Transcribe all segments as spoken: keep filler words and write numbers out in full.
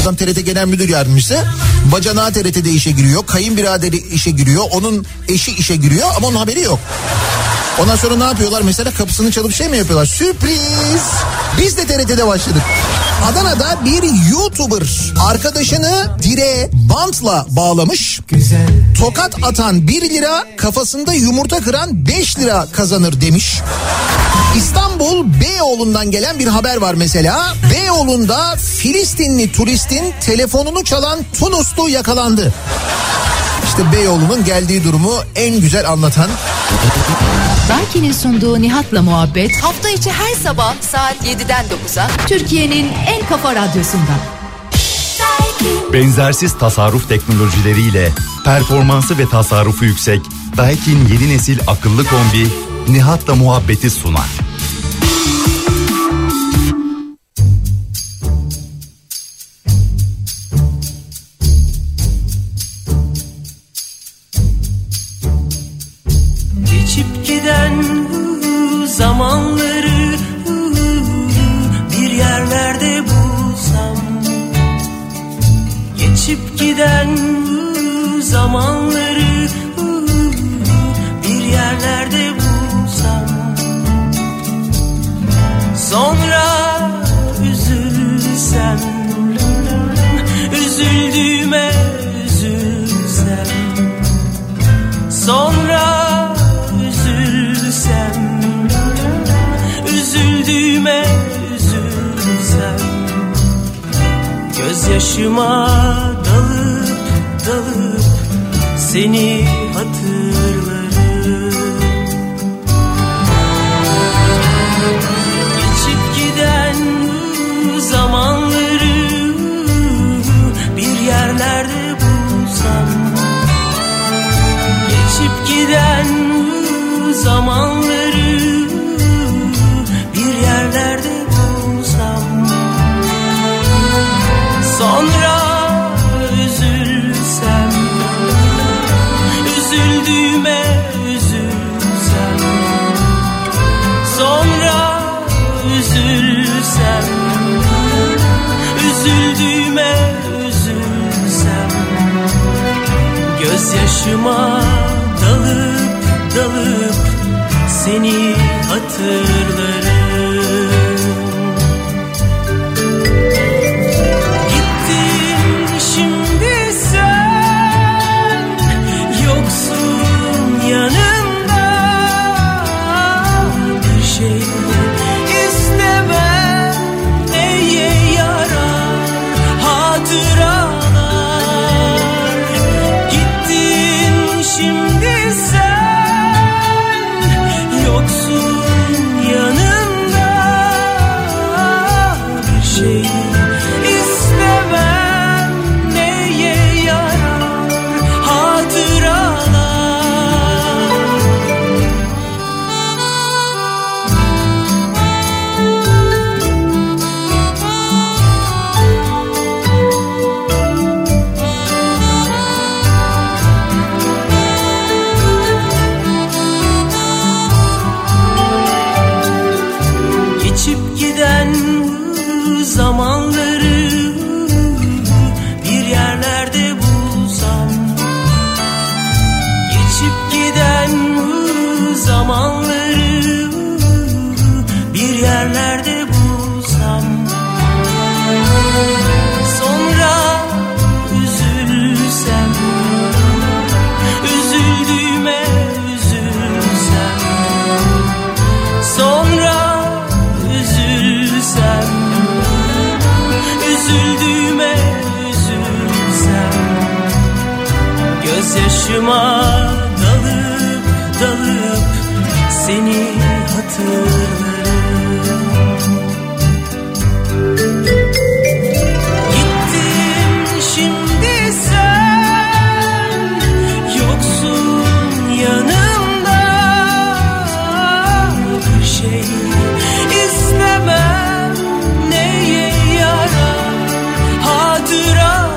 Adam T R T Genel Müdür Yardımcısı. Bacanağı T R T'de işe giriyor. Kayınbiraderi işe giriyor. Onun eşi işe giriyor ama onun haberi yok. Ondan sonra ne yapıyorlar? Mesela kapısını çalıp şey mi yapıyorlar? Sürpriz! Biz de T R T'de başladık. Adana'da bir YouTuber arkadaşını direğe bantla bağlamış. Güzel. Tokat atan bir lira, kafasında yumurta kıran beş lira kazanır demiş. İstanbul Beyoğlu'ndan gelen bir haber var mesela. Beyoğlu'nda Filistinli turistin telefonunu çalan Tunuslu yakalandı. İşte Beyoğlu'nun geldiği durumu en güzel anlatan. Daiki'nin sunduğu Nihat'la Muhabbet hafta içi her sabah saat yediden dokuza Türkiye'nin en kafa radyosundan. Benzersiz tasarruf teknolojileriyle performansı ve tasarrufu yüksek Daikin yeni nesil akıllı kombi Nihat'la Muhabbet'i sunar. Geçip giden zamanları bir yerlerde bulsam, geçip giden zamanları bir yerlerde bulsam, sonra üzülsem, üzüldüğüme üzülsem, sonra üzülsem, üzüldüğüme üzülsem, gözyaşıma dalıp dalıp seni hatırlarım. Geçip giden zamanları bir yerlerde bulsam, geçip giden zamanları bir yerlerde bulsam, sonra üzülsem, üzüldüğüme üzülsem, sonra üzülsem, üzüldüğüme üzülsem, gözyaşıma dalıp dalıp seni hatırlarım. Gittin şimdi sen, yoksun yanımda, bir şey istemem, neye yarar hatıralar. Gittin şimdi sen, yoksun yanımda, bir şey istemem, neye yarar hatıralar. Geçip giden zamanları bir yerlerde bulsam, geçip giden zamanları bir yerlerde bulsam, sonra üzülsem, üzüldüğüme üzülsem, sonra üzülsem, üzüldüğüme üzülsem, gözyaşıma dalıp dalıp seni hatırlarım. Gittin şimdi sen, yoksun yanımda, bir şey istemem, neye yarar hatıralar.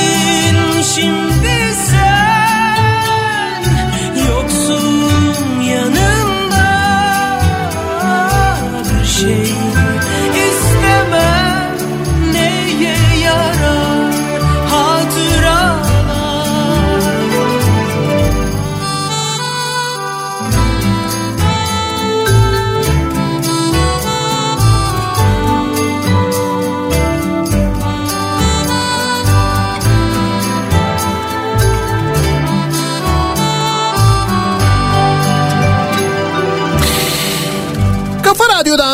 Gittin şimdi sen, yoksun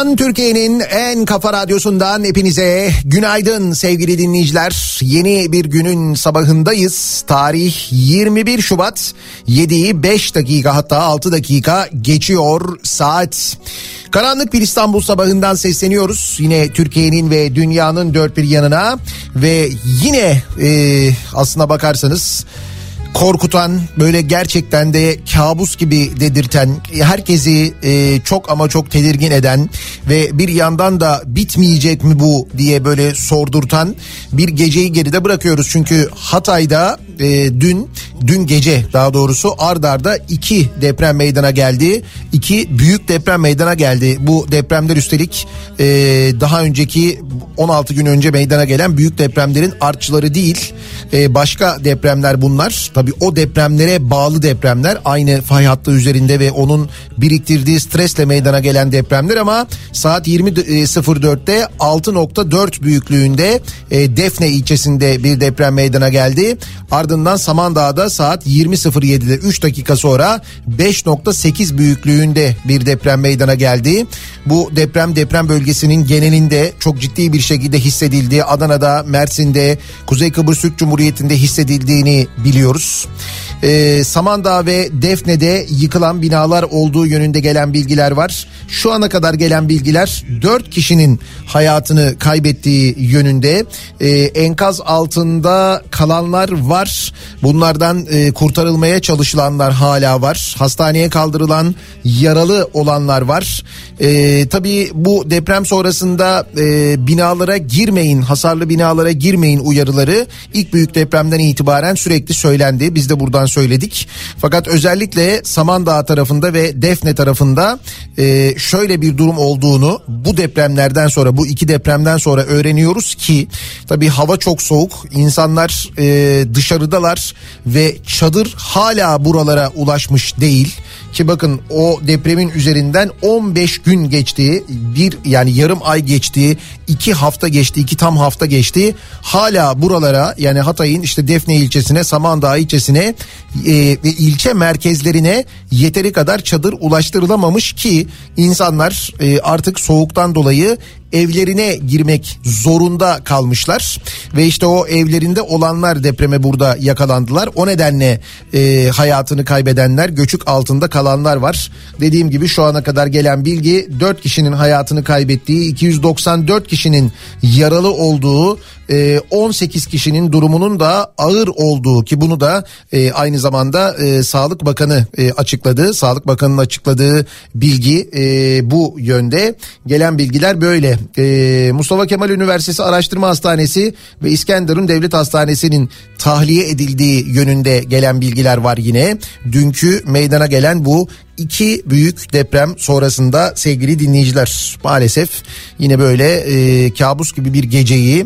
Radyo'dan, Türkiye'nin en kafa radyosundan hepinize günaydın sevgili dinleyiciler. Yeni bir günün sabahındayız. Tarih yirmi bir Şubat, yediyi beş dakika, hatta altı dakika geçiyor saat. Karanlık bir İstanbul sabahından sesleniyoruz. Yine Türkiye'nin ve dünyanın dört bir yanına ve yine e, aslına bakarsanız korkutan, böyle gerçekten de kabus gibi dedirten, herkesi e, çok ama çok tedirgin eden ve bir yandan da bitmeyecek mi bu diye böyle sordurtan bir geceyi geride bırakıyoruz. Çünkü Hatay'da e, dün dün gece daha doğrusu ard arda iki deprem meydana geldi. İki büyük deprem meydana geldi. Bu depremler üstelik e, daha önceki on altı gün önce meydana gelen büyük depremlerin artçıları değil. E, başka depremler bunlar. Tabii o depremlere bağlı depremler, aynı fay hattı üzerinde ve onun biriktirdiği stresle meydana gelen depremler, ama saat yirmi sıfır dörtte altı nokta dört büyüklüğünde e, Defne ilçesinde bir deprem meydana geldi. Ardından Samandağ'da saat yirmi sıfır yedide üç dakika sonra beş nokta sekiz büyüklüğünde bir deprem meydana geldi. Bu deprem deprem bölgesinin genelinde çok ciddi bir şekilde hissedildi. Adana'da, Mersin'de, Kuzey Kıbrıs Türk Cumhuriyeti'nde hissedildiğini biliyoruz. Ee, Samandağ ve Defne'de yıkılan binalar olduğu yönünde gelen bilgiler var. Şu ana kadar gelen bilgiler dört kişinin hayatını kaybettiği yönünde. Ee, enkaz altında kalanlar var. Bunlardan e, kurtarılmaya çalışılanlar hala var. Hastaneye kaldırılan, yaralı olanlar var. Ee, tabii bu deprem sonrasında e, binalara girmeyin, hasarlı binalara girmeyin uyarıları ilk büyük depremden itibaren sürekli söylendi. Biz de buradan söyledik. Fakat özellikle Samandağ tarafında ve Defne tarafında e, şöyle bir durum olduğunu bu depremlerden sonra, bu iki depremden sonra öğreniyoruz ki tabii hava çok soğuk. İnsanlar e, dışarıdalar ve çadır hala buralara ulaşmış değil. Ki bakın, o depremin üzerinden on beş gün geçti, bir yani yarım ay geçti, iki hafta geçti, iki tam hafta geçti. Hala buralara, yani Hatay'ın işte Defne ilçesine, Samandağ ilçesine e, ve ilçe merkezlerine yeteri kadar çadır ulaştırılamamış ki insanlar e, artık soğuktan dolayı evlerine girmek zorunda kalmışlar ve işte o evlerinde olanlar depreme burada yakalandılar. O nedenle e, hayatını kaybedenler, göçük altında kalanlar var. Dediğim gibi şu ana kadar gelen bilgi dört kişinin hayatını kaybettiği, iki yüz doksan dört kişinin yaralı olduğu, e, on sekiz kişinin durumunun da ağır olduğu, ki bunu da e, aynı zamanda e, Sağlık Bakanı e, açıkladı. Sağlık Bakanı'nın açıkladığı bilgi e, bu yönde. Gelen bilgiler böyle. Ee, Mustafa Kemal Üniversitesi Araştırma Hastanesi ve İskenderun Devlet Hastanesi'nin tahliye edildiği yönünde gelen bilgiler var yine. Dünkü meydana gelen bu iki büyük deprem sonrasında sevgili dinleyiciler, maalesef yine böyle e, kabus gibi bir geceyi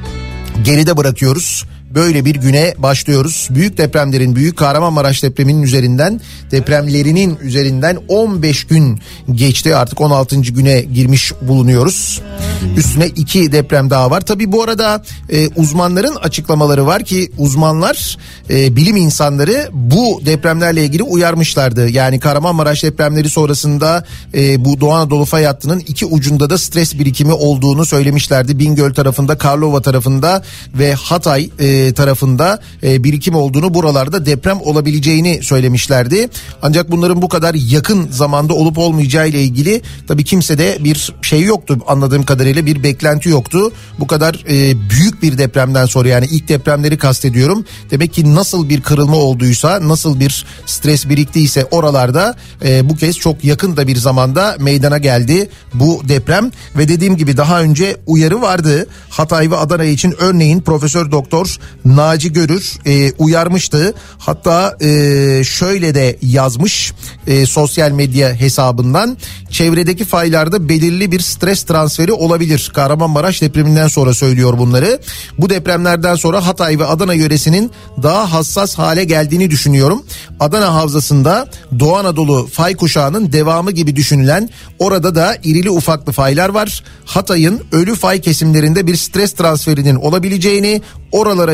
geride bırakıyoruz. Böyle bir güne başlıyoruz. Büyük depremlerin, Büyük Kahramanmaraş depreminin üzerinden, depremlerinin üzerinden on beş gün geçti. Artık on altıncı güne girmiş bulunuyoruz. Üstüne iki deprem daha var. Tabii bu arada e, uzmanların açıklamaları var ki uzmanlar, e, bilim insanları bu depremlerle ilgili uyarmışlardı. Yani Kahramanmaraş depremleri sonrasında e, bu Doğu Anadolu fay hattının iki ucunda da stres birikimi olduğunu söylemişlerdi. Bingöl tarafında, Karlova tarafında ve Hatay e, tarafında e, birikim olduğunu, buralarda deprem olabileceğini söylemişlerdi. Ancak bunların bu kadar yakın zamanda olup olmayacağı ile ilgili tabii kimsede bir şey yoktu, anladığım kadarıyla bir beklenti yoktu. Bu kadar e, büyük bir depremden sonra, yani ilk depremleri kastediyorum. Demek ki nasıl bir kırılma olduysa, nasıl bir stres biriktiyse oralarda e, bu kez çok yakın da bir zamanda meydana geldi bu deprem. Ve dediğim gibi daha önce uyarı vardı. Hatay ve Adana için örneğin Profesör Doktor Naci Görür e, uyarmıştı. Hatta e, şöyle de yazmış e, sosyal medya hesabından: çevredeki faylarda belirli bir stres transferi olabilir. Kahramanmaraş depreminden sonra söylüyor bunları. Bu depremlerden sonra Hatay ve Adana yöresinin daha hassas hale geldiğini düşünüyorum. Adana havzasında Doğu Anadolu fay kuşağının devamı gibi düşünülen, orada da irili ufaklı faylar var. Hatay'ın ölü fay kesimlerinde bir stres transferinin olabileceğini, oralara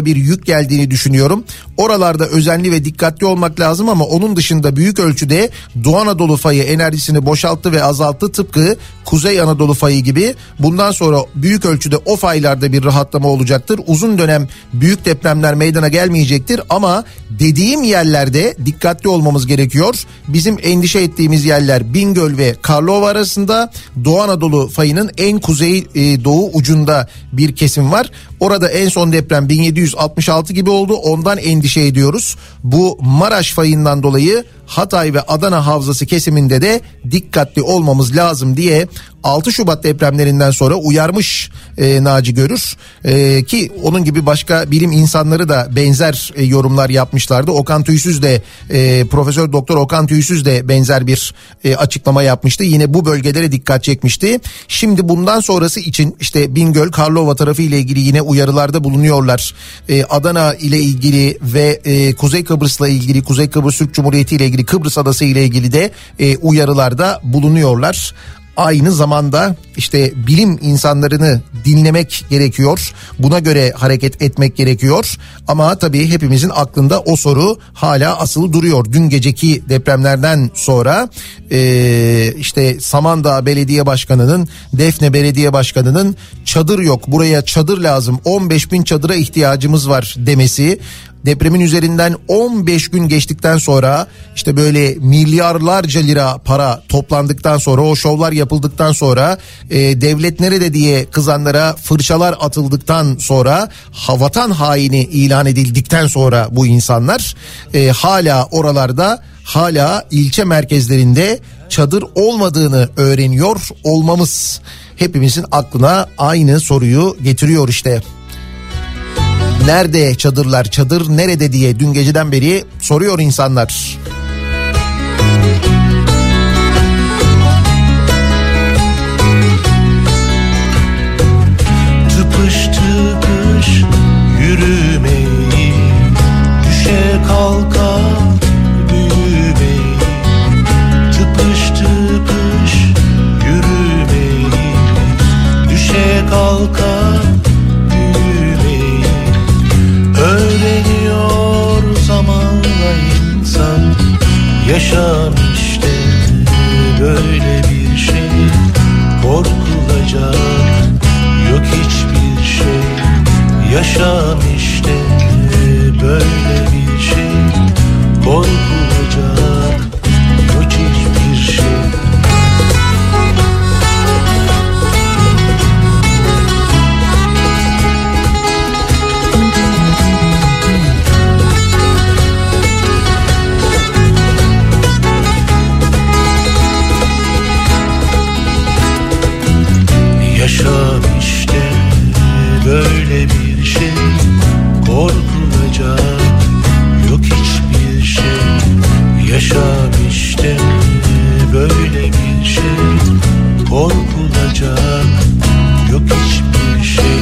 insana bir yük geldiğini düşünüyorum. Oralarda özenli ve dikkatli olmak lazım ama onun dışında büyük ölçüde Doğu Anadolu fayı enerjisini boşalttı ve azalttı. Tıpkı Kuzey Anadolu fayı gibi. Bundan sonra büyük ölçüde o faylarda bir rahatlama olacaktır. Uzun dönem büyük depremler meydana gelmeyecektir ama dediğim yerlerde dikkatli olmamız gerekiyor. Bizim endişe ettiğimiz yerler Bingöl ve Karlova arasında, Doğu Anadolu fayının en kuzey e, doğu ucunda bir kesim var. Orada en son deprem bin yedi yüz altmış altı gibi oldu. Ondan endişe ediyoruz. Bu Maraş fayından dolayı Hatay ve Adana havzası kesiminde de dikkatli olmamız lazım diye altı Şubat depremlerinden sonra uyarmış e, Naci Görür. E, ki onun gibi başka bilim insanları da benzer e, yorumlar yapmışlardı. Okan Tüysüz de e, Profesör Doktor Okan Tüysüz de benzer bir e, açıklama yapmıştı. Yine bu bölgelere dikkat çekmişti. Şimdi bundan sonrası için işte Bingöl, Karlova tarafı ile ilgili yine uyarılarda bulunuyorlar. E, Adana ile ilgili ve e, Kuzey Kıbrıs'la ilgili, Kuzey Kıbrıs Türk Cumhuriyeti ile ilgili, Kıbrıs Adası ile ilgili de e, uyarılarda bulunuyorlar. Aynı zamanda işte bilim insanlarını dinlemek gerekiyor. Buna göre hareket etmek gerekiyor. Ama tabii hepimizin aklında o soru hala asılı duruyor. Dün geceki depremlerden sonra e, işte Samandağ Belediye Başkanı'nın, Defne Belediye Başkanı'nın çadır yok, buraya çadır lazım, on beş bin çadıra ihtiyacımız var demesi. Depremin üzerinden on beş gün geçtikten sonra işte böyle milyarlarca lira para toplandıktan sonra, o şovlar yapıldıktan sonra, e, devlet nerede diye kızanlara fırçalar atıldıktan sonra, vatan haini ilan edildikten sonra bu insanlar e, hala oralarda, hala ilçe merkezlerinde çadır olmadığını öğreniyor olmamız hepimizin aklına aynı soruyu getiriyor işte. Nerede çadırlar, çadır nerede diye dün geceden beri soruyor insanlar. Tıpış tıpış yürümeyi, düşe kalka büyümeyi, tıpış tıpış yürümeyi, düşe kalka öğreniyor zamanla insan. Yaşam işte böyle bir şey, korkulacak yok hiçbir şey. Yaşam işte böyle bir şey, korkulacak yok hiçbir şey. Yaşam işte böyle bir şey, korkulacak yok hiçbir şey. Yaşam işte böyle bir şey, korkulacak yok hiçbir şey.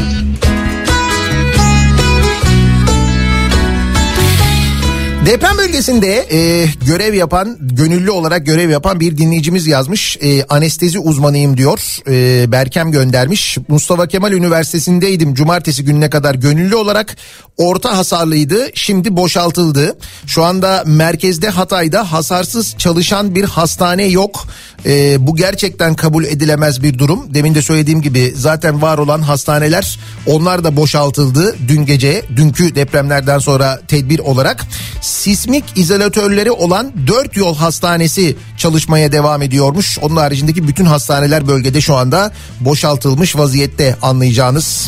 Deprem bölgesinde e, görev yapan, gönüllü olarak görev yapan bir dinleyicimiz yazmış. E, anestezi uzmanıyım diyor. E, Berkem göndermiş. Mustafa Kemal Üniversitesi'ndeydim cumartesi gününe kadar gönüllü olarak. Orta hasarlıydı, şimdi boşaltıldı. Şu anda merkezde, Hatay'da hasarsız çalışan bir hastane yok. E, bu gerçekten kabul edilemez bir durum. Demin de söylediğim gibi zaten var olan hastaneler, onlar da boşaltıldı dün gece, dünkü depremlerden sonra tedbir olarak. Sismik izolatörleri olan dört yol hastanesi çalışmaya devam ediyormuş. Onun haricindeki bütün hastaneler bölgede şu anda boşaltılmış vaziyette, anlayacağınız.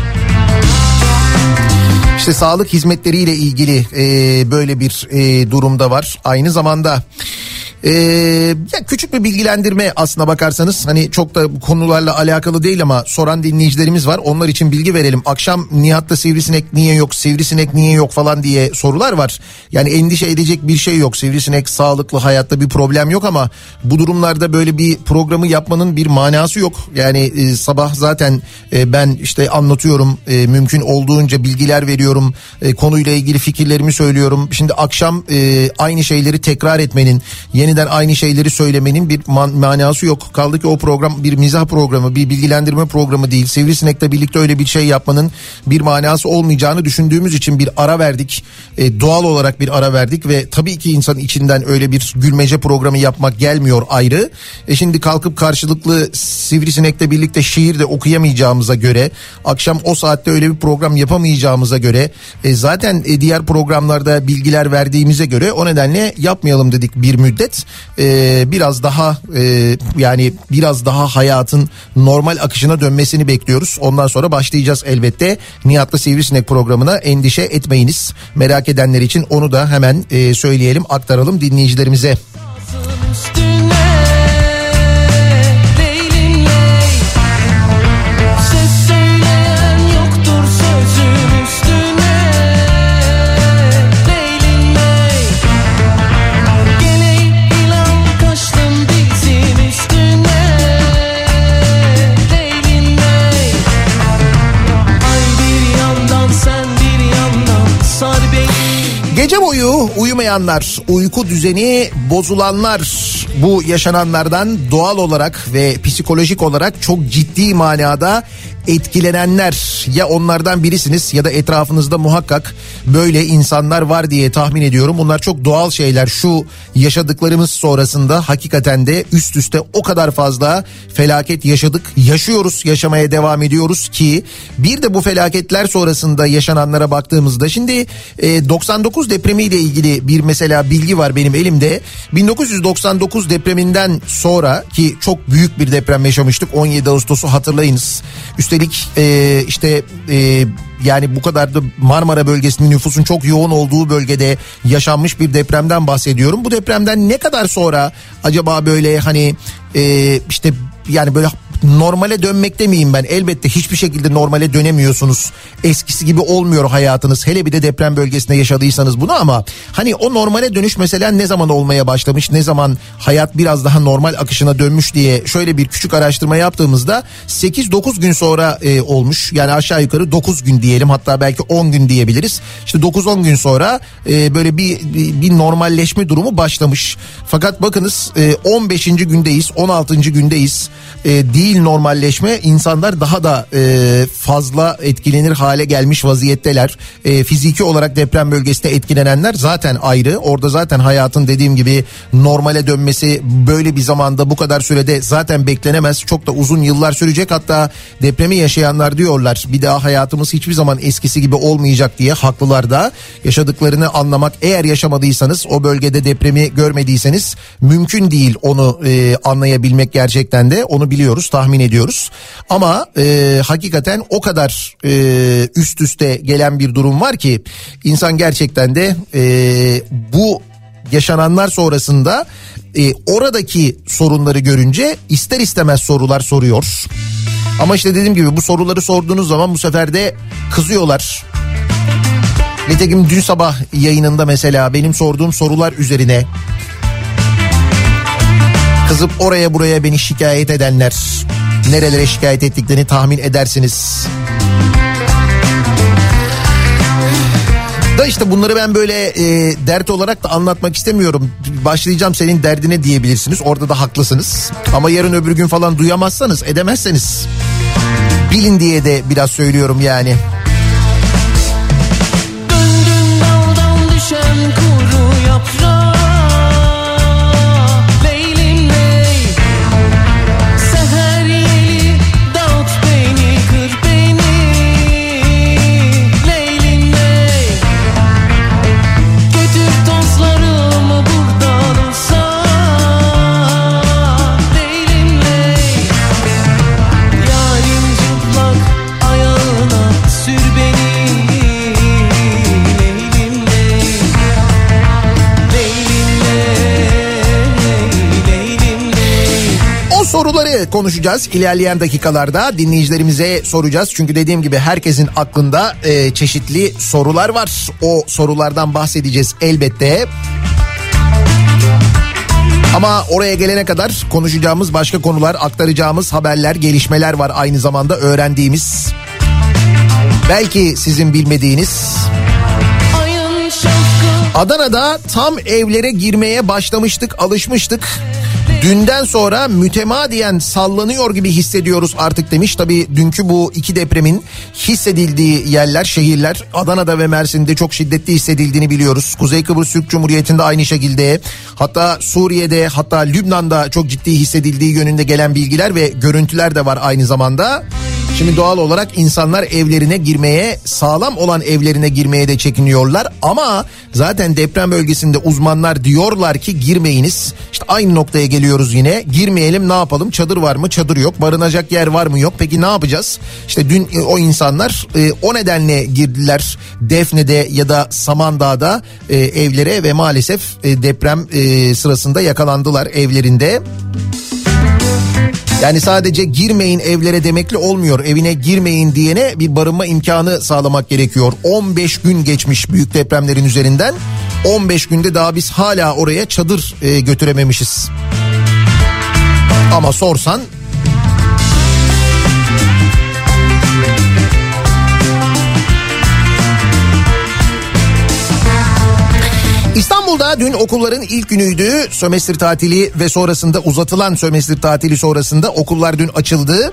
İşte sağlık hizmetleriyle ilgili e, böyle bir e, durumda var. Aynı zamanda Ee, ya küçük bir bilgilendirme aslına bakarsanız, hani çok da konularla alakalı değil ama soran dinleyicilerimiz var, onlar için bilgi verelim. Akşam Nihat'ta sivrisinek niye yok, sivrisinek niye yok falan diye sorular var. Yani endişe edecek bir şey yok, sivrisinek sağlıklı, hayatta bir problem yok ama bu durumlarda böyle bir programı yapmanın bir manası yok. Yani e, sabah zaten e, ben işte anlatıyorum, e, mümkün olduğunca bilgiler veriyorum, e, konuyla ilgili fikirlerimi söylüyorum. Şimdi akşam e, aynı şeyleri tekrar etmenin, yeniden yeniden aynı şeyleri söylemenin bir man- manası yok. Kaldı ki o program bir mizah programı, bir bilgilendirme programı değil. Sivrisinek'le birlikte öyle bir şey yapmanın bir manası olmayacağını düşündüğümüz için bir ara verdik. E, doğal olarak bir ara verdik ve tabii ki insanın içinden öyle bir gülmece programı yapmak gelmiyor ayrı. E şimdi kalkıp karşılıklı Sivrisinek'le birlikte şiir de okuyamayacağımıza göre, akşam o saatte öyle bir program yapamayacağımıza göre, e, zaten e, diğer programlarda bilgiler verdiğimize göre o nedenle yapmayalım dedik bir müddet. E, biraz daha e, yani biraz daha hayatın normal akışına dönmesini bekliyoruz. Ondan sonra başlayacağız elbette Nihat'la Sivrisinek programına, endişe etmeyiniz. Merak edenler için onu da hemen e, söyleyelim, aktaralım dinleyicilerimize. Gece boyu uyumayanlar, uyku düzeni bozulanlar, bu yaşananlardan doğal olarak ve psikolojik olarak çok ciddi manada etkilenenler, ya onlardan birisiniz ya da etrafınızda muhakkak böyle insanlar var diye tahmin ediyorum. Bunlar çok doğal şeyler. Şu yaşadıklarımız sonrasında hakikaten de üst üste o kadar fazla felaket yaşadık, yaşıyoruz, yaşamaya devam ediyoruz ki bir de bu felaketler sonrasında yaşananlara baktığımızda şimdi e, doksan dokuz depremiyle ilgili bir mesela bilgi var benim elimde. bin dokuz yüz doksan dokuz depreminden sonra, ki çok büyük bir deprem yaşamıştık, on yedi Ağustos'u hatırlayınız. Üstelik e, işte e, yani bu kadar da Marmara bölgesinin nüfusun çok yoğun olduğu bölgede yaşanmış bir depremden bahsediyorum. Bu depremden ne kadar sonra acaba böyle hani e, işte yani böyle normale dönmek demeyeyim ben. Elbette hiçbir şekilde normale dönemiyorsunuz. Eskisi gibi olmuyor hayatınız. Hele bir de deprem bölgesinde yaşadıysanız bunu, ama hani o normale dönüş mesela ne zaman olmaya başlamış? Ne zaman hayat biraz daha normal akışına dönmüş diye şöyle bir küçük araştırma yaptığımızda sekiz dokuz gün sonra e, olmuş. Yani aşağı yukarı dokuz gün diyelim, hatta belki on gün diyebiliriz. İşte dokuz on gün sonra e, böyle bir, bir bir normalleşme durumu başlamış. Fakat bakınız e, on beşinci gündeyiz, on altıncı gündeyiz. E, değil normalleşme, insanlar daha da e, fazla etkilenir hale gelmiş vaziyetteler. E, fiziki olarak deprem bölgesinde etkilenenler zaten ayrı. Orada zaten hayatın dediğim gibi normale dönmesi böyle bir zamanda, bu kadar sürede zaten beklenemez. Çok da uzun yıllar sürecek. Hatta depremi yaşayanlar diyorlar bir daha hayatımız hiçbir zaman eskisi gibi olmayacak diye. Haklılar da. Yaşadıklarını anlamak, eğer yaşamadıysanız, o bölgede depremi görmediyseniz mümkün değil onu e, anlayabilmek gerçekten de. Onu biliyoruz, tahmin ediyoruz. Ama e, hakikaten o kadar e, üst üste gelen bir durum var ki insan gerçekten de e, bu yaşananlar sonrasında e, oradaki sorunları görünce ister istemez sorular soruyor. Ama işte dediğim gibi bu soruları sorduğunuz zaman bu sefer de kızıyorlar. Nitekim dün sabah yayınında mesela benim sorduğum sorular üzerine kızıp oraya buraya beni şikayet edenler, nerelere şikayet ettiklerini tahmin edersiniz. Da işte bunları ben böyle e, dert olarak da anlatmak istemiyorum. Başlayacağım senin derdine diyebilirsiniz. Orada da haklısınız. Ama yarın öbür gün falan duyamazsanız, edemezseniz bilin diye de biraz söylüyorum yani. Döndüm daldan düşen kuru yaprağı. Soruları konuşacağız ilerleyen dakikalarda, dinleyicilerimize soracağız. Çünkü dediğim gibi herkesin aklında e, çeşitli sorular var. O sorulardan bahsedeceğiz elbette. Ama oraya gelene kadar konuşacağımız başka konular, aktaracağımız haberler, gelişmeler var aynı zamanda, öğrendiğimiz. Belki sizin bilmediğiniz. Adana'da tam evlere girmeye başlamıştık, alışmıştık. Dünden sonra mütemadiyen sallanıyor gibi hissediyoruz artık demiş. Tabii dünkü bu iki depremin hissedildiği yerler, şehirler Adana'da ve Mersin'de çok şiddetli hissedildiğini biliyoruz. Kuzey Kıbrıs Türk Cumhuriyeti'nde aynı şekilde, hatta Suriye'de, hatta Lübnan'da çok ciddi hissedildiği yönünde gelen bilgiler ve görüntüler de var aynı zamanda. Şimdi doğal olarak insanlar evlerine girmeye, sağlam olan evlerine girmeye de çekiniyorlar. Ama zaten deprem bölgesinde uzmanlar diyorlar ki girmeyiniz. İşte aynı noktaya geliyoruz yine. Girmeyelim, ne yapalım? Çadır var mı? Çadır yok. Barınacak yer var mı? Yok. Peki ne yapacağız? İşte dün o insanlar o nedenle girdiler Defne'de ya da Samandağ'da evlere ve maalesef deprem sırasında yakalandılar evlerinde. Yani sadece girmeyin evlere demekle olmuyor. Evine girmeyin diyene bir barınma imkanı sağlamak gerekiyor. on beş gün geçmiş büyük depremlerin üzerinden. on beş günde daha biz hala oraya çadır e, götürememişiz. Ama sorsan... İstanbul'da dün okulların ilk günüydü. Sömestr tatili ve sonrasında uzatılan sömestr tatili sonrasında okullar dün açıldı.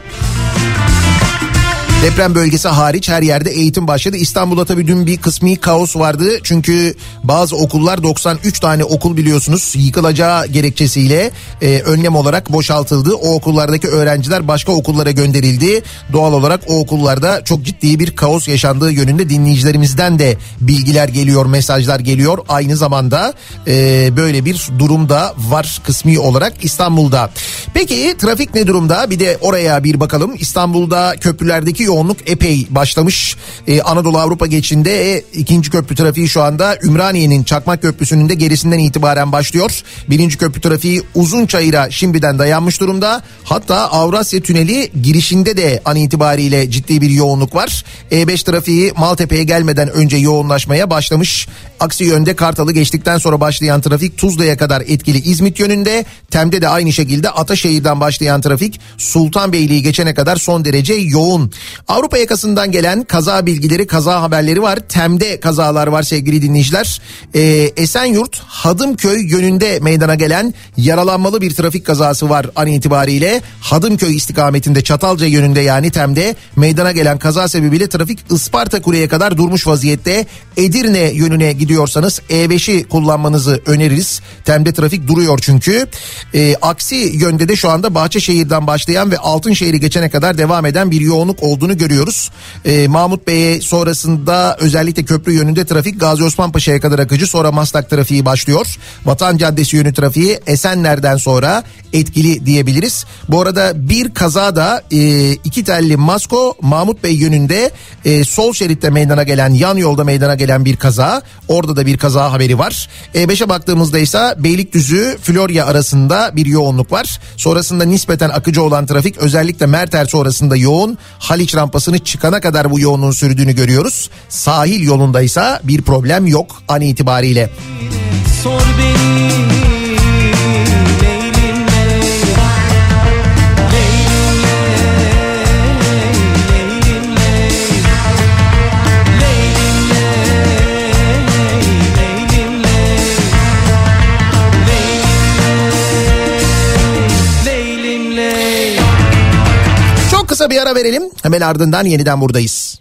Deprem bölgesi hariç her yerde eğitim başladı. İstanbul'da tabii dün bir kısmi kaos vardı. Çünkü bazı okullar, doksan üç tane okul biliyorsunuz, yıkılacağı gerekçesiyle e, önlem olarak boşaltıldı. O okullardaki öğrenciler başka okullara gönderildi. Doğal olarak o okullarda çok ciddi bir kaos yaşandığı yönünde dinleyicilerimizden de bilgiler geliyor, mesajlar geliyor. Aynı zamanda e, böyle bir durum da var kısmi olarak İstanbul'da. Peki trafik ne durumda? Bir de oraya bir bakalım. İstanbul'da köprülerdeki yoğunluk epey başlamış. Ee, Anadolu Avrupa geçişinde e, ikinci köprü trafiği şu anda Ümraniye'nin Çakmak Köprüsü'nün de gerisinden itibaren başlıyor. Birinci köprü trafiği Uzunçayır'a şimdiden dayanmış durumda. Hatta Avrasya Tüneli girişinde de an itibariyle ciddi bir yoğunluk var. E beş trafiği Maltepe'ye gelmeden önce yoğunlaşmaya başlamış. Aksi yönde Kartal'ı geçtikten sonra başlayan trafik Tuzla'ya kadar etkili İzmit yönünde. Tem'de de aynı şekilde Ataşehir'den başlayan trafik Sultanbeyli'yi geçene kadar son derece yoğun. Avrupa yakasından gelen kaza bilgileri, kaza haberleri var. Tem'de kazalar var sevgili dinleyiciler. Ee, Esenyurt Hadımköy yönünde meydana gelen yaralanmalı bir trafik kazası var an itibariyle. Hadımköy istikametinde, Çatalca yönünde yani Tem'de meydana gelen kaza sebebiyle trafik Isparta Kule'ye kadar durmuş vaziyette. Edirne yönüne gidiyorsanız E beşi kullanmanızı öneririz. Tem'de trafik duruyor çünkü. Ee, aksi yönde de şu anda Bahçeşehir'den başlayan ve Altınşehir'i geçene kadar devam eden bir yoğunluk olduğunu görüyoruz. Ee, Mahmut Bey'e sonrasında özellikle köprü yönünde trafik Gazi Osman Paşa'ya kadar akıcı, sonra Maslak trafiği başlıyor. Vatan Caddesi yönü trafiği Esenler'den sonra etkili diyebiliriz. Bu arada bir kaza da e, iki telli Masko Mahmut Bey yönünde e, sol şeritte meydana gelen, yan yolda meydana gelen bir kaza. Orada da bir kaza haberi var. E beşe baktığımızda ise Beylikdüzü Florya arasında bir yoğunluk var. Sonrasında nispeten akıcı olan trafik özellikle Merter sonrasında yoğun. Haliç rampasını çıkana kadar bu yoğunluğun sürdüğünü görüyoruz. Sahil yolundaysa bir problem yok an itibariyle. Sor beni. Kısa bir ara verelim. Hemen ardından yeniden buradayız.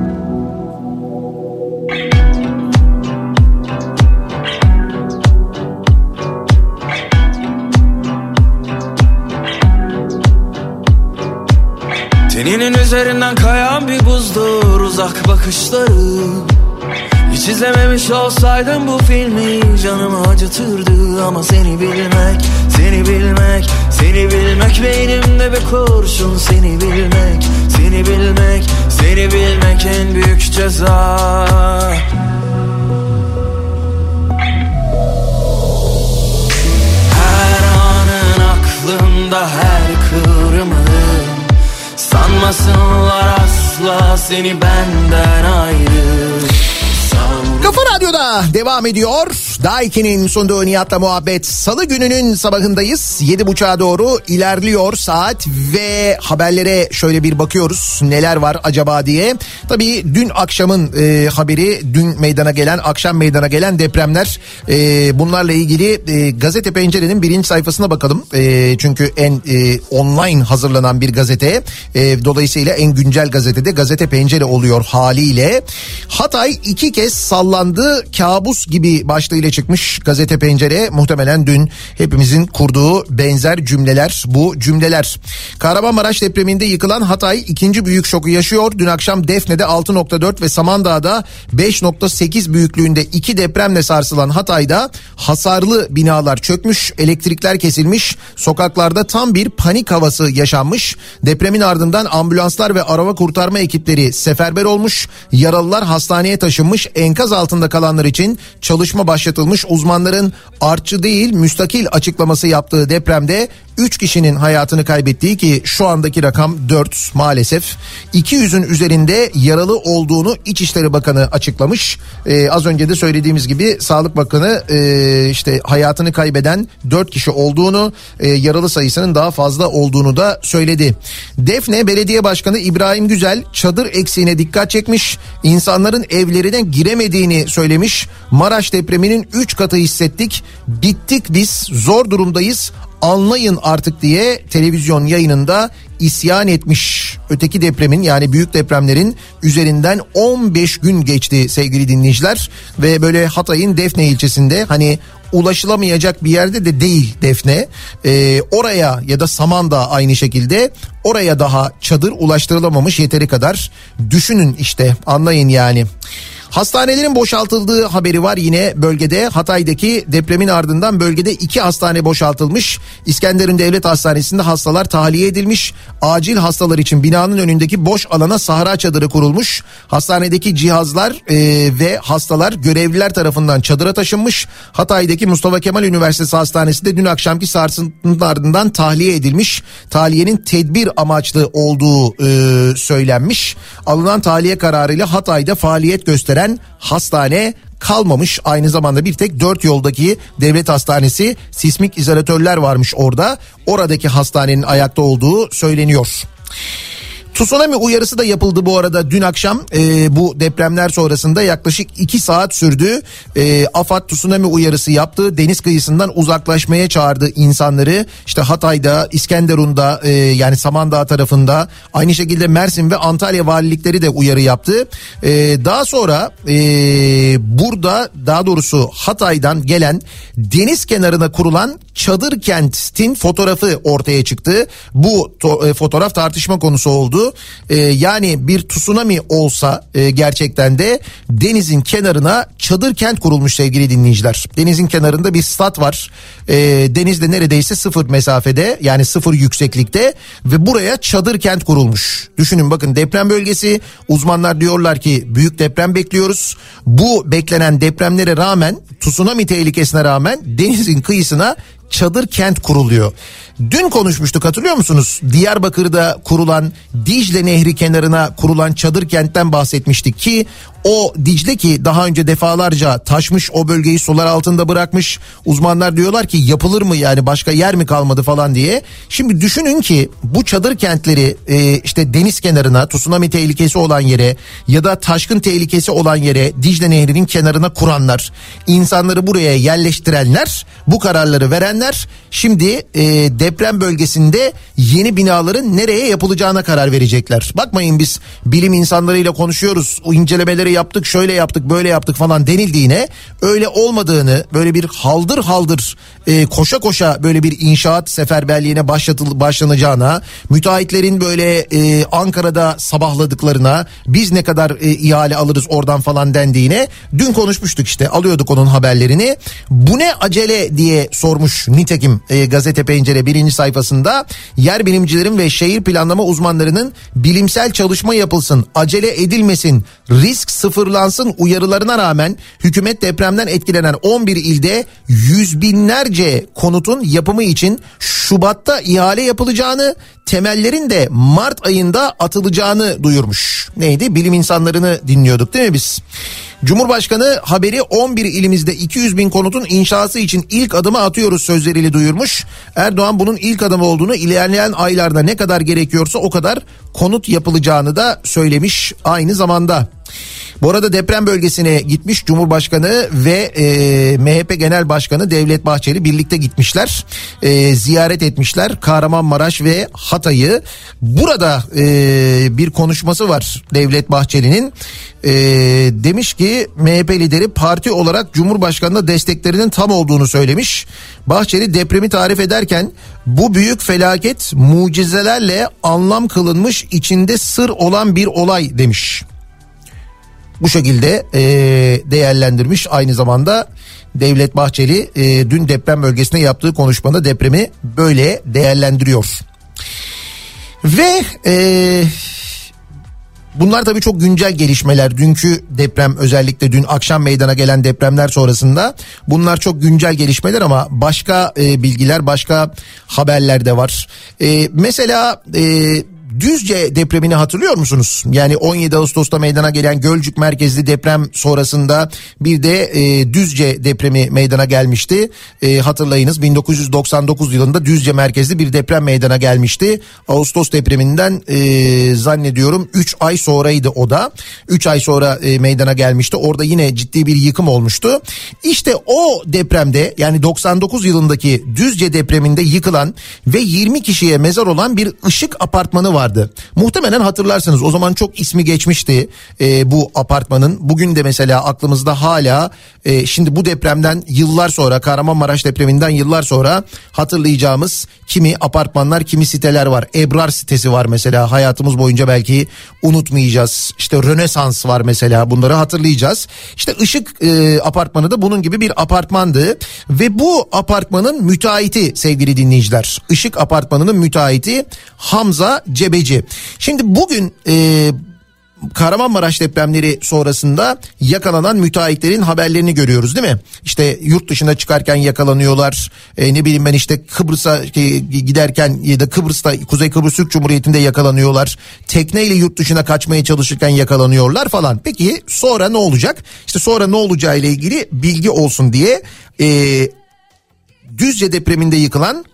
Teninin üzerinden kayan bir buzdur uzak bakışları. Hiç izlememiş olsaydım bu filmi canımı acıtırdı. Ama seni bilmek, seni bilmek, seni bilmek beynimde bir kurşun. Seni bilmek, seni bilmek, seni bilmek en büyük ceza. Her anın aklımda, her kıvrımın. Sanmasınlar asla seni benden ayrı. Kafa Radyo'da devam ediyor. Daiki'nin sunduğu Nihat'la muhabbet. Salı gününün sabahındayız. Yedi buçuğa doğru ilerliyor saat ve haberlere şöyle bir bakıyoruz. Neler var acaba diye. Tabii dün akşamın e, haberi, dün meydana gelen, akşam meydana gelen depremler. E, bunlarla ilgili e, Gazete Pencere'nin birinci sayfasına bakalım. E, çünkü en e, online hazırlanan bir gazete. E, dolayısıyla en güncel gazetede Gazete Pencere oluyor haliyle. Hatay iki kez sallandı, kabus gibi başlığıyla çıkmış Gazete Pencere. Muhtemelen dün hepimizin kurduğu benzer cümleler bu cümleler. Kahramanmaraş depreminde yıkılan Hatay ikinci büyük şoku yaşıyor. Dün akşam Defne'de altı nokta dört ve Samandağ'da beş nokta sekiz büyüklüğünde iki depremle sarsılan Hatay'da hasarlı binalar çökmüş, elektrikler kesilmiş, sokaklarda tam bir panik havası yaşanmış. Depremin ardından ambulanslar ve arama kurtarma ekipleri seferber olmuş, yaralılar hastaneye taşınmış, enkaz altında kalanlar için çalışma başlatılmış. Uzmanların artçı değil müstakil açıklaması yaptığı depremde üç kişinin hayatını kaybettiği, ki şu andaki rakam dört maalesef. iki yüzün üzerinde yaralı olduğunu İçişleri Bakanı açıklamış. Ee, az önce de söylediğimiz gibi Sağlık Bakanı e, işte hayatını kaybeden dört kişi olduğunu, e, yaralı sayısının daha fazla olduğunu da söyledi. Defne Belediye Başkanı İbrahim Güzel çadır eksiğine dikkat çekmiş. İnsanların evlerine giremediğini söylemiş. Maraş depreminin üç katı hissettik. Bittik biz, zor durumdayız. Anlayın artık diye televizyon yayınında isyan etmiş. Öteki depremin, yani büyük depremlerin üzerinden on beş gün geçti sevgili dinleyiciler ve böyle Hatay'ın Defne ilçesinde, hani ulaşılamayacak bir yerde de değil Defne, ee, oraya ya da Samandağ aynı şekilde, oraya daha çadır ulaştırılamamış yeteri kadar. Düşünün işte, anlayın yani. Hastanelerin boşaltıldığı haberi var yine bölgede. Hatay'daki depremin ardından bölgede iki hastane boşaltılmış. İskenderun Devlet Hastanesi'nde hastalar tahliye edilmiş. Acil hastalar için binanın önündeki boş alana sahra çadırı kurulmuş. Hastanedeki cihazlar e, ve hastalar görevliler tarafından çadıra taşınmış. Hatay'daki Mustafa Kemal Üniversitesi Hastanesi de dün akşamki sarsıntının ardından tahliye edilmiş. Tahliyenin tedbir amaçlı olduğu e, söylenmiş. Alınan tahliye kararıyla Hatay'da faaliyet gösteren hastane kalmamış. Aynı zamanda bir tek dört yoldaki devlet hastanesi, sismik izolatörler varmış orada. Oradaki hastanenin ayakta olduğu söyleniyor. Tsunami uyarısı da yapıldı bu arada dün akşam. E, bu depremler sonrasında yaklaşık iki saat sürdü. E, AFAD tsunami uyarısı yaptı. Deniz kıyısından uzaklaşmaya çağırdı insanları. İşte Hatay'da, İskenderun'da, e, yani Samandağ tarafında, aynı şekilde Mersin ve Antalya valilikleri de uyarı yaptı. E, daha sonra e, burada, daha doğrusu Hatay'dan gelen deniz kenarına kurulan çadır kentin fotoğrafı ortaya çıktı. Bu to, e, fotoğraf tartışma konusu oldu. Ee, yani bir tsunami olsa e, gerçekten de denizin kenarına çadır kent kurulmuş sevgili dinleyiciler. Denizin kenarında bir stat var. E, denizde neredeyse sıfır mesafede, yani sıfır yükseklikte ve buraya çadır kent kurulmuş. Düşünün bakın, deprem bölgesi, uzmanlar diyorlar ki büyük deprem bekliyoruz. Bu beklenen depremlere rağmen, tsunami tehlikesine rağmen denizin kıyısına çadır kent kuruluyor. Dün konuşmuştuk, hatırlıyor musunuz? Diyarbakır'da kurulan, Dicle Nehri kenarına kurulan çadır kentten bahsetmiştik ki o Dicle, ki daha önce defalarca taşmış, o bölgeyi sular altında bırakmış. Uzmanlar diyorlar ki yapılır mı, yani başka yer mi kalmadı falan diye. Şimdi düşünün ki bu çadır kentleri e, işte deniz kenarına, tsunami tehlikesi olan yere ya da taşkın tehlikesi olan yere, Dicle Nehri'nin kenarına kuranlar, insanları buraya yerleştirenler, bu kararları verenler şimdi e, deprem bölgesinde yeni binaların nereye yapılacağına karar verecekler. Bakmayın, biz bilim insanlarıyla konuşuyoruz, o incelemeleri yaptık, şöyle yaptık, böyle yaptık falan denildiğine, öyle olmadığını, böyle bir haldır haldır e, koşa koşa böyle bir inşaat seferberliğine başlatıl, başlanacağına, müteahhitlerin böyle e, Ankara'da sabahladıklarına, biz ne kadar e, ihale alırız oradan falan dendiğine dün konuşmuştuk, işte alıyorduk onun haberlerini. Bu ne acele diye sormuş nitekim e, Gazete Pencere birinci sayfasında. Yer bilimcilerin ve şehir planlama uzmanlarının bilimsel çalışma yapılsın, acele edilmesin, risk sıfırlansın uyarılarına rağmen hükümet depremden etkilenen on bir ilde yüz binlerce konutun yapımı için Şubat'ta ihale yapılacağını, temellerin de Mart ayında atılacağını duyurmuş. Neydi? Bilim insanlarını dinliyorduk değil mi biz? Cumhurbaşkanı haberi on bir ilimizde iki yüz bin konutun inşası için ilk adımı atıyoruz sözleriyle duyurmuş. Erdoğan bunun ilk adımı olduğunu, ilerleyen aylarda ne kadar gerekiyorsa o kadar konut yapılacağını da söylemiş aynı zamanda. Bu arada deprem bölgesine gitmiş Cumhurbaşkanı ve e, M H P Genel Başkanı Devlet Bahçeli birlikte gitmişler. E, ziyaret etmişler Kahramanmaraş ve Hatay'ı. Burada e, bir konuşması var Devlet Bahçeli'nin. E, demiş ki M H P lideri parti olarak Cumhurbaşkanı'na desteklerinin tam olduğunu söylemiş. Bahçeli depremi tarif ederken bu büyük felaket mucizelerle anlam kılınmış, içinde sır olan bir olay demiş. Bu şekilde e, değerlendirmiş aynı zamanda Devlet Bahçeli e, dün deprem bölgesine yaptığı konuşmada depremi böyle değerlendiriyor. Ve e, bunlar tabii çok güncel gelişmeler. Dünkü deprem, özellikle dün akşam meydana gelen depremler sonrasında bunlar çok güncel gelişmeler ama başka e, bilgiler, başka haberler de var. E, mesela e, Düzce depremini hatırlıyor musunuz? Yani on yedi Ağustos'ta meydana gelen Gölcük merkezli deprem sonrasında bir de e, Düzce depremi meydana gelmişti. E, hatırlayınız, bin dokuz yüz doksan dokuz yılında Düzce merkezli bir deprem meydana gelmişti. Ağustos depreminden e, zannediyorum üç ay sonraydı o da. üç ay sonra e, meydana gelmişti. Orada yine ciddi bir yıkım olmuştu. İşte o depremde, yani doksan dokuz yılındaki Düzce depreminde yıkılan ve yirmi kişiye mezar olan bir Işık apartmanı var. Vardı. Muhtemelen hatırlarsınız, o zaman çok ismi geçmişti e, bu apartmanın. Bugün de mesela aklımızda hala e, şimdi bu depremden yıllar sonra, Kahramanmaraş depreminden yıllar sonra hatırlayacağımız kimi apartmanlar, kimi siteler var. Ebrar sitesi var mesela, hayatımız boyunca belki unutmayacağız. İşte Rönesans var mesela, bunları hatırlayacağız. İşte Işık e, apartmanı da bunun gibi bir apartmandı ve bu apartmanın müteahhiti sevgili dinleyiciler. Işık apartmanının müteahhiti Hamza Cebeci. Şimdi bugün e, Kahramanmaraş depremleri sonrasında yakalanan müteahhitlerin haberlerini görüyoruz değil mi? İşte yurt dışına çıkarken yakalanıyorlar. E, ne bileyim ben işte Kıbrıs'a e, giderken ya da Kıbrıs'ta, Kuzey Kıbrıs Türk Cumhuriyeti'nde yakalanıyorlar. Tekneyle yurt dışına kaçmaya çalışırken yakalanıyorlar falan. Peki sonra ne olacak? İşte sonra ne olacağı ile ilgili bilgi olsun diye e, Düzce depreminde yıkılan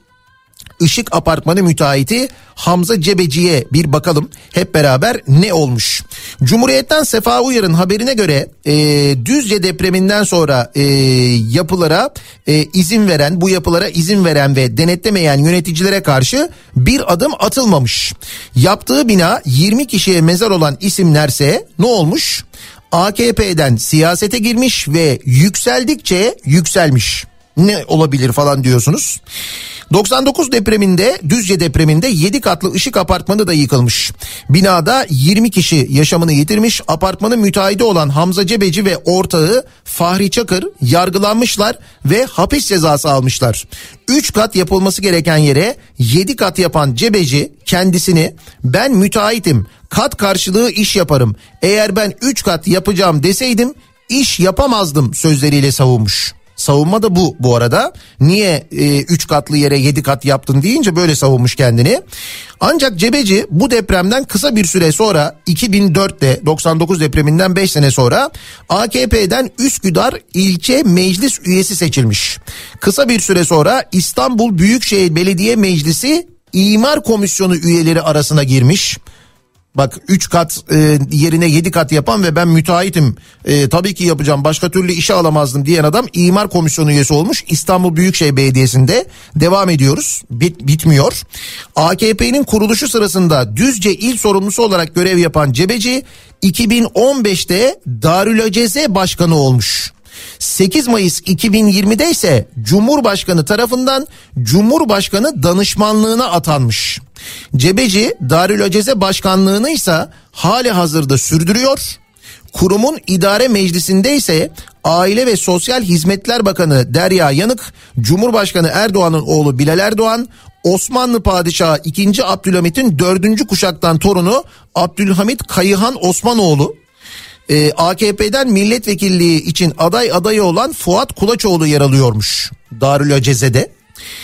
Işık apartmanı müteahhiti Hamza Cebeci'ye bir bakalım hep beraber ne olmuş. Cumhuriyet'ten Sefa Uyar'ın haberine göre e, Düzce depreminden sonra e, yapılara e, izin veren, bu yapılara izin veren ve denetlemeyen yöneticilere karşı bir adım atılmamış. Yaptığı bina yirmi kişiye mezar olan isimlerse ne olmuş? A K P'den siyasete girmiş ve yükseldikçe yükselmiş. Ne olabilir falan diyorsunuz. doksan dokuz depreminde, Düzce depreminde yedi katlı Işık apartmanı da yıkılmış. Binada yirmi kişi yaşamını yitirmiş. Apartmanın müteahhidi olan Hamza Cebeci ve ortağı Fahri Çakır yargılanmışlar ve hapis cezası almışlar. üç kat yapılması gereken yere yedi kat yapan Cebeci kendisini "ben müteahhitim, kat karşılığı iş yaparım. Eğer ben üç kat yapacağım deseydim iş yapamazdım" sözleriyle savunmuş. Savunma da bu bu arada. Niye üç e, katlı yere yedi kat yaptın deyince böyle savunmuş kendini. Ancak Cebeci bu depremden kısa bir süre sonra iki bin dörtte, doksan dokuz depreminden beş sene sonra A K P'den Üsküdar ilçe meclis üyesi seçilmiş. Kısa bir süre sonra İstanbul Büyükşehir Belediye Meclisi İmar Komisyonu üyeleri arasına girmiş. Bak, üç kat e, yerine yedi kat yapan ve "ben müteahhitim, e, tabii ki yapacağım, başka türlü işe alamazdım" diyen adam İmar Komisyonu üyesi olmuş. İstanbul Büyükşehir Belediyesi'nde devam ediyoruz. Bit, bitmiyor. A K P'nin kuruluşu sırasında Düzce il sorumlusu olarak görev yapan Cebeci iki bin on beşte Darülaceze Başkanı olmuş. sekiz Mayıs iki bin yirmide ise Cumhurbaşkanı tarafından Cumhurbaşkanı danışmanlığına atanmış. Cebeci Darülaceze Başkanlığını ise hali hazırda sürdürüyor. Kurumun idare meclisinde ise Aile ve Sosyal Hizmetler Bakanı Derya Yanık, Cumhurbaşkanı Erdoğan'ın oğlu Bilal Erdoğan, Osmanlı Padişahı ikinci. Abdülhamit'in dördüncü kuşaktan torunu Abdülhamit Kayıhan Osmanoğlu, Ee, A K P'den milletvekilliği için aday adayı olan Fuat Kulaçoğlu yer alıyormuş Darülaceze'de.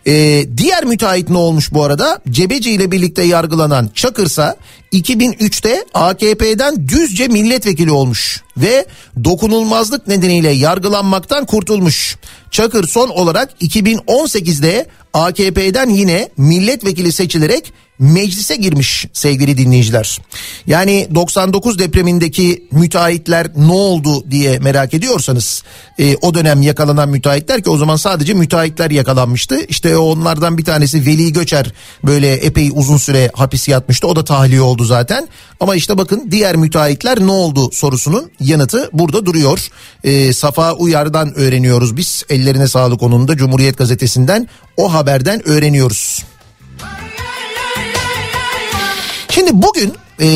Ee, diğer müteahhit ne olmuş bu arada? Cebeci ile birlikte yargılanan Çakırsa iki bin üçte A K P'den Düzce milletvekili olmuş ve dokunulmazlık nedeniyle yargılanmaktan kurtulmuş. Çakır son olarak iki bin on sekizde A K P'den yine milletvekili seçilerek meclise girmiş sevgili dinleyiciler. Yani doksan dokuz depremindeki müteahhitler ne oldu diye merak ediyorsanız e, o dönem yakalanan müteahhitler, ki o zaman sadece müteahhitler yakalanmıştı. İşte onlardan bir tanesi Veli Göçer böyle epey uzun süre hapis yatmıştı. O da tahliye oldu zaten. Ama işte bakın diğer müteahhitler ne oldu sorusunun yanıtı burada duruyor. E, Safa Uyar'dan öğreniyoruz biz. Ellerine sağlık onun da, Cumhuriyet Gazetesi'nden o haberden öğreniyoruz. Şimdi bugün e,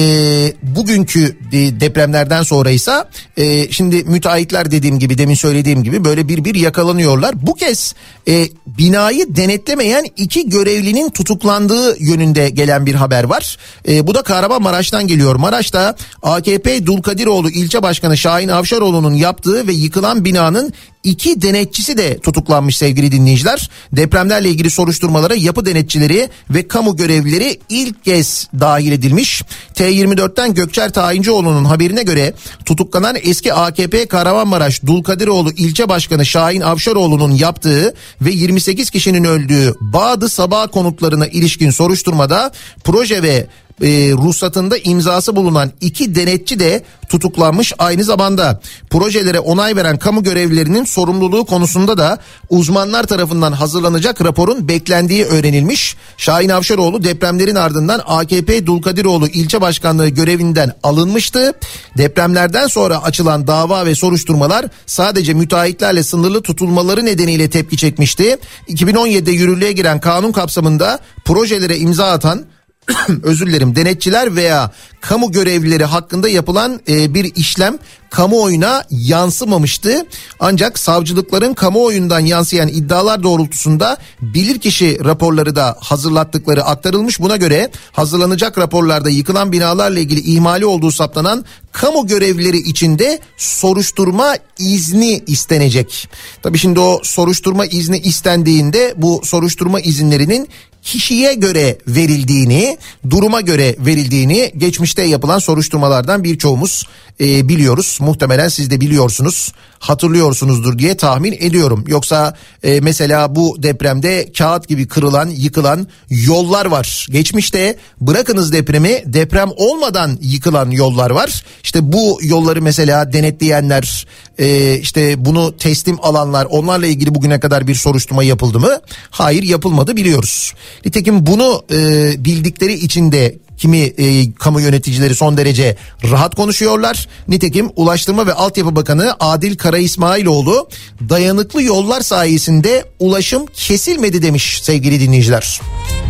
bugünkü e, depremlerden sonraysa e, şimdi müteahhitler dediğim gibi, demin söylediğim gibi böyle bir bir yakalanıyorlar. Bu kez e, binayı denetlemeyen iki görevlinin tutuklandığı yönünde gelen bir haber var. E, bu da Kahramanmaraş'tan geliyor. Maraş'ta A K P Dulkadiroğlu ilçe başkanı Şahin Avşaroğlu'nun yaptığı ve yıkılan binanın İki denetçisi de tutuklanmış sevgili dinleyiciler. Depremlerle ilgili soruşturmalara yapı denetçileri ve kamu görevlileri ilk kez dahil edilmiş. T yirmi dörtten Gökçer Tayincioğlu'nun haberine göre tutuklanan eski A K P Kahramanmaraş Dulkadiroğlu ilçe başkanı Şahin Avşaroğlu'nun yaptığı ve yirmi sekiz kişinin öldüğü Bağdı Sabah konutlarına ilişkin soruşturmada proje ve E, ruhsatında imzası bulunan iki denetçi de tutuklanmış. Aynı zamanda projelere onay veren kamu görevlilerinin sorumluluğu konusunda da uzmanlar tarafından hazırlanacak raporun beklendiği öğrenilmiş. Şahin Avşaroğlu depremlerin ardından A K P Dulkadiroğlu ilçe başkanlığı görevinden alınmıştı. Depremlerden sonra açılan dava ve soruşturmalar sadece müteahhitlerle sınırlı tutulmaları nedeniyle tepki çekmişti. iki bin on yedide yürürlüğe giren kanun kapsamında projelere imza atan özür dilerim denetçiler veya kamu görevlileri hakkında yapılan e, bir işlem kamuoyuna yansımamıştı. Ancak savcılıkların kamuoyundan yansıyan iddialar doğrultusunda bilirkişi raporları da hazırlattıkları aktarılmış. Buna göre hazırlanacak raporlarda yıkılan binalarla ilgili ihmali olduğu saptanan kamu görevlileri için de soruşturma izni istenecek. Tabii şimdi o soruşturma izni istendiğinde bu soruşturma izinlerinin kişiye göre verildiğini, duruma göre verildiğini geçmişte yapılan soruşturmalardan birçoğumuz e, biliyoruz. Muhtemelen siz de biliyorsunuz, hatırlıyorsunuzdur diye tahmin ediyorum. Yoksa e, mesela bu depremde kağıt gibi kırılan, yıkılan yollar var. Geçmişte bırakınız depremi, deprem olmadan yıkılan yollar var. İşte bu yolları mesela denetleyenler, e, işte bunu teslim alanlar, onlarla ilgili bugüne kadar bir soruşturma yapıldı mı? Hayır, yapılmadı, biliyoruz. Nitekim bunu e, bildikleri için de kimi e, kamu yöneticileri son derece rahat konuşuyorlar. Nitekim Ulaştırma ve Altyapı Bakanı Adil Karaismailoğlu dayanıklı yollar sayesinde ulaşım kesilmedi demiş sevgili dinleyiciler.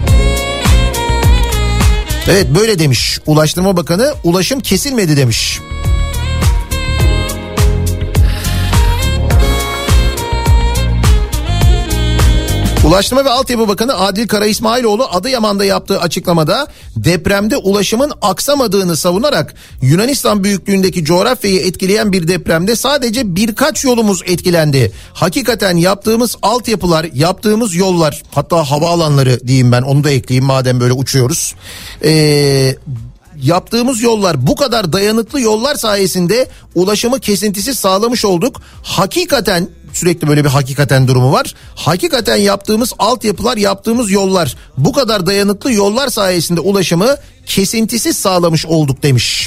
Evet, böyle demiş Ulaştırma Bakanı, ulaşım kesilmedi demiş. Ulaştırma ve Altyapı Bakanı Adil Karaismailoğlu Adıyaman'da yaptığı açıklamada depremde ulaşımın aksamadığını savunarak Yunanistan büyüklüğündeki coğrafyayı etkileyen bir depremde sadece birkaç yolumuz etkilendi. Hakikaten yaptığımız altyapılar, yaptığımız yollar, hatta havaalanları diyeyim ben, onu da ekleyeyim madem böyle uçuyoruz. Eee... Yaptığımız yollar, bu kadar dayanıklı yollar sayesinde ulaşımı kesintisiz sağlamış olduk. Hakikaten, sürekli böyle bir hakikaten durumu var. Hakikaten yaptığımız altyapılar, yaptığımız yollar, bu kadar dayanıklı yollar sayesinde ulaşımı kesintisiz sağlamış olduk demiş.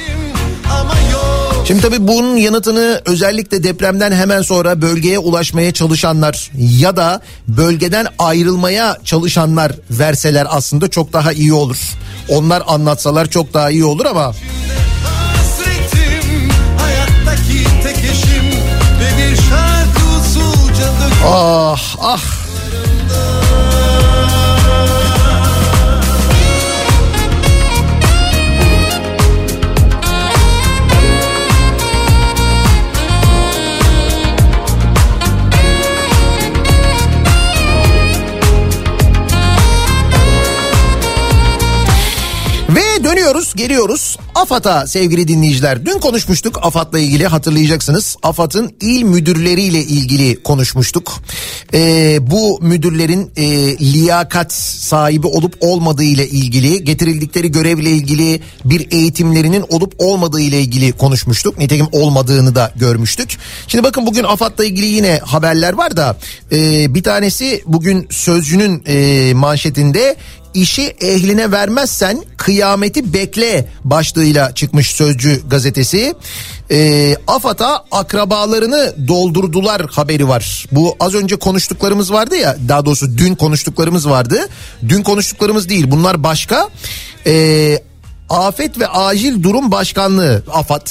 Şimdi tabii bunun yanıtını özellikle depremden hemen sonra bölgeye ulaşmaya çalışanlar ya da bölgeden ayrılmaya çalışanlar verseler aslında çok daha iyi olur. Onlar anlatsalar çok daha iyi olur ama... Ah ah. Ve dönüyoruz, geliyoruz. AFAD'a sevgili dinleyiciler, dün konuşmuştuk AFAD'la ilgili, hatırlayacaksınız. AFAD'ın il müdürleriyle ilgili konuşmuştuk. Ee, bu müdürlerin e, liyakat sahibi olup olmadığı ile ilgili, getirildikleri görevle ilgili bir eğitimlerinin olup olmadığı ile ilgili konuşmuştuk. Nitekim olmadığını da görmüştük. Şimdi bakın bugün AFAD'la ilgili yine haberler var da e, bir tanesi bugün Sözcü'nün e, manşetinde "İşi ehline vermezsen kıyameti bekle" başlığıyla çıkmış Sözcü gazetesi. E, AFAD'a akrabalarını doldurdular haberi var. Bu az önce konuştuklarımız vardı ya, daha doğrusu dün konuştuklarımız vardı. Dün konuştuklarımız değil, bunlar başka. E, Afet ve Acil Durum Başkanlığı AFAD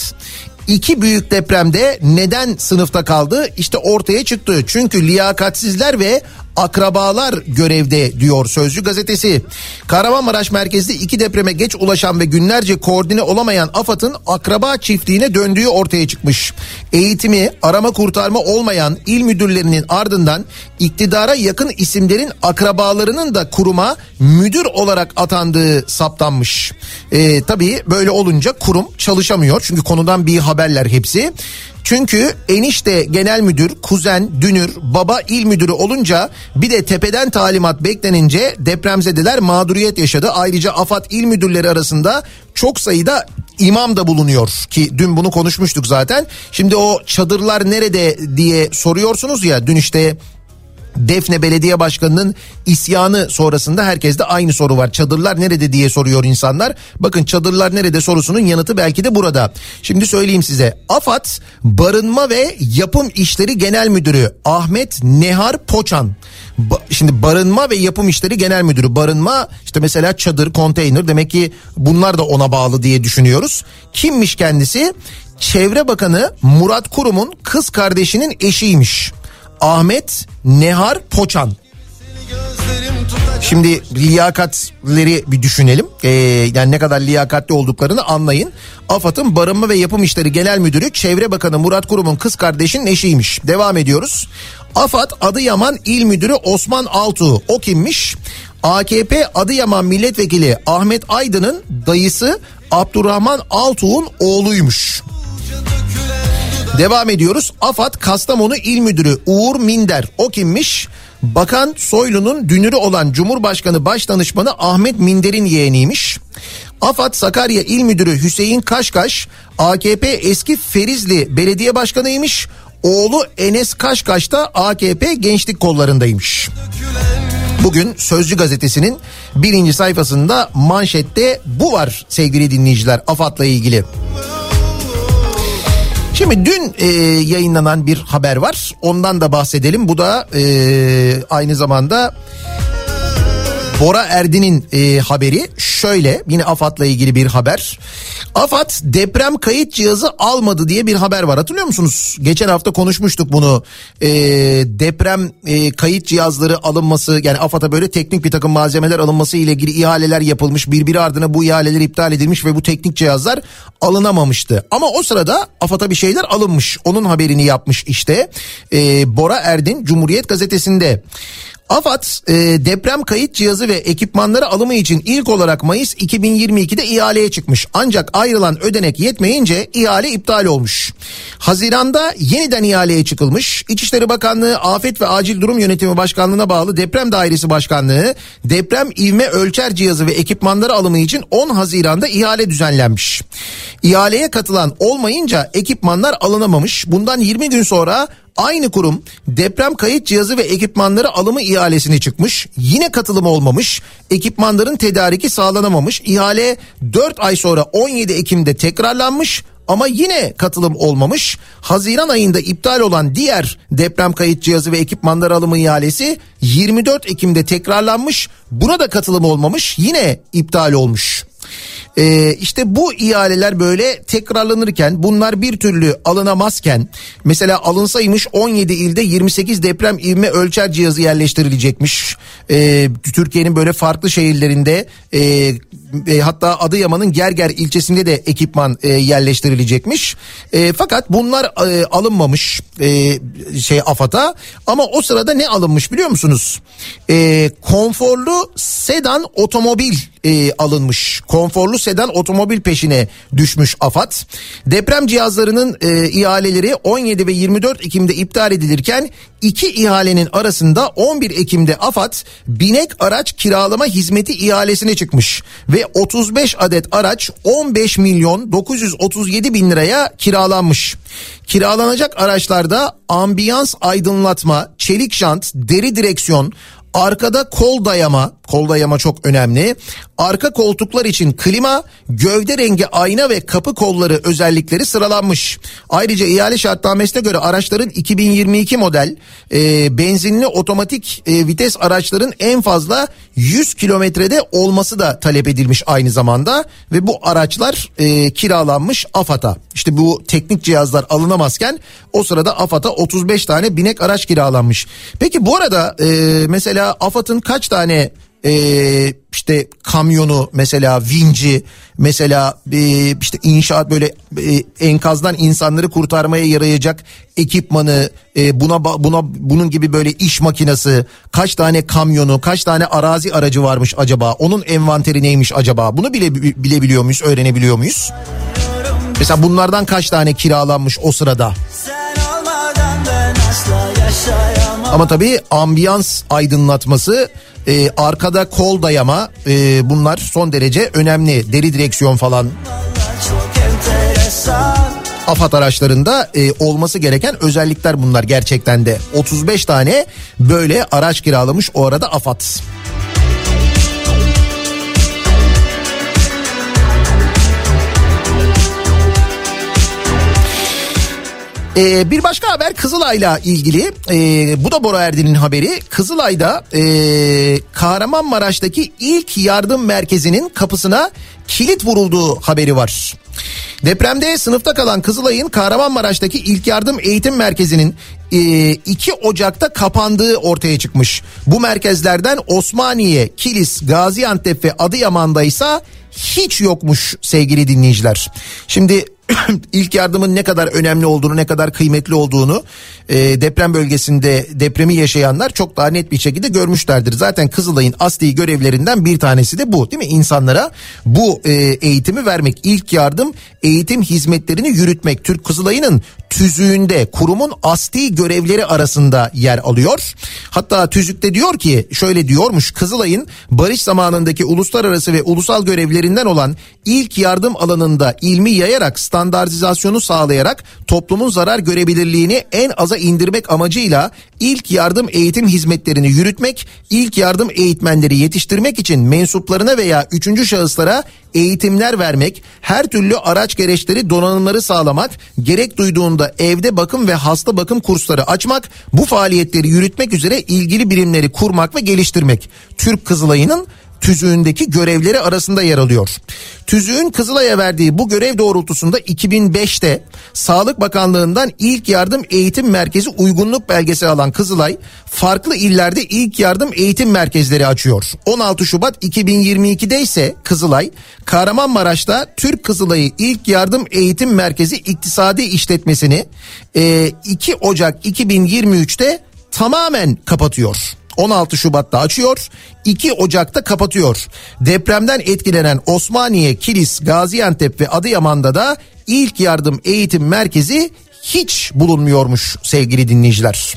İki büyük depremde neden sınıfta kaldı? İşte ortaya çıktı. Çünkü liyakatsizler ve akrabalar görevde diyor Sözcü gazetesi. Kahramanmaraş merkezli iki depreme geç ulaşan ve günlerce koordine olamayan AFAD'ın akraba çiftliğine döndüğü ortaya çıkmış. Eğitimi, arama kurtarma olmayan il müdürlerinin ardından iktidara yakın isimlerin akrabalarının da kuruma müdür olarak atandığı saptanmış. Ee, tabii böyle olunca kurum çalışamıyor. Çünkü konudan bir haberler hepsi. Çünkü enişte genel müdür, kuzen, dünür, baba il müdürü olunca bir de tepeden talimat beklenince depremzedeler mağduriyet yaşadı. Ayrıca AFAD il müdürleri arasında çok sayıda imam da bulunuyor ki dün bunu konuşmuştuk zaten. Şimdi o çadırlar nerede diye soruyorsunuz ya, dün işte Defne Belediye Başkanı'nın isyanı sonrasında herkeste aynı soru var. Çadırlar nerede diye soruyor insanlar. Bakın çadırlar nerede sorusunun yanıtı belki de burada. Şimdi söyleyeyim size. AFAD Barınma ve Yapım İşleri Genel Müdürü Ahmet Nehar Poçan. Ba- Şimdi Barınma ve Yapım İşleri Genel Müdürü. Barınma işte mesela çadır, konteyner, demek ki bunlar da ona bağlı diye düşünüyoruz. Kimmiş kendisi? Çevre Bakanı Murat Kurum'un kız kardeşinin eşiymiş. Ahmet Nehar Poçan. Şimdi liyakatleri bir düşünelim. Ee, yani ne kadar liyakatli olduklarını anlayın. AFAD'ın Barınma ve Yapım İşleri Genel Müdürü Çevre Bakanı Murat Kurum'un kız kardeşinin eşiymiş. Devam ediyoruz. AFAD Adıyaman İl Müdürü Osman Altuğ. O kimmiş? A K P Adıyaman Milletvekili Ahmet Aydın'ın dayısı Abdurrahman Altuğ'un oğluymuş. Devam ediyoruz. AFAD Kastamonu İl Müdürü Uğur Minder. O kimmiş? Bakan Soylu'nun dünürü olan Cumhurbaşkanı Başdanışmanı Ahmet Minder'in yeğeniymiş. AFAD Sakarya İl Müdürü Hüseyin Kaşkaş A K P eski Ferizli Belediye Başkanıymış. Oğlu Enes Kaşkaş da A K P Gençlik Kollarındaymış. Bugün Sözcü gazetesinin birinci sayfasında manşette bu var sevgili dinleyiciler, AFAD'la ilgili. Şimdi dün e, yayınlanan bir haber var. Ondan da bahsedelim. Bu da e, aynı zamanda Bora Erdin'in e, haberi. Şöyle, yine AFAD'la ilgili bir haber. AFAD deprem kayıt cihazı almadı diye bir haber var. Hatırlıyor musunuz? Geçen hafta konuşmuştuk bunu. E, deprem e, kayıt cihazları alınması, yani AFAD'a böyle teknik bir takım malzemeler alınması ile ilgili ihaleler yapılmış. Birbiri ardına bu ihaleler iptal edilmiş ve bu teknik cihazlar alınamamıştı. Ama o sırada AFAD'a bir şeyler alınmış. Onun haberini yapmış işte e, Bora Erdin Cumhuriyet Gazetesi'nde. AFAD e, deprem kayıt cihazı ve ekipmanları alımı için ilk olarak Mayıs iki bin yirmi ikide ihaleye çıkmış. Ancak ayrılan ödenek yetmeyince ihale iptal olmuş. Haziran'da yeniden ihaleye çıkılmış. İçişleri Bakanlığı Afet ve Acil Durum Yönetimi Başkanlığı'na bağlı Deprem Dairesi Başkanlığı deprem ivme ölçer cihazı ve ekipmanları alımı için on Haziran'da ihale düzenlenmiş. İhaleye katılan olmayınca ekipmanlar alınamamış. Bundan yirmi gün sonra aynı kurum deprem kayıt cihazı ve ekipmanları alımı ihalesine çıkmış. Yine katılım olmamış. Ekipmanların tedariki sağlanamamış. İhale dört ay sonra on yedi Ekim'de tekrarlanmış. Ama yine katılım olmamış. Haziran ayında iptal olan diğer deprem kayıt cihazı ve ekipmanlar alımı ihalesi yirmi dört Ekim'de tekrarlanmış. Buna da katılım olmamış. Yine iptal olmuş. Ee, işte bu ihaleler böyle tekrarlanırken, bunlar bir türlü alınamazken, mesela alınsaymış on yedi ilde yirmi sekiz deprem ivme ölçer cihazı yerleştirilecekmiş. Ee, Türkiye'nin böyle farklı şehirlerinde e, e, hatta Adıyaman'ın Gerger ilçesinde de ekipman e, yerleştirilecekmiş. E, fakat bunlar e, alınmamış e, şey AFAD'a. Ama o sırada ne alınmış biliyor musunuz? E, konforlu sedan otomobil e, alınmış. Konforlu sedan otomobil peşine düşmüş AFAD. Deprem cihazlarının e, ihaleleri on yedi ve yirmi dört Ekim'de iptal edilirken iki ihalenin arasında on bir Ekim'de AFAD binek araç kiralama hizmeti ihalesine çıkmış ve otuz beş adet araç on beş milyon dokuz yüz otuz yedi bin liraya kiralanmış. Kiralanacak araçlarda ambiyans aydınlatma, çelik jant, deri direksiyon, arkada kol dayama, kol dayama çok önemli. Arka koltuklar için klima, gövde rengi ayna ve kapı kolları özellikleri sıralanmış. Ayrıca ihale şartnamesine göre araçların iki bin yirmi iki model e, benzinli otomatik e, vites araçların en fazla yüz kilometrede olması da talep edilmiş aynı zamanda. Ve bu araçlar e, kiralanmış AFAD'a. İşte bu teknik cihazlar alınamazken o sırada AFAD'a otuz beş tane binek araç kiralanmış. Peki bu arada e, mesela AFAD'ın kaç tane Ee, işte kamyonu, mesela vinci, mesela e, işte inşaat, böyle e, enkazdan insanları kurtarmaya yarayacak ekipmanı, e, buna buna bunun gibi böyle iş makinesi, kaç tane kamyonu, kaç tane arazi aracı varmış acaba? Onun envanteri neymiş acaba? Bunu bile bilebiliyor muyuz, öğrenebiliyor muyuz? Mesela bunlardan kaç tane kiralanmış o sırada? Ama tabii ambiyans aydınlatması, e, arkada kol dayama, e, bunlar son derece önemli. Deri direksiyon falan. AFAD araçlarında e, olması gereken özellikler bunlar gerçekten de. otuz beş tane böyle araç kiralamış o arada AFAD. Ee, bir başka haber Kızılay'la ilgili. Ee, bu da Bora Erdin'in haberi. Kızılay'da e, Kahramanmaraş'taki ilk yardım merkezinin kapısına kilit vurulduğu haberi var. Depremde sınıfta kalan Kızılay'ın Kahramanmaraş'taki ilk yardım eğitim merkezinin e, iki Ocak'ta kapandığı ortaya çıkmış. Bu merkezlerden Osmaniye, Kilis, Gaziantep ve Adıyaman'da ise hiç yokmuş sevgili dinleyiciler. Şimdi İlk yardımın ne kadar önemli olduğunu, ne kadar kıymetli olduğunu e, deprem bölgesinde depremi yaşayanlar çok daha net bir şekilde görmüşlerdir. Zaten Kızılay'ın asli görevlerinden bir tanesi de bu, değil mi? İnsanlara bu e, eğitimi vermek, ilk yardım eğitim hizmetlerini yürütmek. Türk Kızılay'ın tüzüğünde kurumun asli görevleri arasında yer alıyor. Hatta tüzükte diyor ki, şöyle diyormuş: Kızılay'ın barış zamanındaki uluslararası ve ulusal görevlerinden olan ilk yardım alanında ilmi yayarak, standartizasyonu sağlayarak toplumun zarar görebilirliğini en aza indirmek amacıyla ilk yardım eğitim hizmetlerini yürütmek, ilk yardım eğitmenleri yetiştirmek için mensuplarına veya üçüncü şahıslara eğitimler vermek, her türlü araç gereçleri, donanımları sağlamak, gerek duyduğunda evde bakım ve hasta bakım kursları açmak, bu faaliyetleri yürütmek üzere ilgili birimleri kurmak ve geliştirmek Türk Kızılay'ın tüzüğündeki görevleri arasında yer alıyor. Tüzüğün Kızılay'a verdiği bu görev doğrultusunda iki bin beşte Sağlık Bakanlığı'ndan ilk yardım eğitim merkezi uygunluk belgesi alan Kızılay, farklı illerde ilk yardım eğitim merkezleri açıyor. on altı Şubat iki bin yirmi ikide ise Kızılay, Kahramanmaraş'ta Türk Kızılay'ı ilk yardım eğitim merkezi iktisadi işletmesini iki Ocak iki bin yirmi üçte tamamen kapatıyor. on altı Şubat'ta açıyor, iki Ocak'ta kapatıyor. Depremden etkilenen Osmaniye, Kilis, Gaziantep ve Adıyaman'da da ilk yardım eğitim merkezi hiç bulunmuyormuş sevgili dinleyiciler.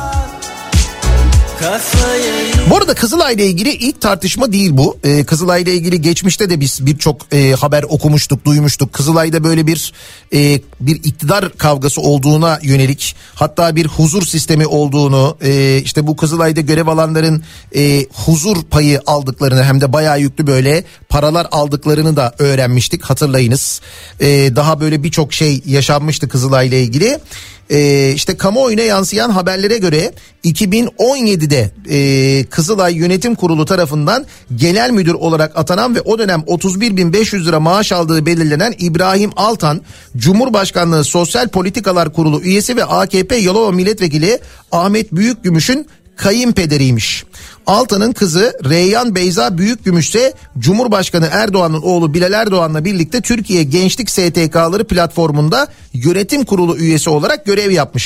Bu arada Kızılay'la ilgili ilk tartışma değil bu. Ee, Kızılay'la ilgili geçmişte de biz birçok e, haber okumuştuk, duymuştuk. Kızılay'da böyle bir e, bir iktidar kavgası olduğuna yönelik, hatta bir huzur sistemi olduğunu, e, işte bu Kızılay'da görev alanların e, huzur payı aldıklarını, hem de bayağı yüklü böyle paralar aldıklarını da öğrenmiştik, hatırlayınız. E, daha böyle birçok şey yaşanmıştı Kızılay'la ilgili. Ee, işte kamuoyuna yansıyan haberlere göre iki bin on yedide e, Kızılay Yönetim Kurulu tarafından genel müdür olarak atanan ve o dönem otuz bir bin beş yüz lira maaş aldığı belirlenen İbrahim Altan, Cumhurbaşkanlığı Sosyal Politikalar Kurulu üyesi ve A K P Yalova Milletvekili Ahmet Büyükgümüş'ün kayınpederiymiş. Altan'ın kızı Reyyan Beyza Büyükgümüş ise Cumhurbaşkanı Erdoğan'ın oğlu Bilal Erdoğan'la birlikte Türkiye Gençlik S T K'ları platformunda yönetim kurulu üyesi olarak görev yapmış.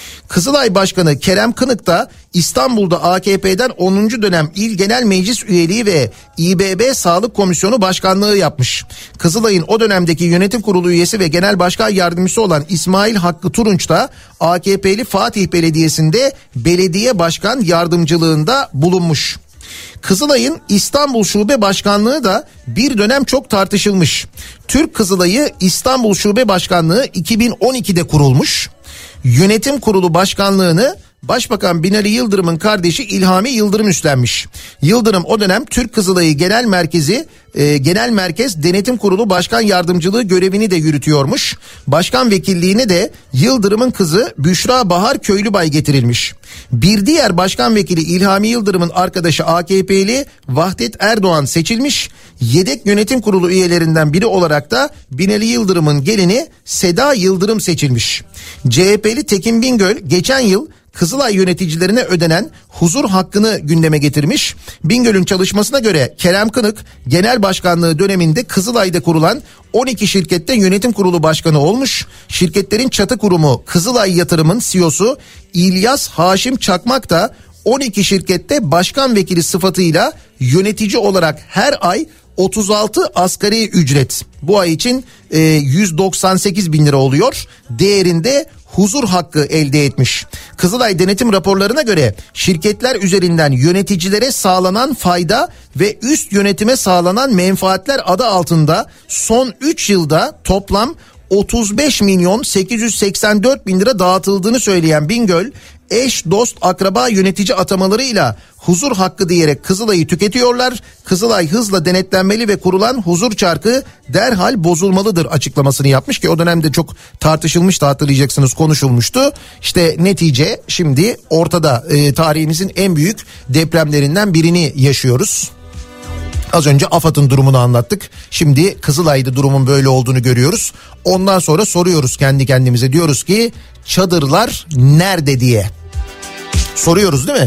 Kızılay Başkanı Kerem Kınık da İstanbul'da A K P'den onuncu dönem İl Genel Meclis üyeliği ve İ B B Sağlık Komisyonu Başkanlığı yapmış. Kızılay'ın o dönemdeki yönetim kurulu üyesi ve genel başkan yardımcısı olan İsmail Hakkı Turunç da A K P'li Fatih Belediyesi'nde belediye başkan yardımcılığında bulunmuş. Kızılay'ın İstanbul Şube Başkanlığı da bir dönem çok tartışılmış. Türk Kızılay'ı İstanbul Şube Başkanlığı iki bin on ikide kurulmuş. Yönetim Kurulu Başkanlığını Başbakan Binali Yıldırım'ın kardeşi İlhami Yıldırım üstlenmiş. Yıldırım o dönem Türk Kızılayı Genel Merkezi e, Genel Merkez Denetim Kurulu Başkan Yardımcılığı görevini de yürütüyormuş. Başkan vekilliğine de Yıldırım'ın kızı Büşra Bahar Köylübay getirilmiş. Bir diğer başkan vekili İlhami Yıldırım'ın arkadaşı A K P'li Vahdet Erdoğan seçilmiş. Yedek yönetim kurulu üyelerinden biri olarak da Binali Yıldırım'ın gelini Seda Yıldırım seçilmiş. C H P'li Tekin Bingöl geçen yıl Kızılay yöneticilerine ödenen huzur hakkını gündeme getirmiş. Bingöl'ün çalışmasına göre Kerem Kınık genel başkanlığı döneminde Kızılay'da kurulan on iki şirkette yönetim kurulu başkanı olmuş. Şirketlerin çatı kurumu Kızılay Yatırım'ın C E O'su İlyas Haşim Çakmak da on iki şirkette başkan vekili sıfatıyla yönetici olarak her ay otuz altı asgari ücret, bu ay için e, yüz doksan sekiz bin lira oluyor değerinde huzur hakkı elde etmiş. Kızılay denetim raporlarına göre şirketler üzerinden yöneticilere sağlanan fayda ve üst yönetime sağlanan menfaatler adı altında son üç yılda toplam otuz beş milyon sekiz yüz seksen dört bin lira dağıtıldığını söyleyen Bingöl, eş, dost, akraba yönetici atamalarıyla huzur hakkı diyerek Kızılay'ı tüketiyorlar. Kızılay hızla denetlenmeli ve kurulan huzur çarkı derhal bozulmalıdır açıklamasını yapmış ki o dönemde çok tartışılmıştı, hatırlayacaksınız, konuşulmuştu. İşte netice şimdi ortada. E, tarihimizin en büyük depremlerinden birini yaşıyoruz. Az önce AFAD'ın durumunu anlattık. Şimdi Kızılay'da durumun böyle olduğunu görüyoruz. Ondan sonra soruyoruz kendi kendimize, diyoruz ki çadırlar nerede diye. Soruyoruz değil mi?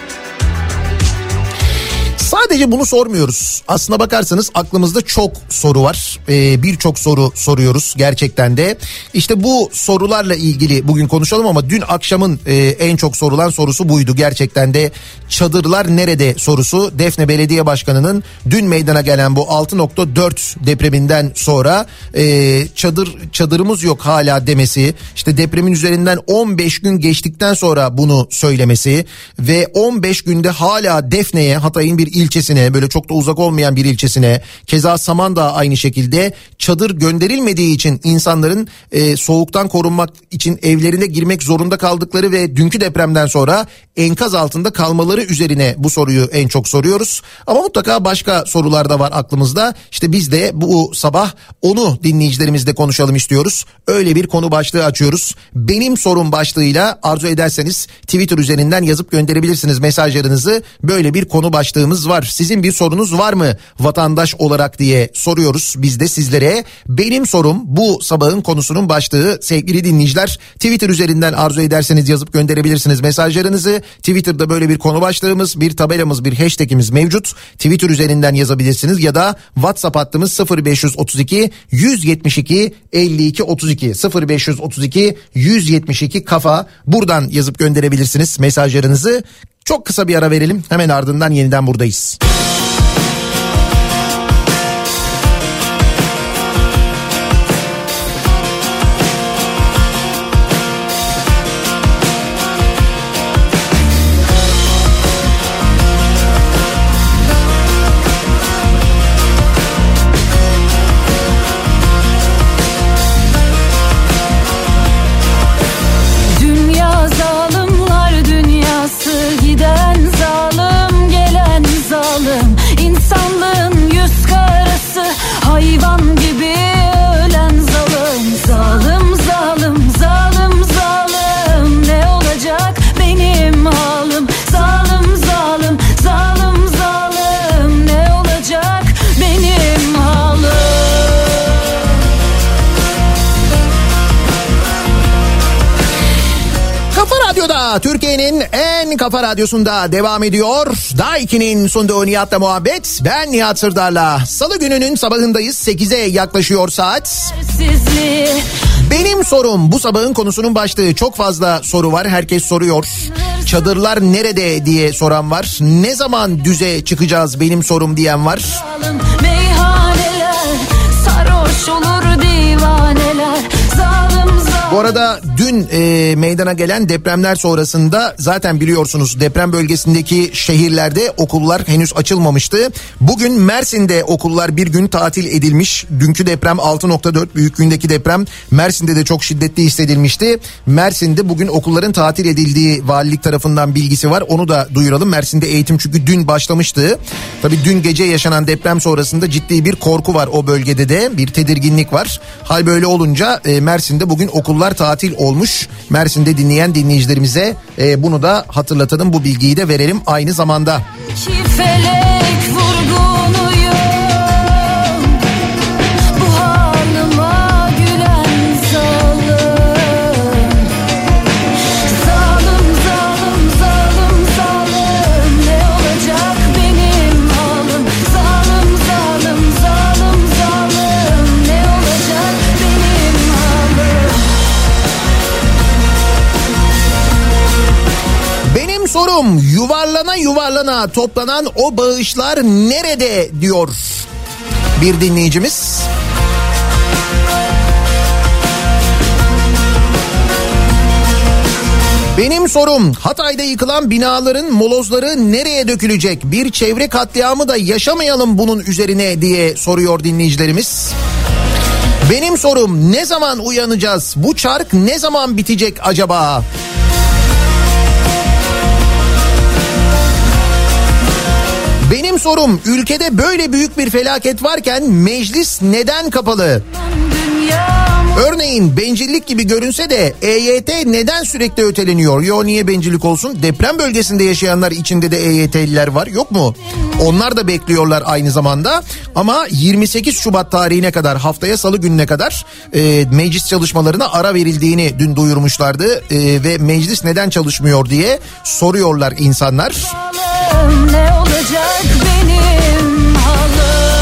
Sadece bunu sormuyoruz. Aslına bakarsanız aklımızda çok soru var. Ee, Birçok soru soruyoruz gerçekten de. İşte bu sorularla ilgili bugün konuşalım ama dün akşamın e, en çok sorulan sorusu buydu. Gerçekten de çadırlar nerede sorusu. Defne Belediye Başkanı'nın dün meydana gelen bu altı nokta dört depreminden sonra e, çadır çadırımız yok hala demesi. İşte depremin üzerinden on beş gün geçtikten sonra bunu söylemesi ve on beş günde hala Defne'ye, Hatay'ın bir ilçesine, böyle çok da uzak olmayan bir ilçesine, keza Samandağ aynı şekilde çadır gönderilmediği için insanların e, soğuktan korunmak için evlerine girmek zorunda kaldıkları ve dünkü depremden sonra enkaz altında kalmaları üzerine bu soruyu en çok soruyoruz. Ama mutlaka başka sorular da var aklımızda. İşte biz de bu sabah onu dinleyicilerimizle konuşalım istiyoruz. Öyle bir konu başlığı açıyoruz. Benim sorum başlığıyla arzu ederseniz Twitter üzerinden yazıp gönderebilirsiniz mesajlarınızı. Böyle bir konu başlığımız var. Sizin bir sorunuz var mı vatandaş olarak diye soruyoruz biz de sizlere. Benim sorum bu sabahın konusunun başlığı sevgili dinleyiciler. Twitter üzerinden arzu ederseniz yazıp gönderebilirsiniz mesajlarınızı. Twitter'da böyle bir konu başlığımız, bir tabelamız, bir hashtagimiz mevcut. Twitter üzerinden yazabilirsiniz ya da WhatsApp hattımız sıfır beş otuz iki yüz yetmiş iki elli iki otuz iki sıfır beş otuz iki yüz yetmiş iki kafa, buradan yazıp gönderebilirsiniz mesajlarınızı. Çok kısa bir ara verelim, hemen ardından yeniden buradayız. Türkiye'nin en kafa radyosunda devam ediyor. Daiki'nin sunduğu Nihat'la muhabbet. Ben Nihat Sırdar'la. Salı gününün sabahındayız. sekize yaklaşıyor saat. Benim sorum, bu sabahın konusunun başlığı. Çok fazla soru var, herkes soruyor. Çadırlar nerede diye soran var. Ne zaman düze çıkacağız benim sorum diyen var. Meyhaneler sarhoş olur divaneler. Bu arada dün e, meydana gelen depremler sonrasında zaten biliyorsunuz deprem bölgesindeki şehirlerde okullar henüz açılmamıştı. Bugün Mersin'de okullar bir gün tatil edilmiş. Dünkü deprem altı nokta dört büyüklüğündeki deprem Mersin'de de çok şiddetli hissedilmişti. Mersin'de bugün okulların tatil edildiği valilik tarafından bilgisi var. Onu da duyuralım. Mersin'de eğitim çünkü dün başlamıştı. Tabii dün gece yaşanan deprem sonrasında ciddi bir korku var o bölgede de. Bir tedirginlik var. Hal böyle olunca e, Mersin'de bugün okullar tatil olmuş. Mersin'de dinleyen dinleyicilerimize e, bunu da hatırlatalım, bu bilgiyi de verelim aynı zamanda. Felek vurgunuyum, bu halıma gülen zalim. Zalim zalim zalim zalim, ne olacak benim halim? Zalim zalim zalim zalim, ne olacak benim halim? Benim sorum, yuvarlana yuvarlana toplanan o bağışlar nerede diyor bir dinleyicimiz. Benim sorum, Hatay'da yıkılan binaların molozları nereye dökülecek? Bir çevre katliamı da yaşamayalım bunun üzerine diye soruyor dinleyicilerimiz. Benim sorum, ne zaman uyanacağız? Bu çark ne zaman bitecek acaba? Benim sorum, ülkede böyle büyük bir felaket varken meclis neden kapalı? Örneğin bencillik gibi görünse de E Y T neden sürekli öteleniyor? Yo, niye bencillik olsun? Deprem bölgesinde yaşayanlar içinde de E Y T'liler var, yok mu? Onlar da bekliyorlar aynı zamanda. Ama yirmi sekiz Şubat tarihine kadar, haftaya salı gününe kadar e, meclis çalışmalarına ara verildiğini dün duyurmuşlardı. E, ve meclis neden çalışmıyor diye soruyorlar insanlar. Ne olacak benim halim?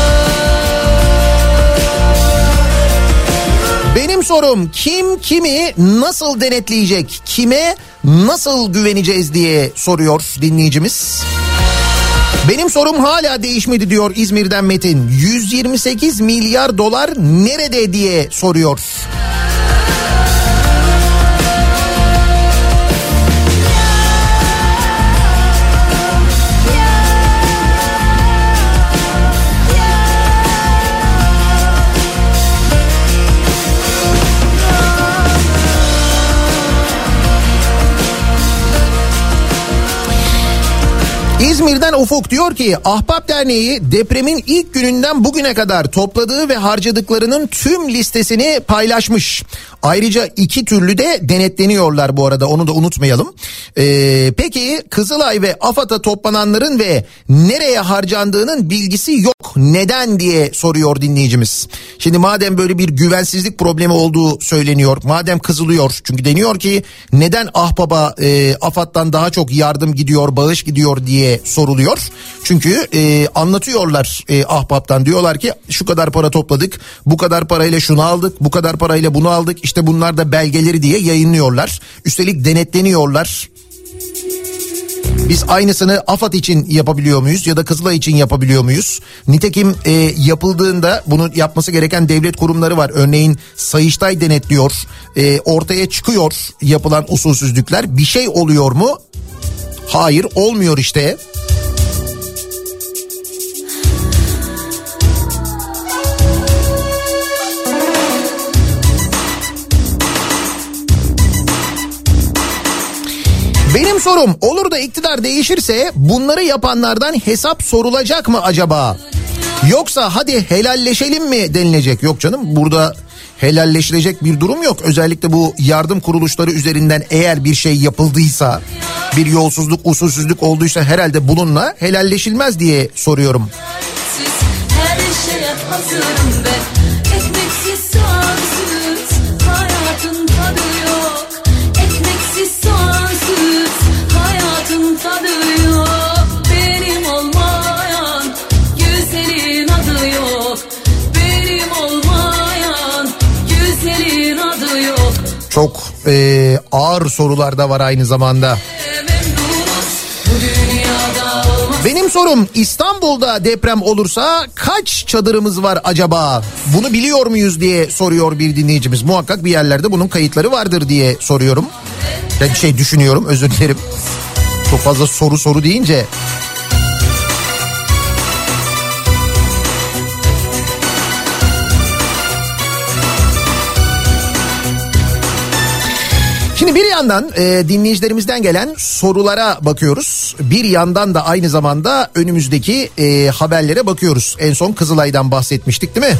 Benim sorum, kim kimi nasıl denetleyecek? Kime nasıl güveneceğiz diye soruyor dinleyicimiz. Benim sorum hala değişmedi diyor İzmir'den Metin. yüz yirmi sekiz milyar dolar nerede diye soruyor. İzmir'den Ufuk diyor ki, Ahbap Derneği depremin ilk gününden bugüne kadar topladığı ve harcadıklarının tüm listesini paylaşmış. Ayrıca iki türlü de denetleniyorlar bu arada, onu da unutmayalım. Ee, peki Kızılay ve AFAD'a toplananların ve nereye harcandığının bilgisi yok. Neden diye soruyor dinleyicimiz. Şimdi madem böyle bir güvensizlik problemi olduğu söyleniyor, madem kızılıyor, çünkü deniyor ki neden Ahbap'a e, AFAD'dan daha çok yardım gidiyor, bağış gidiyor diye soruluyor. Çünkü e, anlatıyorlar e, Ahbap'tan, diyorlar ki şu kadar para topladık, bu kadar parayla şunu aldık, bu kadar parayla bunu aldık, işte bunlar da belgeleri diye yayınlıyorlar. Üstelik denetleniyorlar. Biz aynısını AFAD için yapabiliyor muyuz ya da Kızılay için yapabiliyor muyuz? Nitekim e, yapıldığında bunu yapması gereken devlet kurumları var. Örneğin Sayıştay denetliyor. E, ortaya çıkıyor yapılan usulsüzlükler. Bir şey oluyor mu? Hayır, olmuyor işte. Benim sorum, olur da iktidar değişirse bunları yapanlardan hesap sorulacak mı acaba? Yoksa hadi helalleşelim mi denilecek? Yok canım, burada helalleşilecek bir durum yok. Özellikle bu yardım kuruluşları üzerinden eğer bir şey yapıldıysa, bir yolsuzluk, usulsüzlük olduysa herhalde bununla helalleşilmez diye soruyorum. Her şeye hazırım ben. Ekmeksiz soğansız hayatın tadı yok. Ekmeksiz soğansız hayatın tadı yok. Benim olmayan güzelin adı yok. Benim olmayan güzelin adı yok. Çok e, ağır sorular da var aynı zamanda. Benim sorum, İstanbul'da deprem olursa kaç çadırımız var acaba? Bunu biliyor muyuz diye soruyor bir dinleyicimiz. Muhakkak bir yerlerde bunun kayıtları vardır diye soruyorum. Ben şey düşünüyorum, özür dilerim. Çok fazla soru soru deyince. Şimdi bir yandan e, dinleyicilerimizden gelen sorulara bakıyoruz. Bir yandan da aynı zamanda önümüzdeki e, haberlere bakıyoruz. En son Kızılay'dan bahsetmiştik, değil mi?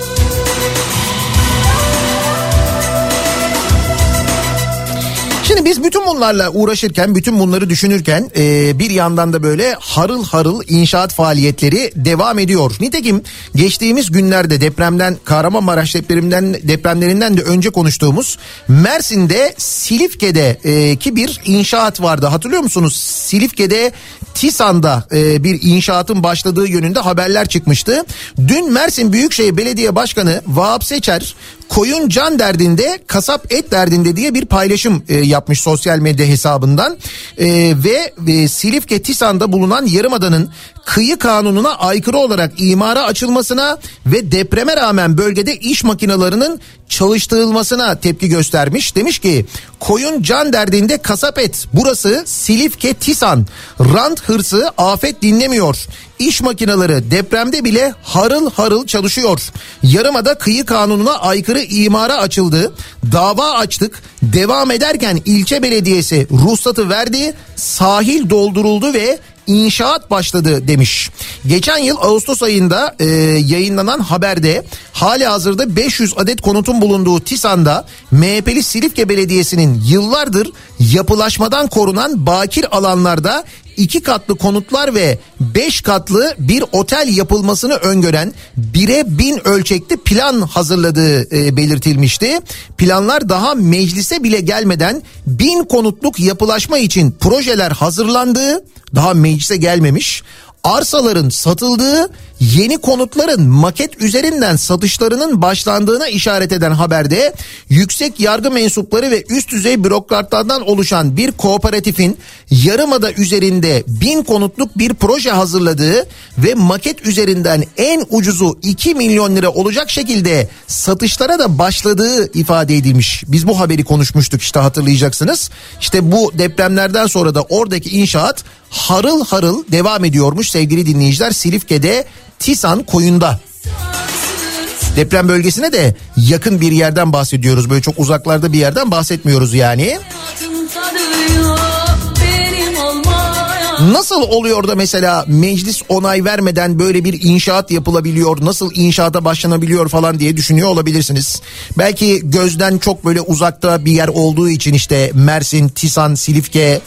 Şimdi biz bütün bunlarla uğraşırken, bütün bunları düşünürken e, bir yandan da böyle harıl harıl inşaat faaliyetleri devam ediyor. Nitekim geçtiğimiz günlerde depremden, Kahramanmaraş depreminden, depremlerinden de önce konuştuğumuz Mersin'de Silifke'de e, ki bir inşaat vardı. Hatırlıyor musunuz? Silifke'de Tisan'da e, bir inşaatın başladığı yönünde haberler çıkmıştı. Dün Mersin Büyükşehir Belediye Başkanı Vahap Seçer, koyun can derdinde, kasap et derdinde diye bir paylaşım e, yapmış sosyal medya hesabından e, ve e, Silifke Tisan'da bulunan Yarımada'nın kıyı kanununa aykırı olarak imara açılmasına ve depreme rağmen bölgede iş makinelerinin çalıştırılmasına tepki göstermiş. Demiş ki, koyun can derdinde, kasap et, burası Silifke Tisan, rant hırsı afet dinlemiyor. İş makineleri depremde bile harıl harıl çalışıyor. Yarımada kıyı kanununa aykırı imara açıldı. Dava açtık. Devam ederken ilçe belediyesi ruhsatı verdi. Sahil dolduruldu ve İnşaat başladı demiş. Geçen yıl Ağustos ayında e, yayınlanan haberde halihazırda beş yüz adet konutun bulunduğu Tisan'da M H P'li Silifke Belediyesi'nin yıllardır yapılaşmadan korunan bakir alanlarda iki katlı konutlar ve beş katlı bir otel yapılmasını öngören bire bin ölçekli plan hazırladığı e, belirtilmişti. Planlar daha meclise bile gelmeden bin konutluk yapılaşma için projeler hazırlandığı, daha meclise gelmemiş. Arsaların satıldığı, yeni konutların maket üzerinden satışlarının başlandığına işaret eden haberde yüksek yargı mensupları ve üst düzey bürokratlardan oluşan bir kooperatifin Yarımada üzerinde bin konutluk bir proje hazırladığı ve maket üzerinden en ucuzu iki milyon lira olacak şekilde satışlara da başladığı ifade edilmiş. Biz bu haberi konuşmuştuk işte, hatırlayacaksınız. İşte bu depremlerden sonra da oradaki inşaat harıl harıl devam ediyormuş sevgili dinleyiciler. Silifke'de Tisan Koyun'da. Deprem bölgesine de yakın bir yerden bahsediyoruz. Böyle çok uzaklarda bir yerden bahsetmiyoruz yani. Nasıl oluyor da mesela meclis onay vermeden böyle bir inşaat yapılabiliyor, nasıl inşaata başlanabiliyor falan diye düşünüyor olabilirsiniz. Belki gözden çok böyle uzakta bir yer olduğu için işte Mersin, Tisan, Silifke.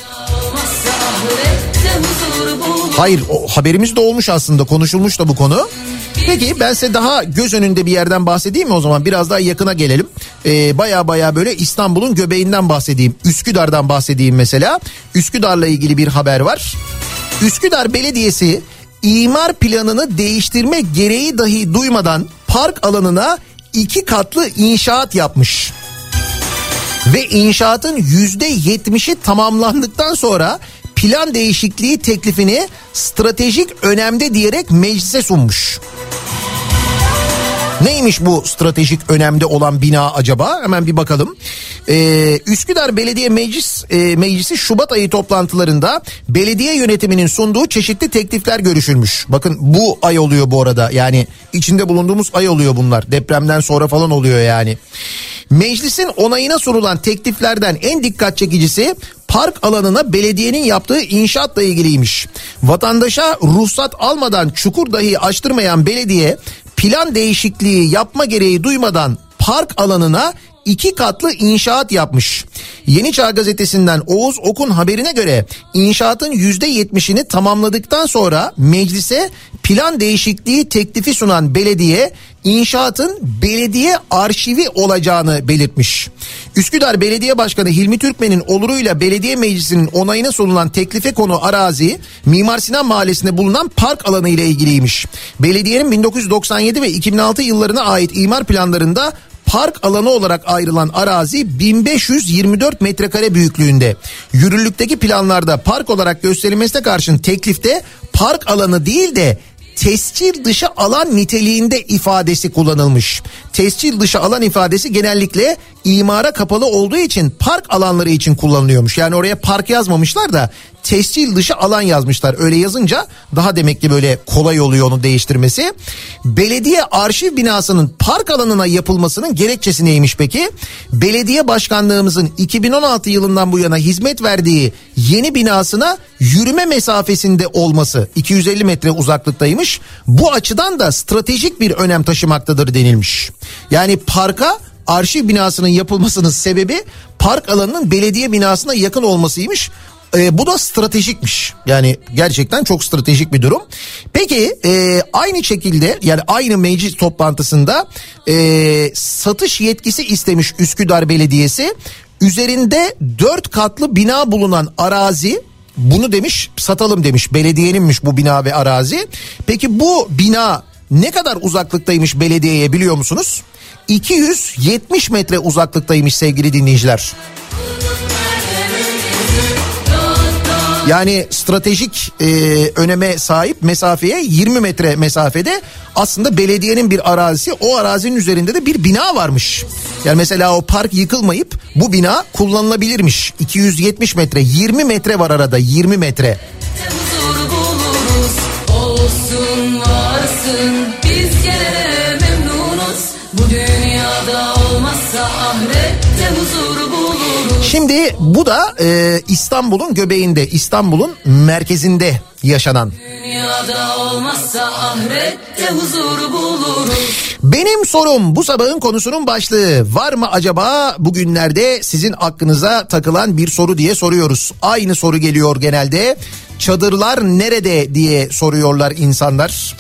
Hayır, o haberimiz de olmuş aslında, konuşulmuş da bu konu. Peki ben size daha göz önünde bir yerden bahsedeyim mi o zaman? Biraz daha yakına gelelim. Ee, baya baya böyle İstanbul'un göbeğinden bahsedeyim. Üsküdar'dan bahsedeyim mesela. Üsküdar'la ilgili bir haber var. Üsküdar Belediyesi imar planını değiştirme gereği dahi duymadan park alanına iki katlı inşaat yapmış. Ve inşaatın yüzde yetmişi tamamlandıktan sonra plan değişikliği teklifini stratejik önemde diyerek meclise sunmuş. Neymiş bu stratejik önemde olan bina acaba? Hemen bir bakalım. Ee, Üsküdar Belediye Meclis e, Meclisi Şubat ayı toplantılarında belediye yönetiminin sunduğu çeşitli teklifler görüşülmüş. Bakın bu ay oluyor bu arada. Yani içinde bulunduğumuz ay oluyor bunlar. Depremden sonra falan oluyor yani. Meclisin onayına sunulan tekliflerden en dikkat çekicisi park alanına belediyenin yaptığı inşaatla ilgiliymiş. Vatandaşa ruhsat almadan çukur dahi açtırmayan belediye plan değişikliği yapma gereği duymadan park alanına iki katlı inşaat yapmış. Yeni Çağ Gazetesi'nden Oğuz Okun haberine göre inşaatın yüzde yetmişini tamamladıktan sonra meclise plan değişikliği teklifi sunan belediye inşaatın belediye arşivi olacağını belirtmiş. Üsküdar Belediye Başkanı Hilmi Türkmen'in oluruyla belediye meclisinin onayına sunulan teklife konu arazi Mimar Sinan Mahallesi'nde bulunan park alanı ile ilgiliymiş. Belediyenin bin dokuz yüz doksan yedi ve iki bin altı yıllarına ait imar planlarında park alanı olarak ayrılan arazi bin beş yüz yirmi dört metrekare büyüklüğünde. Yürürlükteki planlarda park olarak gösterilmesine karşın teklifte park alanı değil de tescil dışı alan niteliğinde ifadesi kullanılmış. Tescil dışı alan ifadesi genellikle imara kapalı olduğu için park alanları için kullanılıyormuş. Yani oraya park yazmamışlar da tescil dışı alan yazmışlar. Öyle yazınca daha demek ki böyle kolay oluyor onu değiştirmesi. Belediye arşiv binasının park alanına yapılmasının gerekçesi neymiş peki? Belediye başkanlığımızın iki bin on altı yılından bu yana hizmet verdiği yeni binasına yürüme mesafesinde olması, iki yüz elli metre uzaklıktaymış. Bu açıdan da stratejik bir önem taşımaktadır denilmiş. Yani parka arşiv binasının yapılmasının sebebi park alanının belediye binasına yakın olmasıymış. E, bu da stratejikmiş. Yani gerçekten çok stratejik bir durum. Peki e, aynı şekilde yani aynı meclis toplantısında e, satış yetkisi istemiş Üsküdar Belediyesi. Üzerinde dört katlı bina bulunan arazi, bunu demiş satalım demiş, belediyeninmiş bu bina ve arazi. Peki bu bina ne kadar uzaklıktaymış belediyeye biliyor musunuz? iki yüz yetmiş metre uzaklıktaymış sevgili dinleyiciler. Yani stratejik e, öneme sahip mesafeye yirmi metre mesafede aslında belediyenin bir arazisi, o arazinin üzerinde de bir bina varmış. Yani mesela o park yıkılmayıp bu bina kullanılabilirmiş. iki yüz yetmiş metre, yirmi metre var arada, yirmi metre. Olsun varsın biz gene memnunuz. Bu dünyada olmazsa ahirette huzur buluruz. Şimdi bu da e, İstanbul'un göbeğinde, İstanbul'un merkezinde yaşanan. Dünyada olmazsa ahirette huzur buluruz. Benim sorum bu sabahın konusunun başlığı. Var mı acaba bugünlerde sizin aklınıza takılan bir soru diye soruyoruz. Aynı soru geliyor genelde. Çadırlar nerede diye soruyorlar insanlar.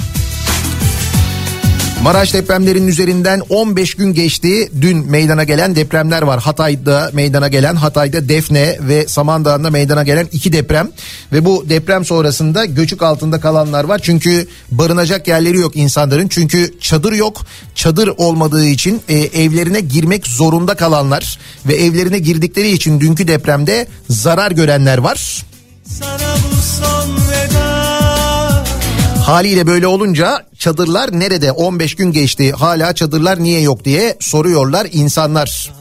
Maraş depremlerinin üzerinden on beş gün geçti. Dün meydana gelen depremler var. Hatay'da meydana gelen, Hatay'da Defne ve Samandağ'da meydana gelen iki deprem. Ve bu deprem sonrasında göçük altında kalanlar var. Çünkü barınacak yerleri yok insanların. Çünkü çadır yok. Çadır olmadığı için e, evlerine girmek zorunda kalanlar ve evlerine girdikleri için dünkü depremde zarar görenler var. Sana bu son veda. Haliyle böyle olunca çadırlar nerede? on beş gün geçti. Hala çadırlar niye yok diye soruyorlar insanlar.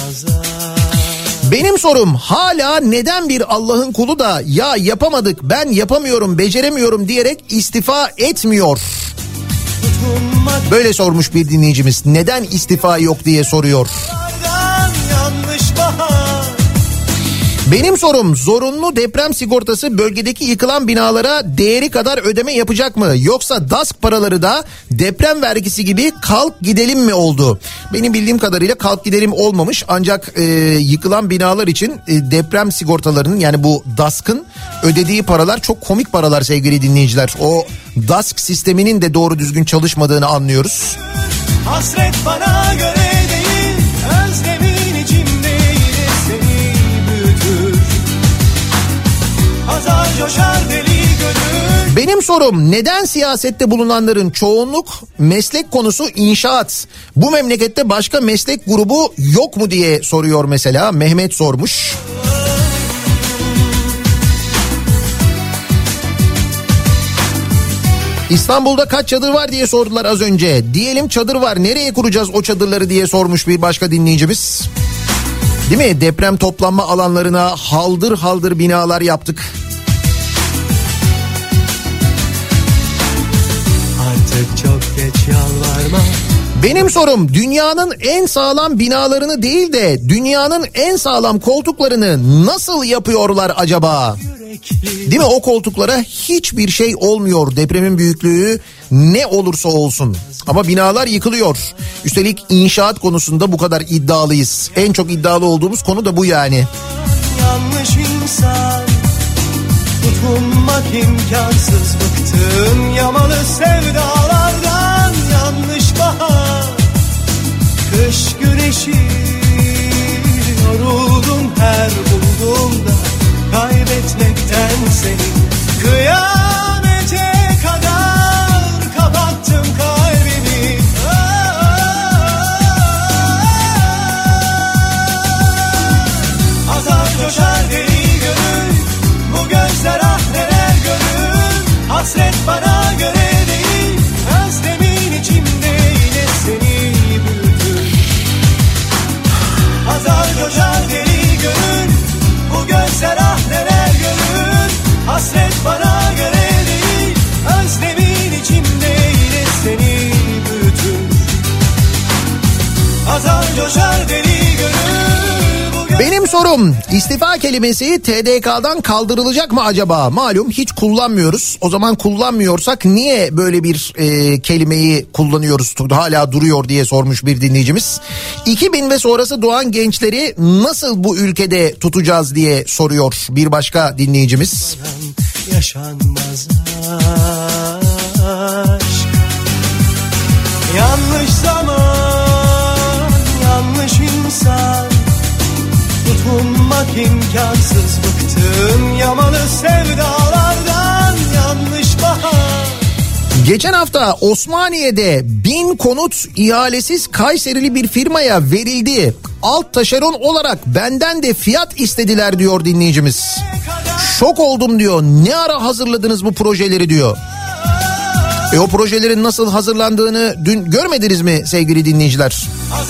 Benim sorum hala neden bir Allah'ın kulu da ya yapamadık, ben yapamıyorum, beceremiyorum diyerek istifa etmiyor? Böyle sormuş bir dinleyicimiz. Neden istifa yok diye soruyor. Benim sorum, zorunlu deprem sigortası bölgedeki yıkılan binalara değeri kadar ödeme yapacak mı? Yoksa D A S K paraları da deprem vergisi gibi kalk gidelim mi oldu? Benim bildiğim kadarıyla kalk gidelim olmamış, ancak e, yıkılan binalar için e, deprem sigortalarının, yani bu D A S K'ın ödediği paralar çok komik paralar sevgili dinleyiciler. O D A S K sisteminin de doğru düzgün çalışmadığını anlıyoruz. Hasret bana göre değil, özlemin içimde yine seni. Benim sorum, neden siyasette bulunanların çoğunluk meslek konusu inşaat? Bu memlekette başka meslek grubu yok mu diye soruyor mesela. Mehmet sormuş. İstanbul'da kaç çadır var diye sordular az önce. Diyelim çadır var, nereye kuracağız o çadırları diye sormuş bir başka dinleyicimiz. Değil mi? Deprem toplanma alanlarına haldır haldır binalar yaptık. Artık çok geç yalvarma. Benim sorum, dünyanın en sağlam binalarını değil de dünyanın en sağlam koltuklarını nasıl yapıyorlar acaba? Değil mi? O koltuklara hiçbir şey olmuyor, depremin büyüklüğü ne olursa olsun. Ama binalar yıkılıyor. Üstelik inşaat konusunda bu kadar iddialıyız. En çok iddialı olduğumuz konu da bu yani. Yanlış insan, tutunmak imkansız, bıktım yamalı sevdalardan. Yanlış bahar, kış güneşi, yoruldum her bulduğumda kaybetmekten seni. Kıyamete kadar kapattım kalbimi. Benim sorum, istifa kelimesi T D K'dan kaldırılacak mı acaba? Malum hiç kullanmıyoruz. O zaman kullanmıyorsak niye böyle bir e, kelimeyi kullanıyoruz? Hala duruyor diye sormuş bir dinleyicimiz. iki bin ve sonrası doğan gençleri nasıl bu ülkede tutacağız diye soruyor bir başka dinleyicimiz. Yaşanmaz aşk, yanlış zaman, yanlış insan, tutunmak imkansız, bıktım yamalı sevdalardan, yanlış bahar. Geçen hafta Osmaniye'de bin konut ihalesiz Kayserili bir firmaya verildi. Alt taşeron olarak benden de fiyat istediler diyor dinleyicimiz. Şok oldum diyor. Ne ara hazırladınız bu projeleri diyor. E o projelerin nasıl hazırlandığını dün görmediniz mi sevgili dinleyiciler?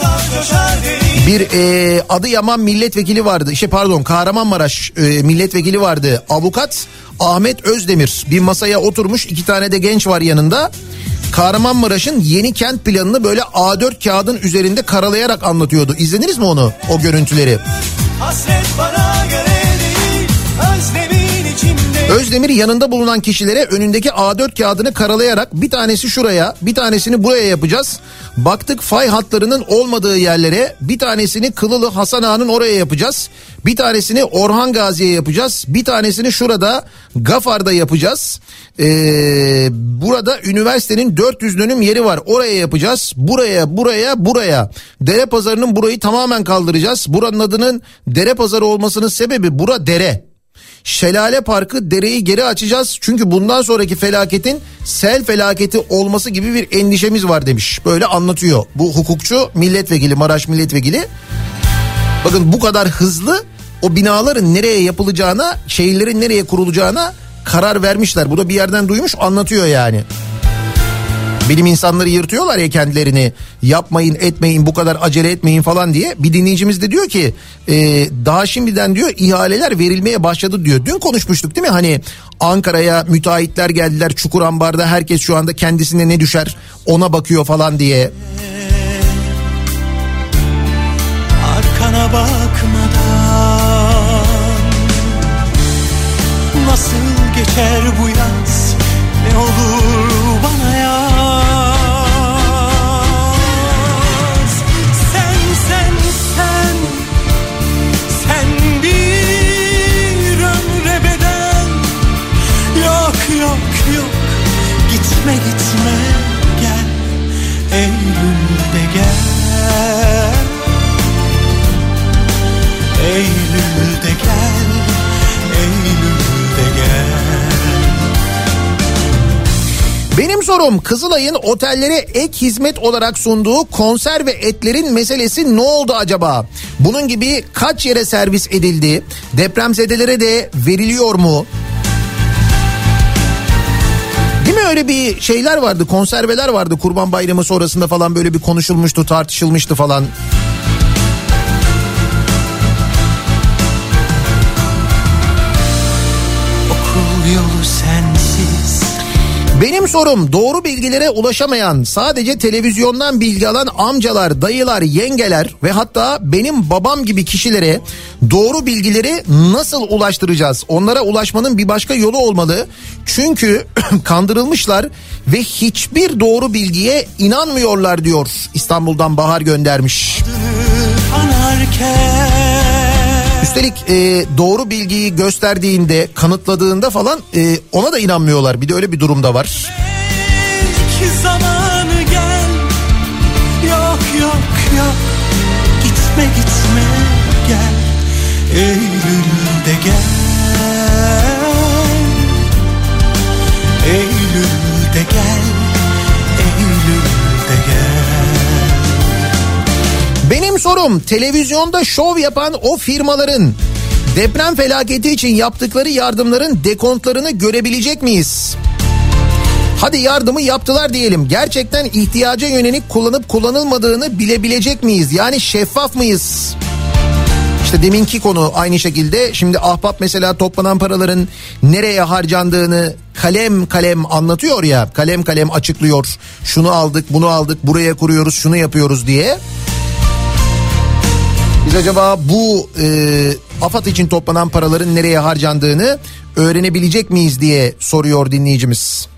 Bir e, Adıyaman milletvekili vardı. İşte pardon Kahramanmaraş e, milletvekili vardı. Avukat Ahmet Özdemir bir masaya oturmuş, iki tane de genç var yanında. Kahramanmaraş'ın yeni kent planını böyle A dört kağıdın üzerinde karalayarak anlatıyordu. İzlediniz mi onu, o görüntüleri? Hasret bana göre değil, özlemin içimde. Özdemir yanında bulunan kişilere önündeki A dört kağıdını karalayarak bir tanesi şuraya, bir tanesini buraya yapacağız. Baktık fay hatlarının olmadığı yerlere, bir tanesini Kılılı Hasan Ağa'nın oraya yapacağız. Bir tanesini Orhan Gazi'ye yapacağız. Bir tanesini şurada Gafar'da yapacağız. Ee, burada üniversitenin dört yüz dönüm yeri var. Oraya yapacağız. Buraya, buraya, buraya. Derepazarı'nın burayı tamamen kaldıracağız. Buranın adının Derepazarı olmasının sebebi bura dere. Şelale Parkı, dereyi geri açacağız. Çünkü bundan sonraki felaketin sel felaketi olması gibi bir endişemiz var demiş. Böyle anlatıyor bu hukukçu milletvekili, Maraş milletvekili. Bakın bu kadar hızlı o binaların nereye yapılacağına, şehirlerin nereye kurulacağına karar vermişler. Bu da bir yerden duymuş, anlatıyor yani. Bilim insanları yırtıyorlar ya kendilerini, yapmayın etmeyin bu kadar acele etmeyin falan diye. Bir dinleyicimiz de diyor ki e, daha şimdiden diyor ihaleler verilmeye başladı diyor. Dün konuşmuştuk değil mi, hani Ankara'ya müteahhitler geldiler, Çukurambar'da herkes şu anda kendisine ne düşer ona bakıyor falan diye. Arkana bakmadan nasıl geçer bu yaz, ne olur bana yaz. Sen sen sen sen bir ömre bedel. Yok yok yok gitme gitme gel, Eylül'de gel, Eylül'de gel, Eylül'de gel. Benim sorum, Kızılay'ın otellere ek hizmet olarak sunduğu konserve etlerin meselesi ne oldu acaba? Bunun gibi kaç yere servis edildi? Depremzedelere de veriliyor mu? Değil mi, öyle bir şeyler vardı, konserveler vardı Kurban Bayramı sonrasında falan, böyle bir konuşulmuştu, tartışılmıştı falan. Okul yolu sensiz. Benim sorum, doğru bilgilere ulaşamayan, sadece televizyondan bilgi alan amcalar, dayılar, yengeler ve hatta benim babam gibi kişilere doğru bilgileri nasıl ulaştıracağız? Onlara ulaşmanın bir başka yolu olmalı. Çünkü kandırılmışlar ve hiçbir doğru bilgiye inanmıyorlar diyor. İstanbul'dan Bahar göndermiş. Üstelik e, doğru bilgiyi gösterdiğinde, kanıtladığında falan e, ona da inanmıyorlar. Bir de öyle bir durumda var. Belki zamanı gel. Yok yok yok gitme gitme gel, Eylül'de gel, Eylül'de gel, Eylül'de gel. Benim sorum, televizyonda şov yapan o firmaların deprem felaketi için yaptıkları yardımların dekontlarını görebilecek miyiz? Hadi yardımı yaptılar diyelim. Gerçekten ihtiyaca yönelik kullanıp kullanılmadığını bilebilecek miyiz? Yani şeffaf mıyız? İşte deminki konu aynı şekilde. Şimdi Ahbap mesela toplanan paraların nereye harcandığını kalem kalem anlatıyor ya. Kalem kalem açıklıyor. Şunu aldık, bunu aldık, buraya kuruyoruz, şunu yapıyoruz diye. Biz acaba bu e, AFAD için toplanan paraların nereye harcandığını öğrenebilecek miyiz diye soruyor dinleyicimiz.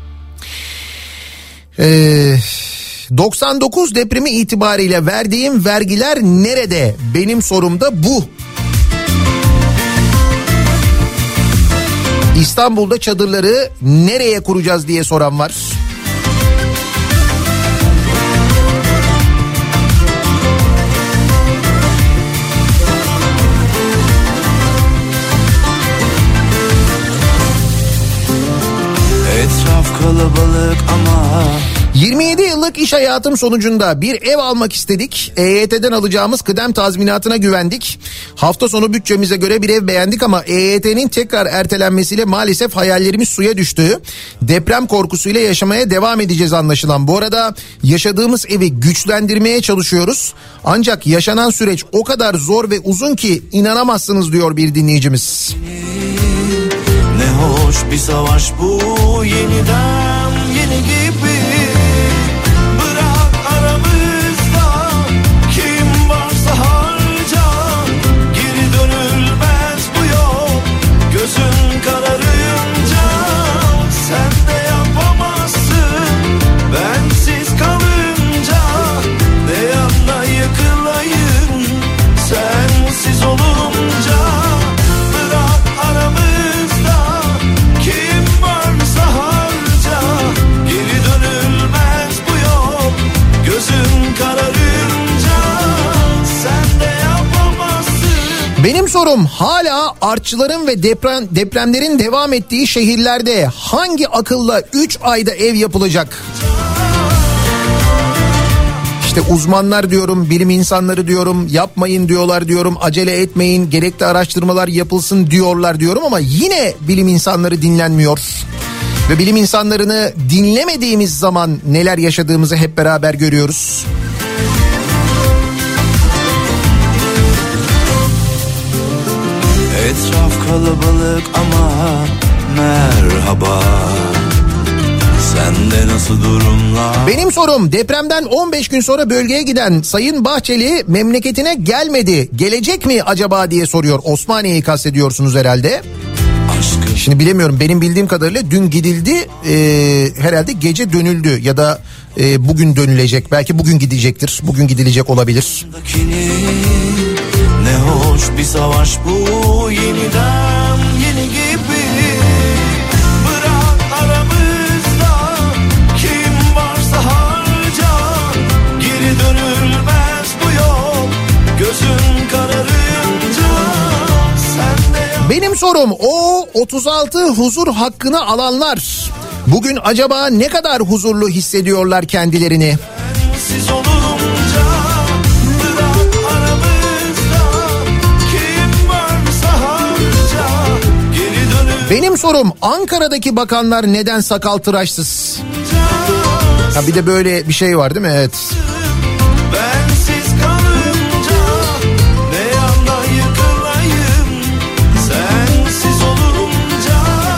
Eee... doksan dokuz depremi itibariyle verdiğim vergiler nerede? Benim sorum da bu. İstanbul'da çadırları nereye kuracağız diye soran var. Etraf kalabalık ama yirmi yedi yıllık iş hayatım sonucunda bir ev almak istedik. E Y T'den alacağımız kıdem tazminatına güvendik. Hafta sonu bütçemize göre bir ev beğendik ama E Y T'nin tekrar ertelenmesiyle maalesef hayallerimiz suya düştü. Deprem korkusuyla yaşamaya devam edeceğiz anlaşılan. Bu arada yaşadığımız evi güçlendirmeye çalışıyoruz. Ancak yaşanan süreç o kadar zor ve uzun ki inanamazsınız diyor bir dinleyicimiz. ne hoş bir savaş bu, yeniden yeni gibi. Bırak aramızda kim varsa harca, geri dönülmez bu yol gözün kararınca. Sen de yapamazsın bensiz kalınca, ne yana yıkılayım sensiz olunca. Bırak aramızda kim varsa harca, geri dönülmez bu yol gözün kararınca. Sen de yapamazsın. Benim sorum, hala artçıların ve deprem depremlerin devam ettiği şehirlerde hangi akılla üç ayda ev yapılacak? İşte uzmanlar diyorum, bilim insanları diyorum, yapmayın diyorlar diyorum, acele etmeyin, gerekli araştırmalar yapılsın diyorlar diyorum ama yine bilim insanları dinlenmiyor. Ve bilim insanlarını dinlemediğimiz zaman neler yaşadığımızı hep beraber görüyoruz. Etraf kalabalık ama merhaba, sende nasıl durumlar? Benim sorum, depremden on beş gün sonra bölgeye giden Sayın Bahçeli memleketine gelmedi. Gelecek mi acaba diye soruyor. Osmaniye'yi kastediyorsunuz herhalde. Aşkım. Şimdi bilemiyorum, benim bildiğim kadarıyla dün gidildi, e, herhalde gece dönüldü ya da e, bugün dönülecek. Belki bugün gidecektir, bugün gidilecek olabilir. Ne hoş bir savaş bu, yeniden yeni gibi. Bırak aramızda kim varsa harca, geri dönülmez bu yol gözün kararınca. Sen de Benim sorum, o otuz altı huzur hakkını alanlar bugün acaba ne kadar huzurlu hissediyorlar kendilerini? sensiz olunca. Bırak aramızda kim varsa harca, geri dönülmez. Benim sorum, Ankara'daki bakanlar neden sakal tıraşsız? Ha bir de böyle bir şey var değil mi? Evet. Bensiz kalınca ne yana yıkılayım sensiz olunca.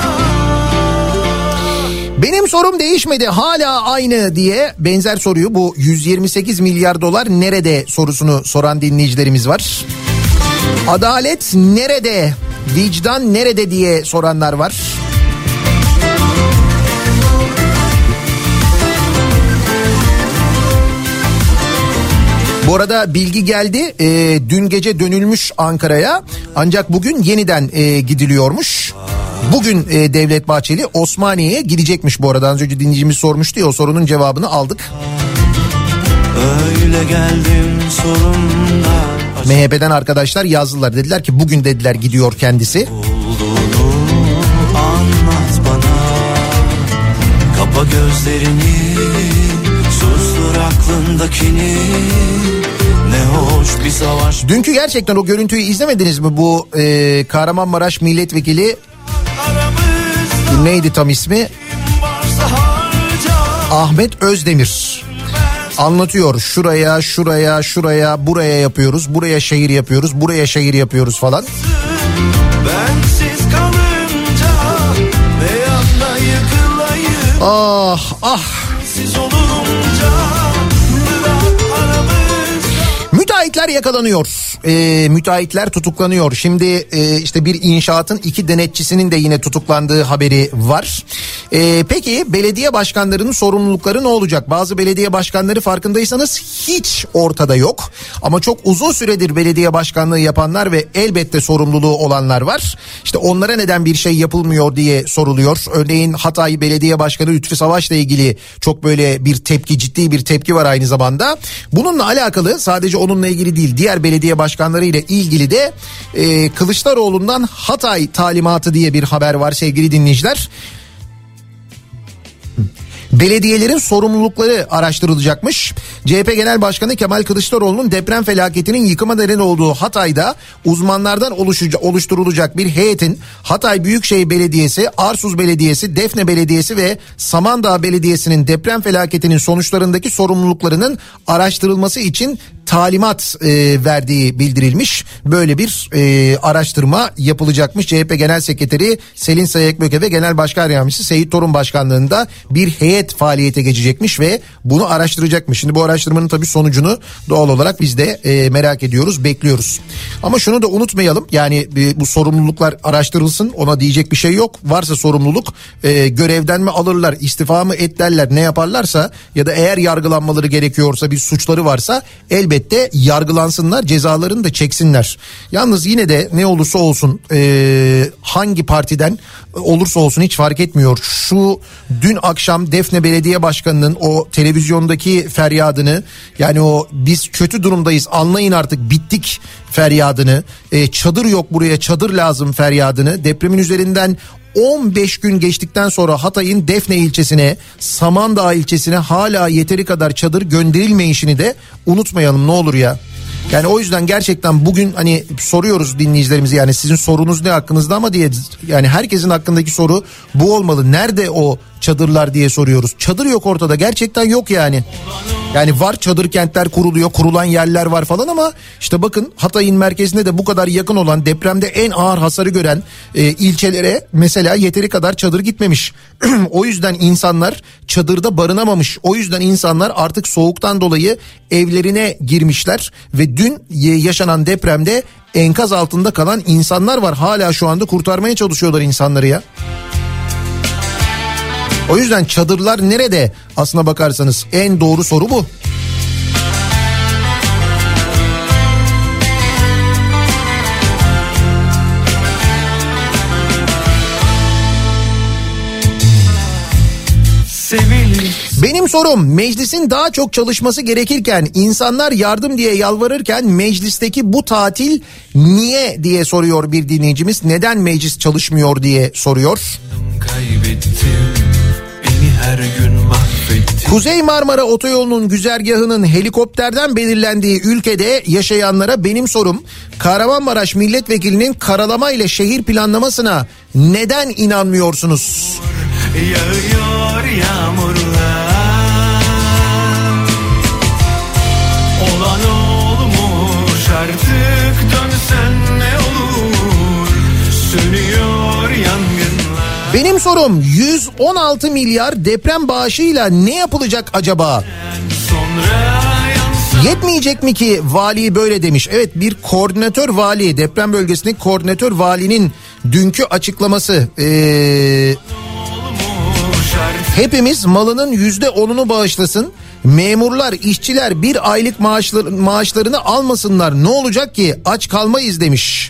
Benim sorum değişmedi, hala aynı diye benzer soruyu, bu yüz yirmi sekiz milyar dolar nerede sorusunu soran dinleyicilerimiz var. Adalet nerede? Vicdan nerede diye soranlar var. Bu arada bilgi geldi, e, dün gece dönülmüş Ankara'ya, ancak bugün yeniden e, gidiliyormuş. Bugün e, Devlet Bahçeli Osmaniye'ye gidecekmiş bu arada. Az önce dinleyicimiz sormuştu ya, o sorunun cevabını aldık. Öyle geldim sorumda. M H P'den arkadaşlar yazdılar, dediler ki bugün dediler gidiyor kendisi. Olduğunu anlat bana. Kapa gözlerini, sustur aklındakini. Ne hoş bir savaş. Dünkü gerçekten o görüntüyü izlemediniz mi? Bu e, Kahramanmaraş milletvekili, neydi tam ismi? Ahmet Özdemir anlatıyor, şuraya şuraya şuraya buraya yapıyoruz, buraya şehir yapıyoruz, buraya şehir yapıyoruz falan. Bensiz kalınca ne yana yıkılayım Ah ah. siz olunca. Bırak aramızda. Müteahhit Müteahhitler yakalanıyor. Ee, müteahhitler tutuklanıyor. Şimdi e, işte bir inşaatın iki denetçisinin de yine tutuklandığı haberi var. Ee, peki belediye başkanlarının sorumlulukları ne olacak? Bazı belediye başkanları farkındaysanız hiç ortada yok. Ama çok uzun süredir belediye başkanlığı yapanlar ve elbette sorumluluğu olanlar var. İşte onlara neden bir şey yapılmıyor diye soruluyor. Örneğin Hatay Belediye Başkanı Lütfü Savaş'la ilgili çok böyle bir tepki, ciddi bir tepki var aynı zamanda. Bununla alakalı, sadece onunla ilgili değil, diğer belediye başkanları ile ilgili de e, Kılıçdaroğlu'ndan Hatay talimatı diye bir haber var sevgili dinleyiciler. Belediyelerin sorumlulukları araştırılacakmış. C H P Genel Başkanı Kemal Kılıçdaroğlu'nun deprem felaketinin yıkıma neden olduğu Hatay'da uzmanlardan oluşturulacak bir heyetin Hatay Büyükşehir Belediyesi, Arsuz Belediyesi, Defne Belediyesi ve Samandağ Belediyesi'nin deprem felaketinin sonuçlarındaki sorumluluklarının araştırılması için talimat e, verdiği bildirilmiş. Böyle bir e, araştırma yapılacakmış. C H P Genel Sekreteri Selin Sayıkböke ve Genel Başkan Yardımcısı Seyit Torun Başkanlığında bir heyet faaliyete geçecekmiş ve bunu araştıracakmış. Şimdi bu araştırmanın tabii sonucunu doğal olarak biz de e, merak ediyoruz, bekliyoruz. Ama şunu da unutmayalım, yani e, bu sorumluluklar araştırılsın, ona diyecek bir şey yok. Varsa sorumluluk e, görevden mi alırlar, istifa mı ederler, ne yaparlarsa ya da eğer yargılanmaları gerekiyorsa, bir suçları varsa elbette Elbette yargılansınlar, cezalarını da çeksinler. Yalnız yine de ne olursa olsun, e, hangi partiden olursa olsun hiç fark etmiyor. Şu dün akşam Defne Belediye Başkanı'nın o televizyondaki feryadını, yani o biz kötü durumdayız anlayın artık bittik feryadını, e, çadır yok buraya çadır lazım feryadını, depremin üzerinden on beş gün geçtikten sonra Hatay'ın Defne ilçesine, Samandağ ilçesine hala yeteri kadar çadır gönderilmeyişini de unutmayalım ne olur ya. Yani o yüzden gerçekten bugün hani soruyoruz dinleyicilerimize, yani sizin sorunuz ne hakkınızda ama diye, yani herkesin hakkındaki soru bu olmalı. Nerede o çadırlar diye soruyoruz. Çadır yok ortada, gerçekten yok yani. Yani var, çadır kentler kuruluyor, kurulan yerler var falan ama işte bakın Hatay'ın merkezine de bu kadar yakın olan, depremde en ağır hasarı gören e, ilçelere mesela yeteri kadar çadır gitmemiş. O yüzden insanlar çadırda barınamamış. O yüzden insanlar artık soğuktan dolayı evlerine girmişler ve dün yaşanan depremde enkaz altında kalan insanlar var. Hala şu anda kurtarmaya çalışıyorlar insanları ya. O yüzden çadırlar nerede? Aslına bakarsanız en doğru soru bu. Benim sorum, meclisin daha çok çalışması gerekirken insanlar yardım diye yalvarırken meclisteki bu tatil niye diye soruyor bir dinleyicimiz. Neden meclis çalışmıyor diye soruyor. Her gün Kuzey Marmara Otoyolu'nun güzergahının helikopterden belirlendiği ülkede yaşayanlara benim sorum, Kahramanmaraş Milletvekilinin karalama ile şehir planlamasına neden inanmıyorsunuz? Yağıyor yağmurlar, olan olmuş artık dönsen ne olur, sönüyor yangınlar. Benim sorum, yüz on altı milyar deprem bağışıyla ne yapılacak acaba? Yetmeyecek mi ki vali böyle demiş. Evet, bir koordinatör vali, deprem bölgesindeki koordinatör valinin dünkü açıklaması. Ee, hepimiz malının yüzde onunu bağışlasın. Memurlar, işçiler bir aylık maaşlar, maaşlarını almasınlar. Ne olacak ki? Aç kalmayız demiş.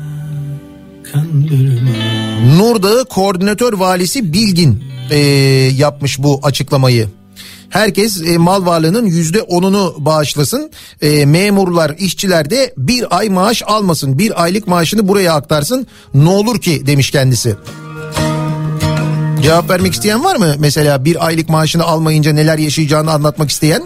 Nurdağı Koordinatör Valisi Bilgin e, yapmış bu açıklamayı. Herkes e, mal varlığının yüzde onunu bağışlasın. E, memurlar, işçiler de bir ay maaş almasın. Bir aylık maaşını buraya aktarsın. Ne olur ki demiş kendisi. Cevap vermek isteyen var mı? Mesela bir aylık maaşını almayınca neler yaşayacağını anlatmak isteyen?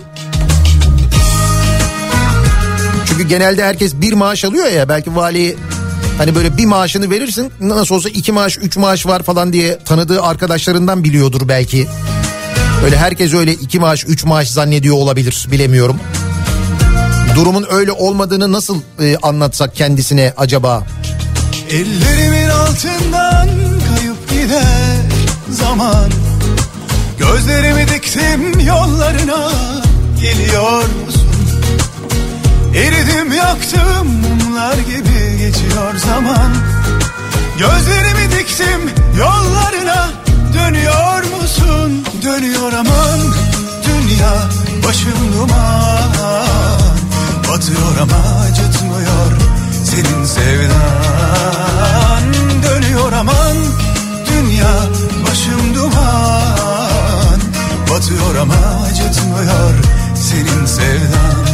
Çünkü genelde herkes bir maaş alıyor ya, belki vali hani böyle bir maaşını verirsin, nasıl olsa iki maaş üç maaş var falan diye tanıdığı arkadaşlarından biliyordur belki. Öyle herkes öyle iki maaş üç maaş zannediyor olabilir, bilemiyorum. Durumun öyle olmadığını nasıl e, anlatsak kendisine acaba? Ellerimin altından kayıp gider zaman, gözlerimi diktim yollarına, geliyor musun? Eridim yaktım mumlar gibi geçiyor zaman. Gözlerimi diktim yollarına, dönüyor musun? Dönüyor aman dünya, başım duman. Batıyor ama acıtmıyor senin sevdan. Dönüyor aman dünya, başım duman. Batıyor ama acıtmıyor senin sevdan.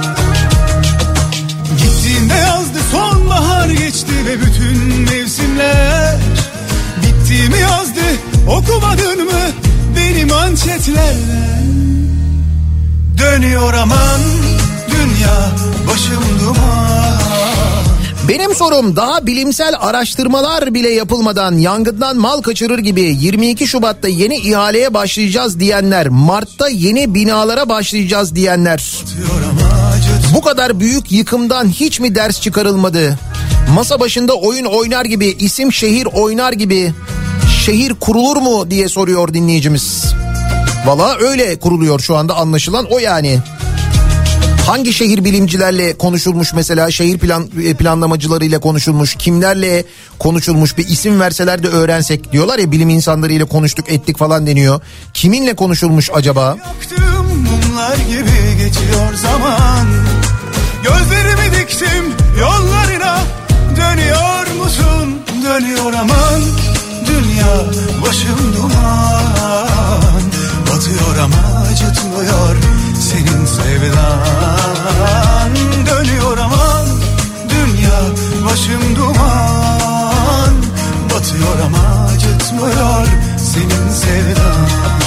Gittiğinde yazdı sonbahar geçti ve bütün mevsimler. Bittiğimi yazdı, okumadın mı benim manşetlerden? Dönüyor aman dünya, başım duman. Benim sorum, daha bilimsel araştırmalar bile yapılmadan yangından mal kaçırır gibi yirmi iki Şubat'ta yeni ihaleye başlayacağız diyenler, Mart'ta yeni binalara başlayacağız diyenler, bu kadar büyük yıkımdan hiç mi ders çıkarılmadı? Masa başında oyun oynar gibi, isim şehir oynar gibi şehir kurulur mu diye soruyor dinleyicimiz. Valla öyle kuruluyor şu anda, anlaşılan o yani. Hangi şehir bilimcilerle konuşulmuş mesela, şehir plan planlamacılarıyla konuşulmuş, kimlerle konuşulmuş, bir isim verseler de öğrensek diyorlar ya, bilim insanlarıyla konuştuk ettik falan deniyor. Kiminle konuşulmuş acaba? Yaktım mumlar gibi geçiyor zaman. Gözlerimi diktim yollarına, dönüyor musun? Dönüyor aman dünya, başım duman. Batıyor ama acıtmıyor senin sevdan. Dönüyor aman dünya, başım duman. Batıyor ama acıtmıyor senin sevdan.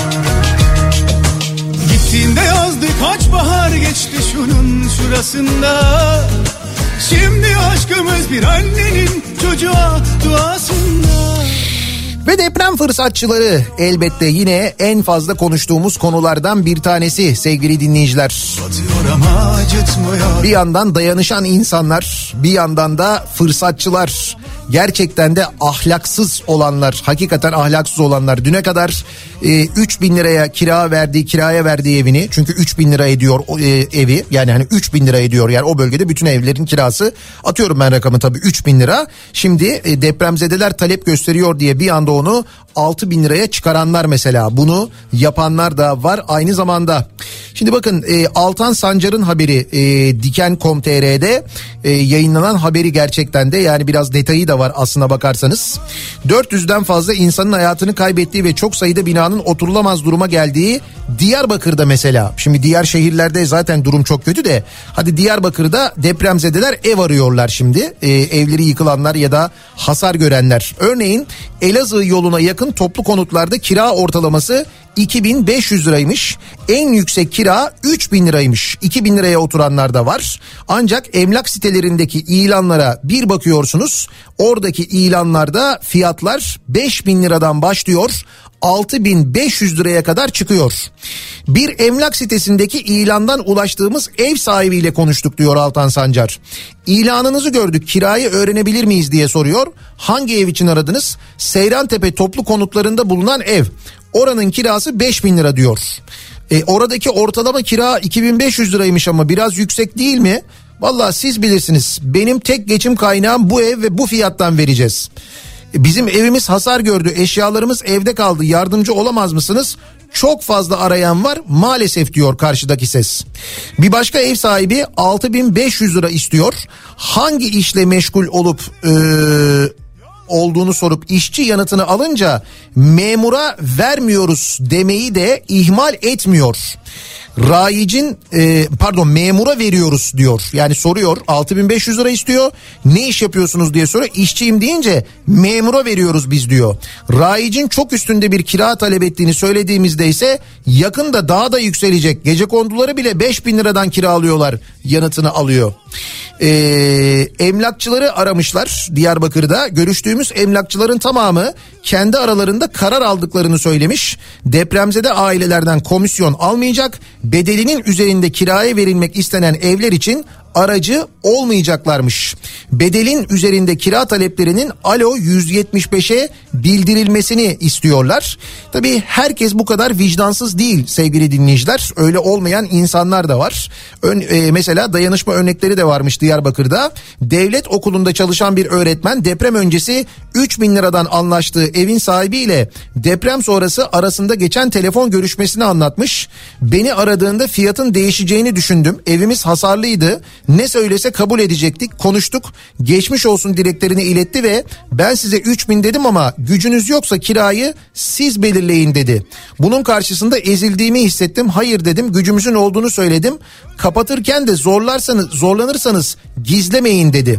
Gittiğinde yazdı kaç bahar geçti şunun şurasında. Şimdi aşkımız bir annenin çocuğa duasında. Ve deprem fırsatçıları elbette yine en fazla konuştuğumuz konulardan bir tanesi sevgili dinleyiciler. Bir yandan dayanışan insanlar, bir yandan da fırsatçılar. Gerçekten de ahlaksız olanlar, hakikaten ahlaksız olanlar. Düne kadar e, üç bin liraya kira verdiği, kiraya verdiği evini, çünkü üç bin lira ediyor e, evi, yani hani üç bin lira ediyor, yani o bölgede bütün evlerin kirası, atıyorum ben rakamı tabii, üç bin lira. Şimdi e, depremzedeler talep gösteriyor diye bir anda onu altı bin liraya çıkaranlar mesela, bunu yapanlar da var aynı zamanda. Şimdi bakın e, Altan Sancar'ın haberi e, diken nokta com nokta tr'de e, yayınlanan haberi, gerçekten de yani biraz detayı da var aslına bakarsanız. dört yüzden fazla insanın hayatını kaybettiği ve çok sayıda binanın oturulamaz duruma geldiği Diyarbakır'da mesela. Şimdi diğer şehirlerde zaten durum çok kötü de, hadi Diyarbakır'da depremzedeler ev arıyorlar şimdi. E, evleri yıkılanlar ya da hasar görenler. Örneğin Elazığ yoluna yakın toplu konutlarda kira ortalaması iki bin beş yüz liraymış. En yüksek kira üç bin liraymış. iki bin liraya oturanlar da var. Ancak emlak sitelerindeki ilanlara bir bakıyorsunuz. Oradaki ilanlarda fiyatlar beş bin liradan başlıyor, altı bin beş yüz liraya kadar çıkıyor. Bir emlak sitesindeki ilandan ulaştığımız ev sahibiyle konuştuk diyor Altan Sancar. İlanınızı gördük, kirayı öğrenebilir miyiz diye soruyor. Hangi ev için aradınız? Seyrantepe toplu konutlarında bulunan ev. Oranın kirası beş bin lira diyor. E, oradaki ortalama kira iki bin beş yüz liraymış ama biraz yüksek değil mi? Vallahi siz bilirsiniz. Benim tek geçim kaynağım bu ev ve bu fiyattan vereceğiz. E, bizim evimiz hasar gördü, eşyalarımız evde kaldı, yardımcı olamaz mısınız? Çok fazla arayan var maalesef diyor karşıdaki ses. Bir başka ev sahibi altı bin beş yüz lira istiyor. Hangi işle meşgul olup e, olduğunu sorup işçi yanıtını alınca memura vermiyoruz demeyi de ihmal etmiyor. Rayicin e, pardon memura veriyoruz diyor. Yani soruyor, altı bin beş yüz lira istiyor. Ne iş yapıyorsunuz diye soruyor. İşçiyim deyince memura veriyoruz biz diyor. Rayicin çok üstünde bir kira talep ettiğini söylediğimizde ise yakında daha da yükselecek. Gecekonduları bile beş bin liradan kiralıyorlar yanıtını alıyor. Ee, emlakçıları aramışlar Diyarbakır'da. Görüştüğümüz emlakçıların tamamı kendi aralarında karar aldıklarını söylemiş. Depremzede ailelerden komisyon almayacak, bedelinin üzerinde kiraya verilmek istenen evler için aracı olmayacaklarmış. Bedelin üzerinde kira taleplerinin Alo yüz yetmiş beşe bildirilmesini istiyorlar. Tabii herkes bu kadar vicdansız değil sevgili dinleyiciler. Öyle olmayan insanlar da var. Ön, e, mesela dayanışma örnekleri de varmış Diyarbakır'da. Devlet okulunda çalışan bir öğretmen deprem öncesi üç bin liradan anlaştığı evin sahibiyle deprem sonrası arasında geçen telefon görüşmesini anlatmış. Beni aradığında fiyatın değişeceğini düşündüm. Evimiz hasarlıydı. Ne söylese kabul edecektik. Konuştuk. Geçmiş olsun dileklerini iletti ve ben size üç bin dedim ama gücünüz yoksa kirayı siz belirleyin dedi. Bunun karşısında ezildiğimi hissettim. Hayır dedim. Gücümüzün olduğunu söyledim. Kapatırken de zorlarsanız, zorlanırsanız gizlemeyin dedi.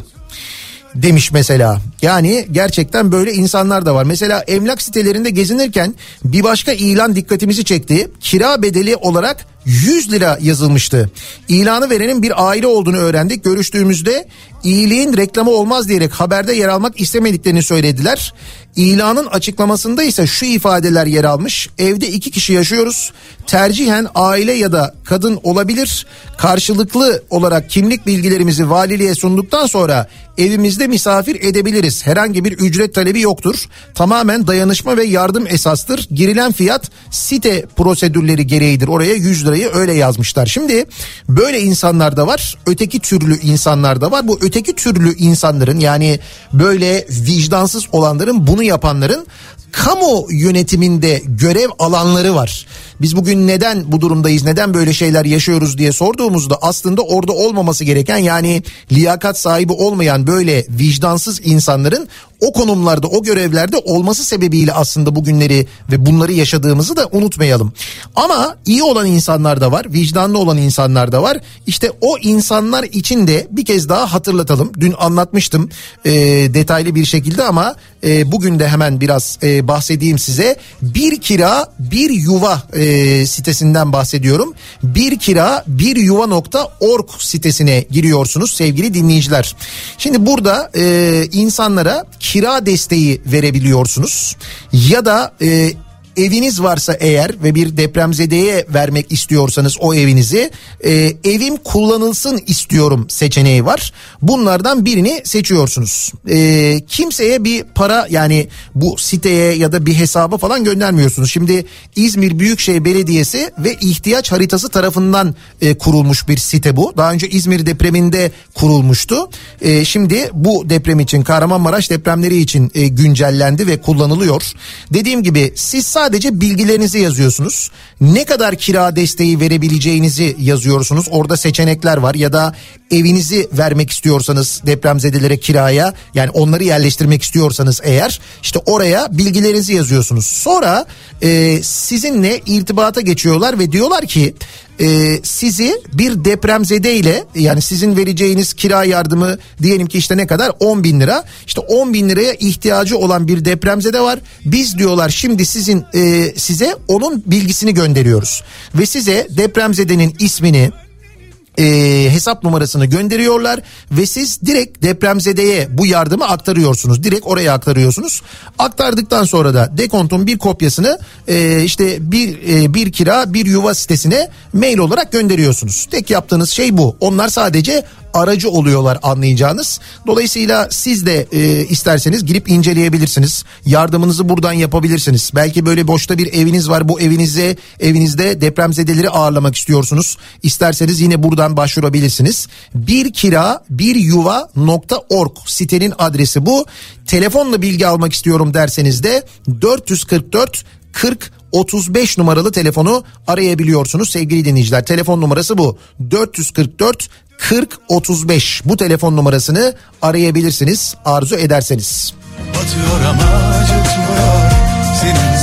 Demiş mesela. Yani gerçekten böyle insanlar da var. Mesela emlak sitelerinde gezinirken bir başka ilan dikkatimizi çekti. Kira bedeli olarak yüz lira yazılmıştı. İlanı verenin bir aile olduğunu öğrendik. Görüştüğümüzde iyiliğin reklamı olmaz diyerek haberde yer almak istemediklerini söylediler. İlanın açıklamasında ise şu ifadeler yer almış. Evde iki kişi yaşıyoruz. Tercihen aile ya da kadın olabilir. Karşılıklı olarak kimlik bilgilerimizi valiliğe sunduktan sonra evimizde misafir edebiliriz. Herhangi bir ücret talebi yoktur. Tamamen dayanışma ve yardım esastır. Girilen fiyat site prosedürleri gereğidir. Oraya yüz lirayı öyle yazmışlar. Şimdi böyle insanlar da var. Öteki türlü insanlar da var. Bu öteki türlü insanların, yani böyle vicdansız olanların, bunu yapanların kamu yönetiminde görev alanları var. Biz bugün neden bu durumdayız, neden böyle şeyler yaşıyoruz diye sorduğumuzda aslında orada olmaması gereken, yani liyakat sahibi olmayan böyle vicdansız insanların o konumlarda, o görevlerde olması sebebiyle aslında bugünleri ve bunları yaşadığımızı da unutmayalım. Ama iyi olan insanlar da var, vicdanlı olan insanlar da var. İşte o insanlar için de bir kez daha hatırlatalım. Dün anlatmıştım e, detaylı bir şekilde ama e, bugün de hemen biraz e, bahsedeyim size. Bir kira bir yuva e, sitesinden bahsediyorum. Bir kira bir yuva nokta org sitesine giriyorsunuz sevgili dinleyiciler. Şimdi burada e, insanlara kira desteği verebiliyorsunuz ya da e, eviniz varsa eğer ve bir depremzedeye vermek istiyorsanız o evinizi, e, evim kullanılsın istiyorum seçeneği var. Bunlardan birini seçiyorsunuz. E, kimseye bir para, yani bu siteye ya da bir hesaba falan göndermiyorsunuz. Şimdi İzmir Büyükşehir Belediyesi ve ihtiyaç haritası tarafından e, kurulmuş bir site bu. Daha önce İzmir depreminde kurulmuştu. E, şimdi bu deprem için, Kahramanmaraş depremleri için e, güncellendi ve kullanılıyor. Dediğim gibi siz sadece Sadece bilgilerinizi yazıyorsunuz. Ne kadar kira desteği verebileceğinizi yazıyorsunuz. Orada seçenekler var. Ya da evinizi vermek istiyorsanız depremzedelere kiraya, yani onları yerleştirmek istiyorsanız eğer, işte oraya bilgilerinizi yazıyorsunuz. Sonra e, sizinle irtibata geçiyorlar ve diyorlar ki e, sizi bir depremzede ile, yani sizin vereceğiniz kira yardımı diyelim ki işte ne kadar, on bin lira. İşte on bin liraya ihtiyacı olan bir depremzede var. Biz diyorlar şimdi sizin e, size onun bilgisini gönderiyoruz ve size depremzedenin ismini, E, hesap numarasını gönderiyorlar ve siz direkt depremzedeye bu yardımı aktarıyorsunuz. Direkt oraya aktarıyorsunuz. Aktardıktan sonra da dekontun bir kopyasını e, işte bir e, bir kira bir yuva sitesine mail olarak gönderiyorsunuz. Tek yaptığınız şey bu. Onlar sadece aracı oluyorlar, anlayacağınız. Dolayısıyla siz de e, isterseniz girip inceleyebilirsiniz. Yardımınızı buradan yapabilirsiniz. Belki böyle boşta bir eviniz var. Bu evinize evinizde depremzedeleri ağırlamak istiyorsunuz. İsterseniz yine buradan başvurabilirsiniz. Bir kira bir yuva nokta org sitenin adresi bu. Telefonla bilgi almak istiyorum derseniz de dört yüz kırk dört kırk otuz beş numaralı telefonu arayabiliyorsunuz sevgili dinleyiciler. Telefon numarası bu. dört yüz kırk dört kırk otuz beş, bu telefon numarasını arayabilirsiniz arzu ederseniz. Batıyor ama acıtmıyor senin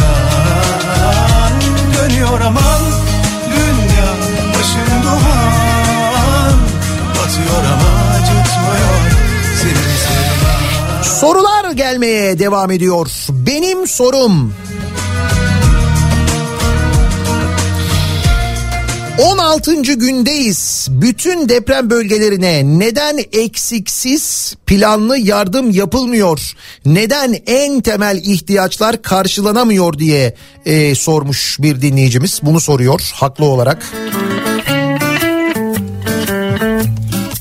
sevdan, dönüyor aman dünya başın duman, batıyor ama acıtmıyor senin sevdan. Sorular gelmeye devam ediyor. Benim sorum: on altıncı gündeyiz. Bütün deprem bölgelerine neden eksiksiz planlı yardım yapılmıyor? Neden en temel ihtiyaçlar karşılanamıyor diye e, sormuş bir dinleyicimiz. Bunu soruyor haklı olarak.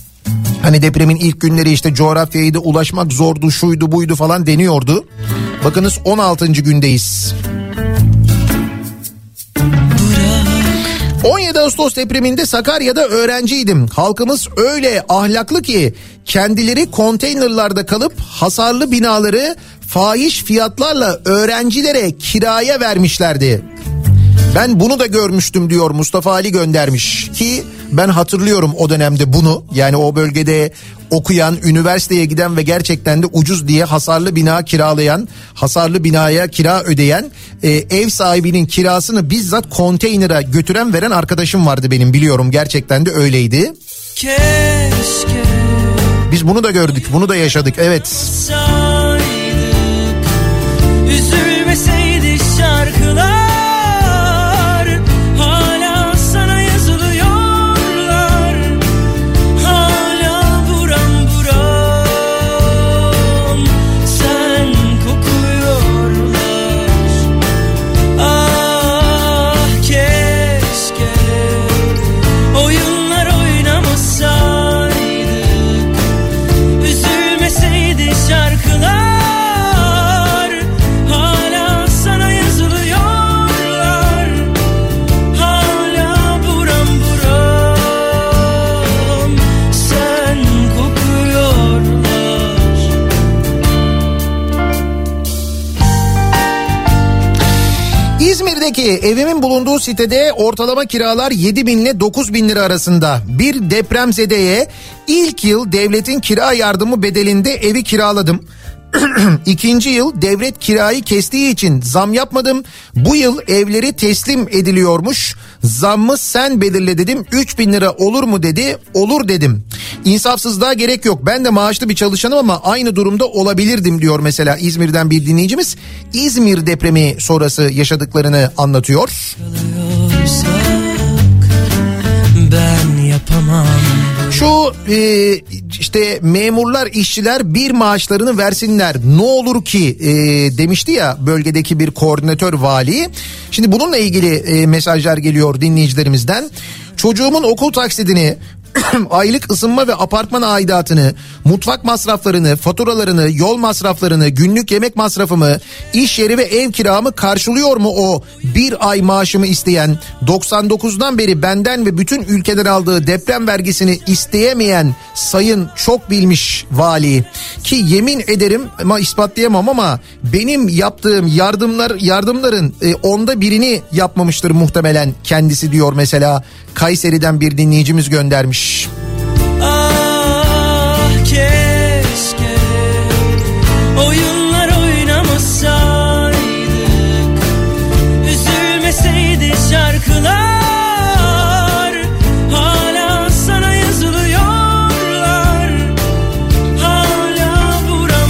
Hani depremin ilk günleri işte coğrafyaydı, ulaşmak zordu, şuydu buydu falan deniyordu. Bakınız on altıncı gündeyiz. on yedi Ağustos depreminde Sakarya'da öğrenciydim. Halkımız öyle ahlaklı ki kendileri konteynerlarda kalıp hasarlı binaları fahiş fiyatlarla öğrencilere kiraya vermişlerdi. Ben bunu da görmüştüm diyor Mustafa Ali göndermiş ki ben hatırlıyorum o dönemde bunu. Yani o bölgede okuyan, üniversiteye giden ve gerçekten de ucuz diye hasarlı bina kiralayan, hasarlı binaya kira ödeyen, e, ev sahibinin kirasını bizzat konteynere götüren veren arkadaşım vardı benim, biliyorum, gerçekten de öyleydi. Keşke biz bunu da gördük, bunu da yaşadık, evet. saydık, üzülmeseydi şarkılar. İzmir'deki evimin bulunduğu sitede ortalama kiralar yedi bin ile dokuz bin lira arasında. Bir depremzedeye ilk yıl devletin kira yardımı bedelinde evi kiraladım. İkinci yıl devlet kirayı kestiği için zam yapmadım. Bu yıl evleri teslim ediliyormuş. Zammı sen belirle dedim. üç bin lira olur mu dedi. Olur dedim. İnsafsızlığa gerek yok. Ben de maaşlı bir çalışanım ama aynı durumda olabilirdim diyor mesela İzmir'den bir dinleyicimiz. İzmir depremi sonrası yaşadıklarını anlatıyor. Ben yapamam. Şu e, işte memurlar, işçiler bir maaşlarını versinler ne olur ki e, demişti ya bölgedeki bir koordinatör vali. Şimdi bununla ilgili e, mesajlar geliyor dinleyicilerimizden. Çocuğumun okul taksidini, aylık ısınma ve apartman aidatını, mutfak masraflarını, faturalarını, yol masraflarını, günlük yemek masrafımı, iş yeri ve ev kiramı karşılıyor mu o bir ay maaşımı isteyen, doksan dokuzdan beri benden ve bütün ülkeden aldığı deprem vergisini isteyemeyen sayın çok bilmiş vali? Ki yemin ederim ama ispatlayamam ama benim yaptığım yardımlar yardımların e, onda birini yapmamıştır muhtemelen kendisi diyor mesela Kayseri'den bir dinleyicimiz göndermiş. Ah keşke oyunlar oynamasaydık, üzülmeseydi şarkılar, hala sana yazılıyorlar, hala buram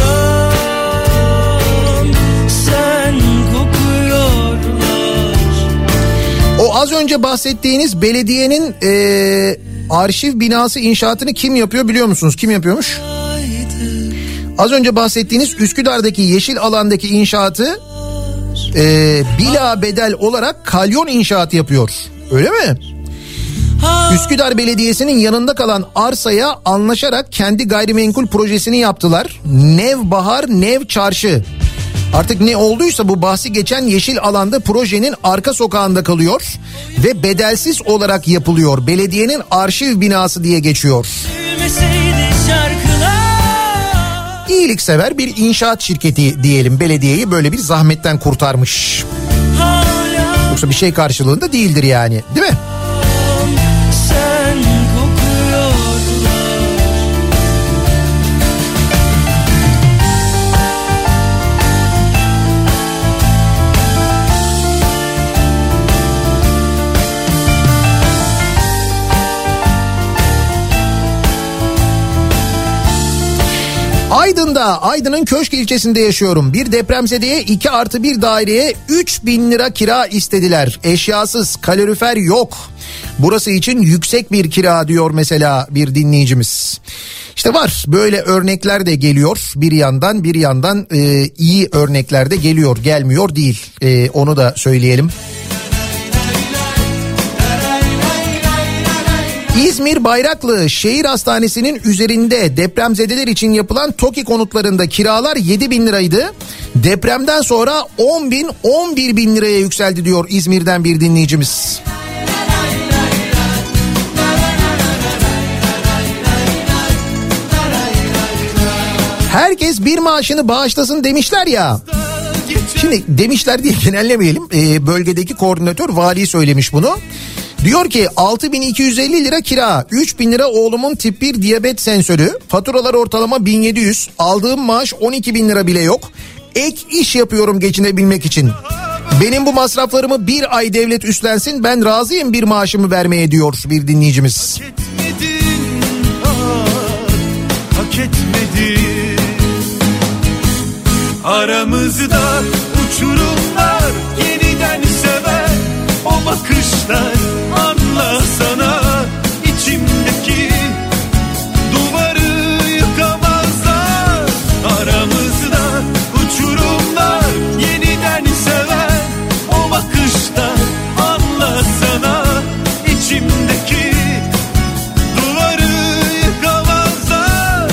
buram sen kokuyorlar. O az önce bahsettiğiniz belediyenin e, arşiv binası inşaatını kim yapıyor biliyor musunuz? Kim yapıyormuş? Az önce bahsettiğiniz Üsküdar'daki yeşil alandaki inşaatı e, bila bedel olarak Kalyon İnşaat yapıyor. Öyle mi? Üsküdar Belediyesi'nin yanında kalan arsaya anlaşarak kendi gayrimenkul projesini yaptılar. Nevbahar Nev Çarşı. Artık ne olduysa bu bahsi geçen yeşil alanda projenin arka sokağında kalıyor ve bedelsiz olarak yapılıyor. Belediyenin arşiv binası diye geçiyor. İyiliksever bir inşaat şirketi diyelim, belediyeyi böyle bir zahmetten kurtarmış. Yoksa bir şey karşılığında değildir yani, değil mi? Sen Aydın'da, Aydın'ın Köşk ilçesinde yaşıyorum. Bir depremzedeye iki artı bir daireye üç bin lira kira istediler. Eşyasız, kalorifer yok. Burası için yüksek bir kira diyor mesela bir dinleyicimiz. İşte var böyle örnekler de geliyor bir yandan, bir yandan e, iyi örnekler de geliyor, gelmiyor değil, e, onu da söyleyelim. İzmir Bayraklı Şehir Hastanesi'nin üzerinde depremzedeler için yapılan TOKİ konutlarında kiralar yedi bin liraydı. Depremden sonra on bin on bir bin liraya yükseldi diyor İzmir'den bir dinleyicimiz. Herkes bir maaşını bağışlasın demişler ya. Şimdi demişler diye genellemeyelim. Ee, bölgedeki koordinatör vali söylemiş bunu. Diyor ki altı bin iki yüz elli lira kira, üç bin lira oğlumun tip bir diyabet sensörü, faturalar ortalama bin yedi yüz, aldığım maaş on iki bin lira bile yok. Ek iş yapıyorum geçinebilmek için. Benim bu masraflarımı bir ay devlet üstlensin, ben razıyım bir maaşımı vermeye diyor bir dinleyicimiz. Hak etmedin, ah, hak etmedin. Aramızda uçurumlar, yeniden sever o bakışlar, anlasana içimdeki duvarı yıkamazlar. Aramızda uçurumlar, yeniden sever o bakışlar, anlasana içimdeki duvarı yıkamazlar.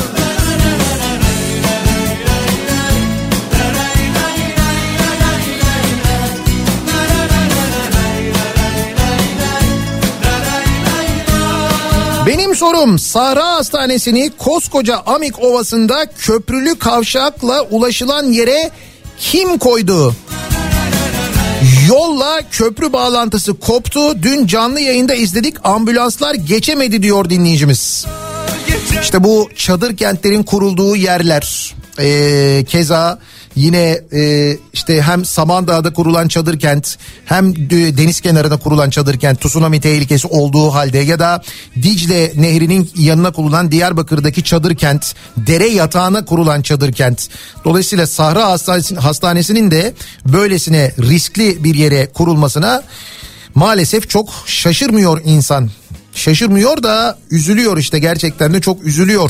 Benim sorum, Sahra Hastanesi'ni koskoca Amik Ovası'nda köprülü kavşakla ulaşılan yere kim koydu? Yolla köprü bağlantısı koptu. Dün canlı yayında izledik, ambulanslar geçemedi diyor dinleyicimiz. İşte bu çadır kentlerin kurulduğu yerler. Ee, keza yine e, işte hem Samandağ'da kurulan çadır kent, hem deniz kenarında kurulan çadır kent, tsunami tehlikesi olduğu halde, ya da Dicle Nehri'nin yanına kurulan Diyarbakır'daki çadır kent, dere yatağına kurulan çadır kent. Dolayısıyla Sahra Hastanesi, Hastanesi'nin de böylesine riskli bir yere kurulmasına maalesef çok şaşırmıyor insan. Şaşırmıyor da üzülüyor, işte gerçekten de çok üzülüyor.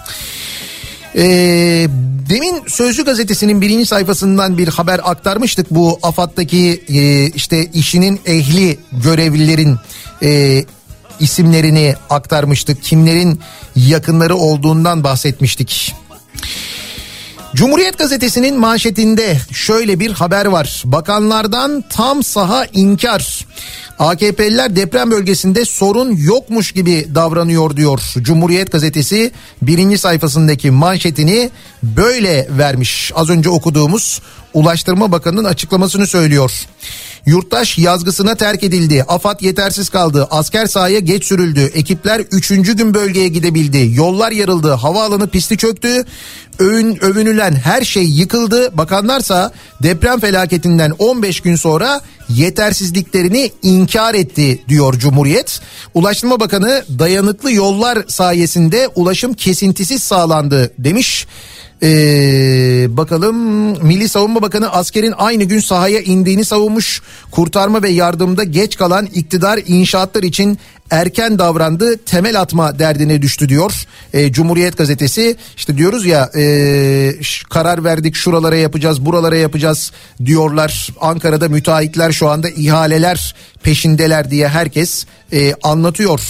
Ee, demin Sözcü gazetesinin birinci sayfasından bir haber aktarmıştık. Bu AFAD'daki e, işte işinin ehli görevlilerin e, isimlerini aktarmıştık. Kimlerin yakınları olduğundan bahsetmiştik. Cumhuriyet gazetesinin manşetinde şöyle bir haber var. Bakanlardan tam saha inkar. A K P'liler deprem bölgesinde sorun yokmuş gibi davranıyor diyor. Cumhuriyet gazetesi birinci sayfasındaki manşetini böyle vermiş. Az önce okuduğumuz Ulaştırma Bakanı'nın açıklamasını söylüyor. Yurttaş yazgısına terk edildi. AFAD yetersiz kaldı. Asker sahaya geç sürüldü. Ekipler üçüncü gün bölgeye gidebildi. Yollar yarıldı. Havaalanı pisti çöktü. Övün, övünülen her şey yıkıldı. Bakanlarsa deprem felaketinden on beş gün sonra yetersizliklerini inkar etti diyor Cumhuriyet. Ulaştırma Bakanı dayanıklı yollar sayesinde ulaşım kesintisiz sağlandı demiş. Ee, bakalım, Milli Savunma Bakanı askerin aynı gün sahaya indiğini savunmuş. Kurtarma ve yardımda geç kalan iktidar inşaatlar için erken davrandı, temel atma derdine düştü diyor ee, Cumhuriyet gazetesi. İşte diyoruz ya, e, karar verdik, şuralara yapacağız, buralara yapacağız diyorlar. Ankara'da müteahhitler şu anda ihaleler peşindeler diye herkes e, anlatıyor.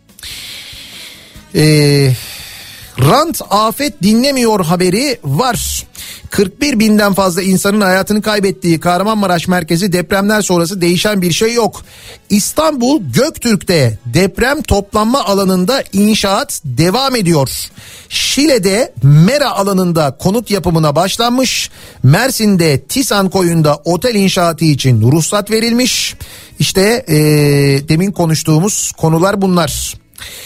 Eee Rant afet dinlemiyor haberi var. kırk bir binden fazla insanın hayatını kaybettiği Kahramanmaraş merkezi depremler sonrası değişen bir şey yok. İstanbul Göktürk'te deprem toplanma alanında inşaat devam ediyor. Şile'de Mera alanında konut yapımına başlanmış. Mersin'de Tisan Koyu'nda otel inşaatı için ruhsat verilmiş. İşte ee, demin konuştuğumuz konular bunlar.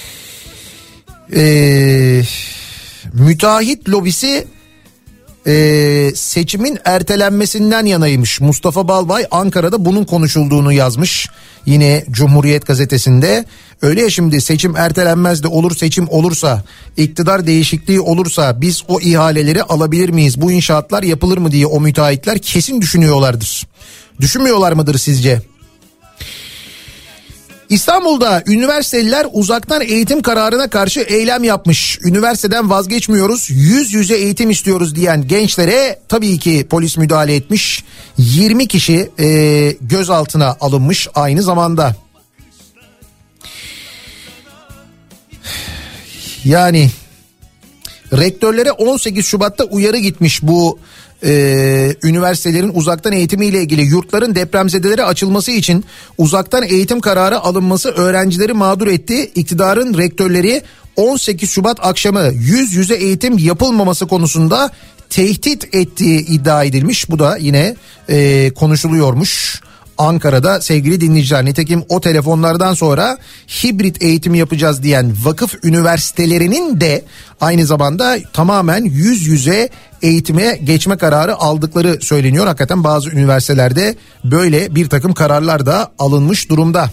Ee, müteahhit lobisi e, seçimin ertelenmesinden yanaymış. Mustafa Balbay Ankara'da bunun konuşulduğunu yazmış. Yine Cumhuriyet gazetesinde. Öyle ya, şimdi seçim ertelenmez de olur, seçim olursa, iktidar değişikliği olursa biz o ihaleleri alabilir miyiz? Bu inşaatlar yapılır mı diye o müteahhitler kesin düşünüyorlardır. Düşünmüyorlar mıdır sizce? İstanbul'da üniversiteliler uzaktan eğitim kararına karşı eylem yapmış. Üniversiteden vazgeçmiyoruz, yüz yüze eğitim istiyoruz diyen gençlere tabii ki polis müdahale etmiş. yirmi kişi e, gözaltına alınmış aynı zamanda. Yani rektörlere on sekiz Şubat'ta uyarı gitmiş bu e, üniversitelerin uzaktan eğitimiyle ilgili. Yurtların depremzedelere açılması için uzaktan eğitim kararı alınması öğrencileri mağdur etti. İktidarın rektörleri on sekiz Şubat akşamı yüz yüze eğitim yapılmaması konusunda tehdit ettiği iddia edilmiş. Bu da yine e, konuşuluyormuş Ankara'da sevgili dinleyiciler. Nitekim o telefonlardan sonra hibrit eğitim yapacağız diyen vakıf üniversitelerinin de aynı zamanda tamamen yüz yüze eğitime geçme kararı aldıkları söyleniyor. Hakikaten bazı üniversitelerde böyle bir takım kararlar da alınmış durumda.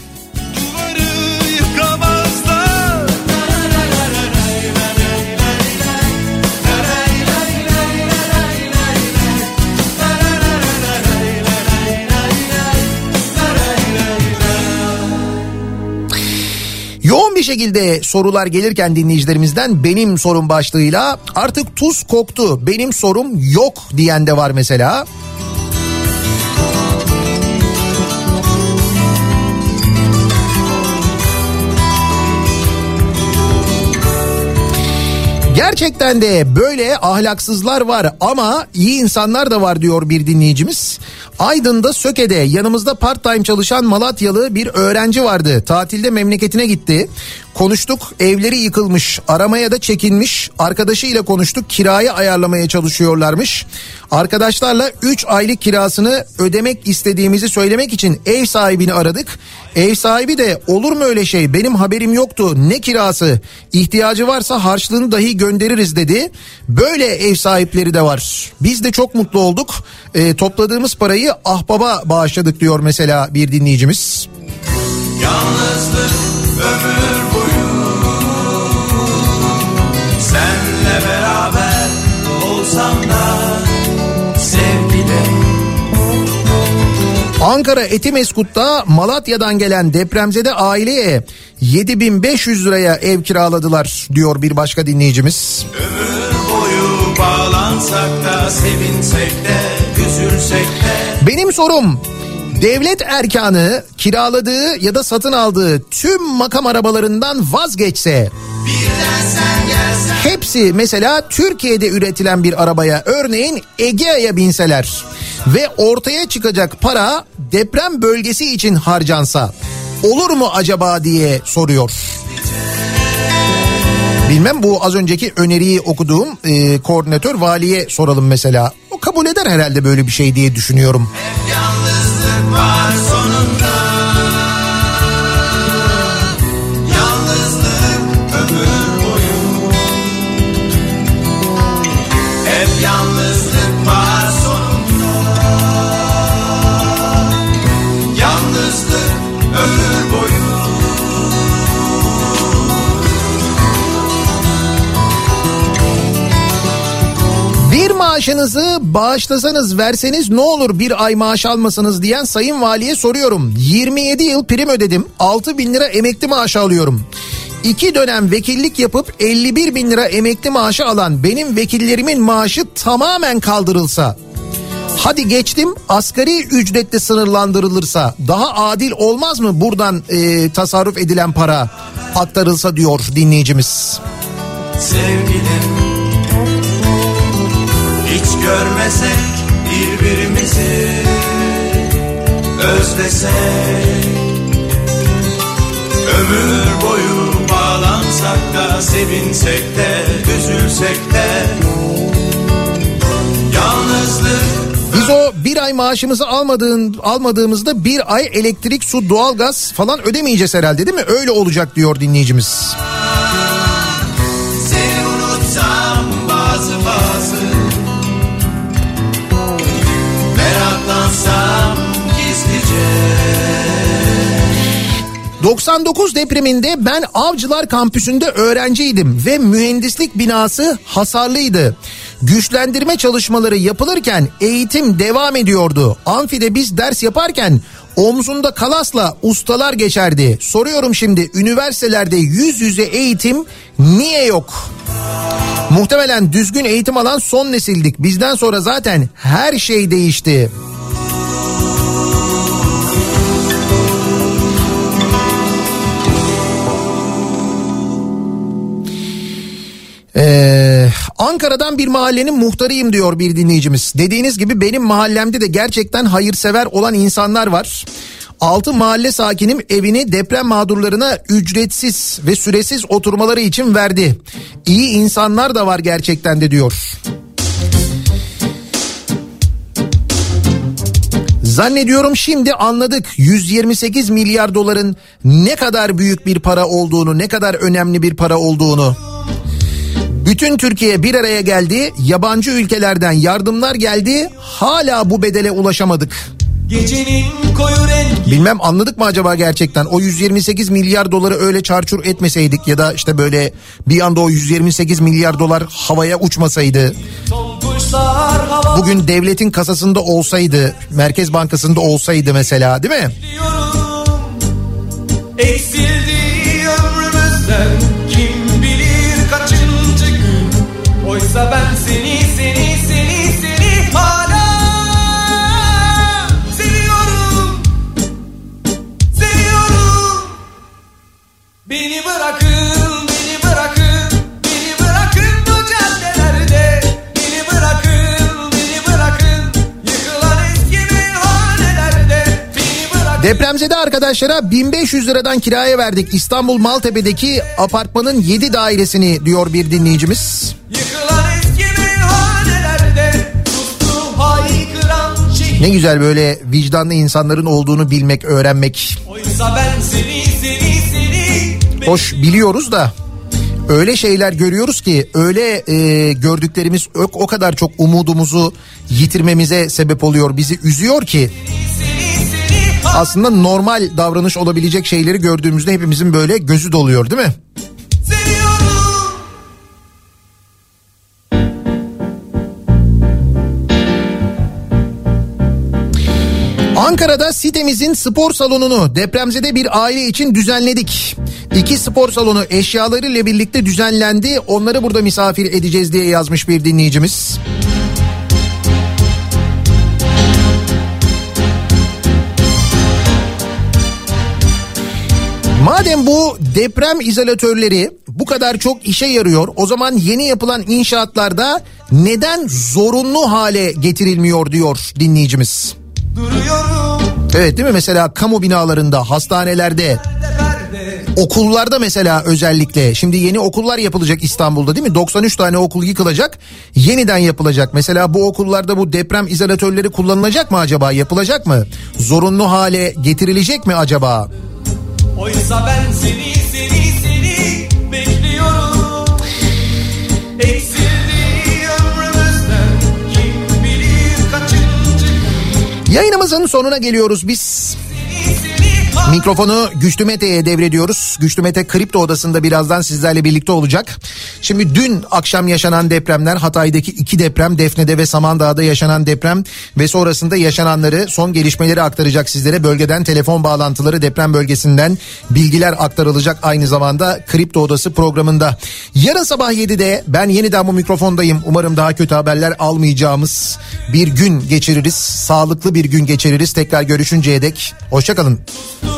Yoğun bir şekilde sorular gelirken dinleyicilerimizden benim sorum başlığıyla artık tuz koktu, benim sorum yok diyen de var mesela. Gerçekten de böyle ahlaksızlar var ama iyi insanlar da var diyor bir dinleyicimiz. Aydın'da Söke'de yanımızda part time çalışan Malatyalı bir öğrenci vardı. Tatilde memleketine gitti. Konuştuk, evleri yıkılmış, aramaya da çekinmiş. Arkadaşıyla konuştuk, kirayı ayarlamaya çalışıyorlarmış. Arkadaşlarla üç aylık kirasını ödemek istediğimizi söylemek için ev sahibini aradık. Ev sahibi de olur mu öyle şey, benim haberim yoktu, ne kirası, ihtiyacı varsa harçlığını dahi göndeririz dedi. Böyle ev sahipleri de var. Biz de çok mutlu olduk. E, topladığımız parayı ahbaba bağışladık diyor mesela bir dinleyicimiz. Yalnızlık ömür boyu senle beraber olsam da sevgilim. Ankara Etimeskut'ta Malatya'dan gelen depremzede aileye yedi bin beş yüz liraya ev kiraladılar diyor bir başka dinleyicimiz. Ömür boyu bağlansak da sevinsek de üzülsek de. Benim sorum, devlet erkanı kiraladığı ya da satın aldığı tüm makam arabalarından vazgeçse, hepsi mesela Türkiye'de üretilen bir arabaya, örneğin Egea'ya binseler ve ortaya çıkacak para deprem bölgesi için harcansa olur mu acaba diye soruyor. Bilmem, bu az önceki öneriyi okuduğum e, koordinatör valiye soralım mesela. O kabul eder herhalde böyle bir şey diye düşünüyorum. Hep yalnızlık var sonunda. Yalnızlık ömür boyu. Hep yalnızlık var sonunda. Yalnızlık ömür boyu. Bir maaşınızı bağışlasanız, verseniz ne olur bir ay maaş almasanız diyen sayın valiye soruyorum. yirmi yedi yıl prim ödedim, altı bin lira emekli maaşı alıyorum. İki dönem vekillik yapıp elli bir bin lira emekli maaşı alan benim vekillerimin maaşı tamamen kaldırılsa, hadi geçtim asgari ücretle sınırlandırılırsa daha adil olmaz mı, buradan e, tasarruf edilen para aktarılsa diyor dinleyicimiz. Sevgilim, hiç görmesek birbirimizi, özlesek, ömür boyu bağlansak da sevinsek de üzülsek de. Yalnızlık. Biz o bir ay maaşımızı almadığın, almadığımızda bir ay elektrik, su, doğalgaz falan ödemeyeceğiz herhalde, değil mi? Öyle olacak diyor dinleyicimiz. Seni unutsam bazı bazı, meraklansam gizlice. doksan dokuz depreminde ben Avcılar Kampüsü'nde öğrenciydim ve mühendislik binası hasarlıydı. Güçlendirme çalışmaları yapılırken eğitim devam ediyordu. Amfide biz ders yaparken omzunda kalasla ustalar geçerdi. Soruyorum şimdi, üniversitelerde yüz yüze eğitim niye yok? Muhtemelen düzgün eğitim alan son nesildik. Bizden sonra zaten her şey değişti. Ee, Ankara'dan bir mahallenin muhtarıyım diyor bir dinleyicimiz. Dediğiniz gibi benim mahallemde de gerçekten hayırsever olan insanlar var. Altı mahalle sakinim evini deprem mağdurlarına ücretsiz ve süresiz oturmaları için verdi. İyi insanlar da var gerçekten de diyor. Zannediyorum şimdi anladık yüz yirmi sekiz milyar doların ne kadar büyük bir para olduğunu, ne kadar önemli bir para olduğunu. Bütün Türkiye bir araya geldi, yabancı ülkelerden yardımlar geldi, hala bu bedele ulaşamadık. Gecenin koyu rengi. Bilmem anladık mı acaba gerçekten? O yüz yirmi sekiz milyar doları öyle çarçur etmeseydik ya da işte böyle bir anda o yüz yirmi sekiz milyar dolar havaya uçmasaydı. Bugün devletin kasasında olsaydı, Merkez Bankası'nda olsaydı mesela, değil mi? Eksildi ömrümüzden kim bilir kaçıncı gün. Oysa ben seni seni seni seni hala seviyorum. Seviyorum. Beni bırakın, beni bırakın, beni bırakın bu caddelerde. Beni bırakın, beni bırakın yıkılan eski meyhanelerde. Beni bırakın. Depremzede arkadaşlara bin beş yüz liradan kiraya verdik İstanbul Maltepe'deki apartmanın yedi dairesini diyor bir dinleyicimiz. Yıkılan eski meyhanelerde sustu haykıran şehir. Ne güzel böyle vicdanlı insanların olduğunu bilmek, öğrenmek. Oysa ben seni seni seni. Hoş biliyoruz da öyle şeyler görüyoruz ki öyle e, gördüklerimiz o, o kadar çok umudumuzu yitirmemize sebep oluyor, bizi üzüyor ki. Aslında normal davranış olabilecek şeyleri gördüğümüzde hepimizin böyle gözü doluyor, değil mi? Ankara'da sitemizin spor salonunu depremzede bir aile için düzenledik. İki spor salonu eşyalarıyla birlikte düzenlendi. Onları burada misafir edeceğiz diye yazmış bir dinleyicimiz. Madem bu deprem izolatörleri bu kadar çok işe yarıyor, o zaman yeni yapılan inşaatlarda neden zorunlu hale getirilmiyor diyor dinleyicimiz. Duruyorum. Evet, değil mi? Mesela kamu binalarında, hastanelerde, okullarda mesela özellikle. Şimdi yeni okullar yapılacak İstanbul'da, değil mi? doksan üç tane okul yıkılacak, yeniden yapılacak. Mesela bu okullarda bu deprem izolatörleri kullanılacak mı acaba? Yapılacak mı? Zorunlu hale getirilecek mi acaba? Oysa ben seni seni seni bekliyorum. Eksildi ömrümüzden kim bilir kaçıncı. Yayınımızın sonuna geliyoruz biz. Mikrofonu Güçlü Mete'ye devrediyoruz. Güçlü Mete Kripto Odası'nda birazdan sizlerle birlikte olacak. Şimdi dün akşam yaşanan depremler, Hatay'daki iki deprem, Defne'de ve Samandağ'da yaşanan deprem ve sonrasında yaşananları, son gelişmeleri aktaracak sizlere. Bölgeden telefon bağlantıları, deprem bölgesinden bilgiler aktarılacak aynı zamanda Kripto Odası programında. Yarın sabah yedide ben yeniden bu mikrofondayım. Umarım daha kötü haberler almayacağımız bir gün geçiririz. Sağlıklı bir gün geçiririz. Tekrar görüşünceye dek hoşça kalın.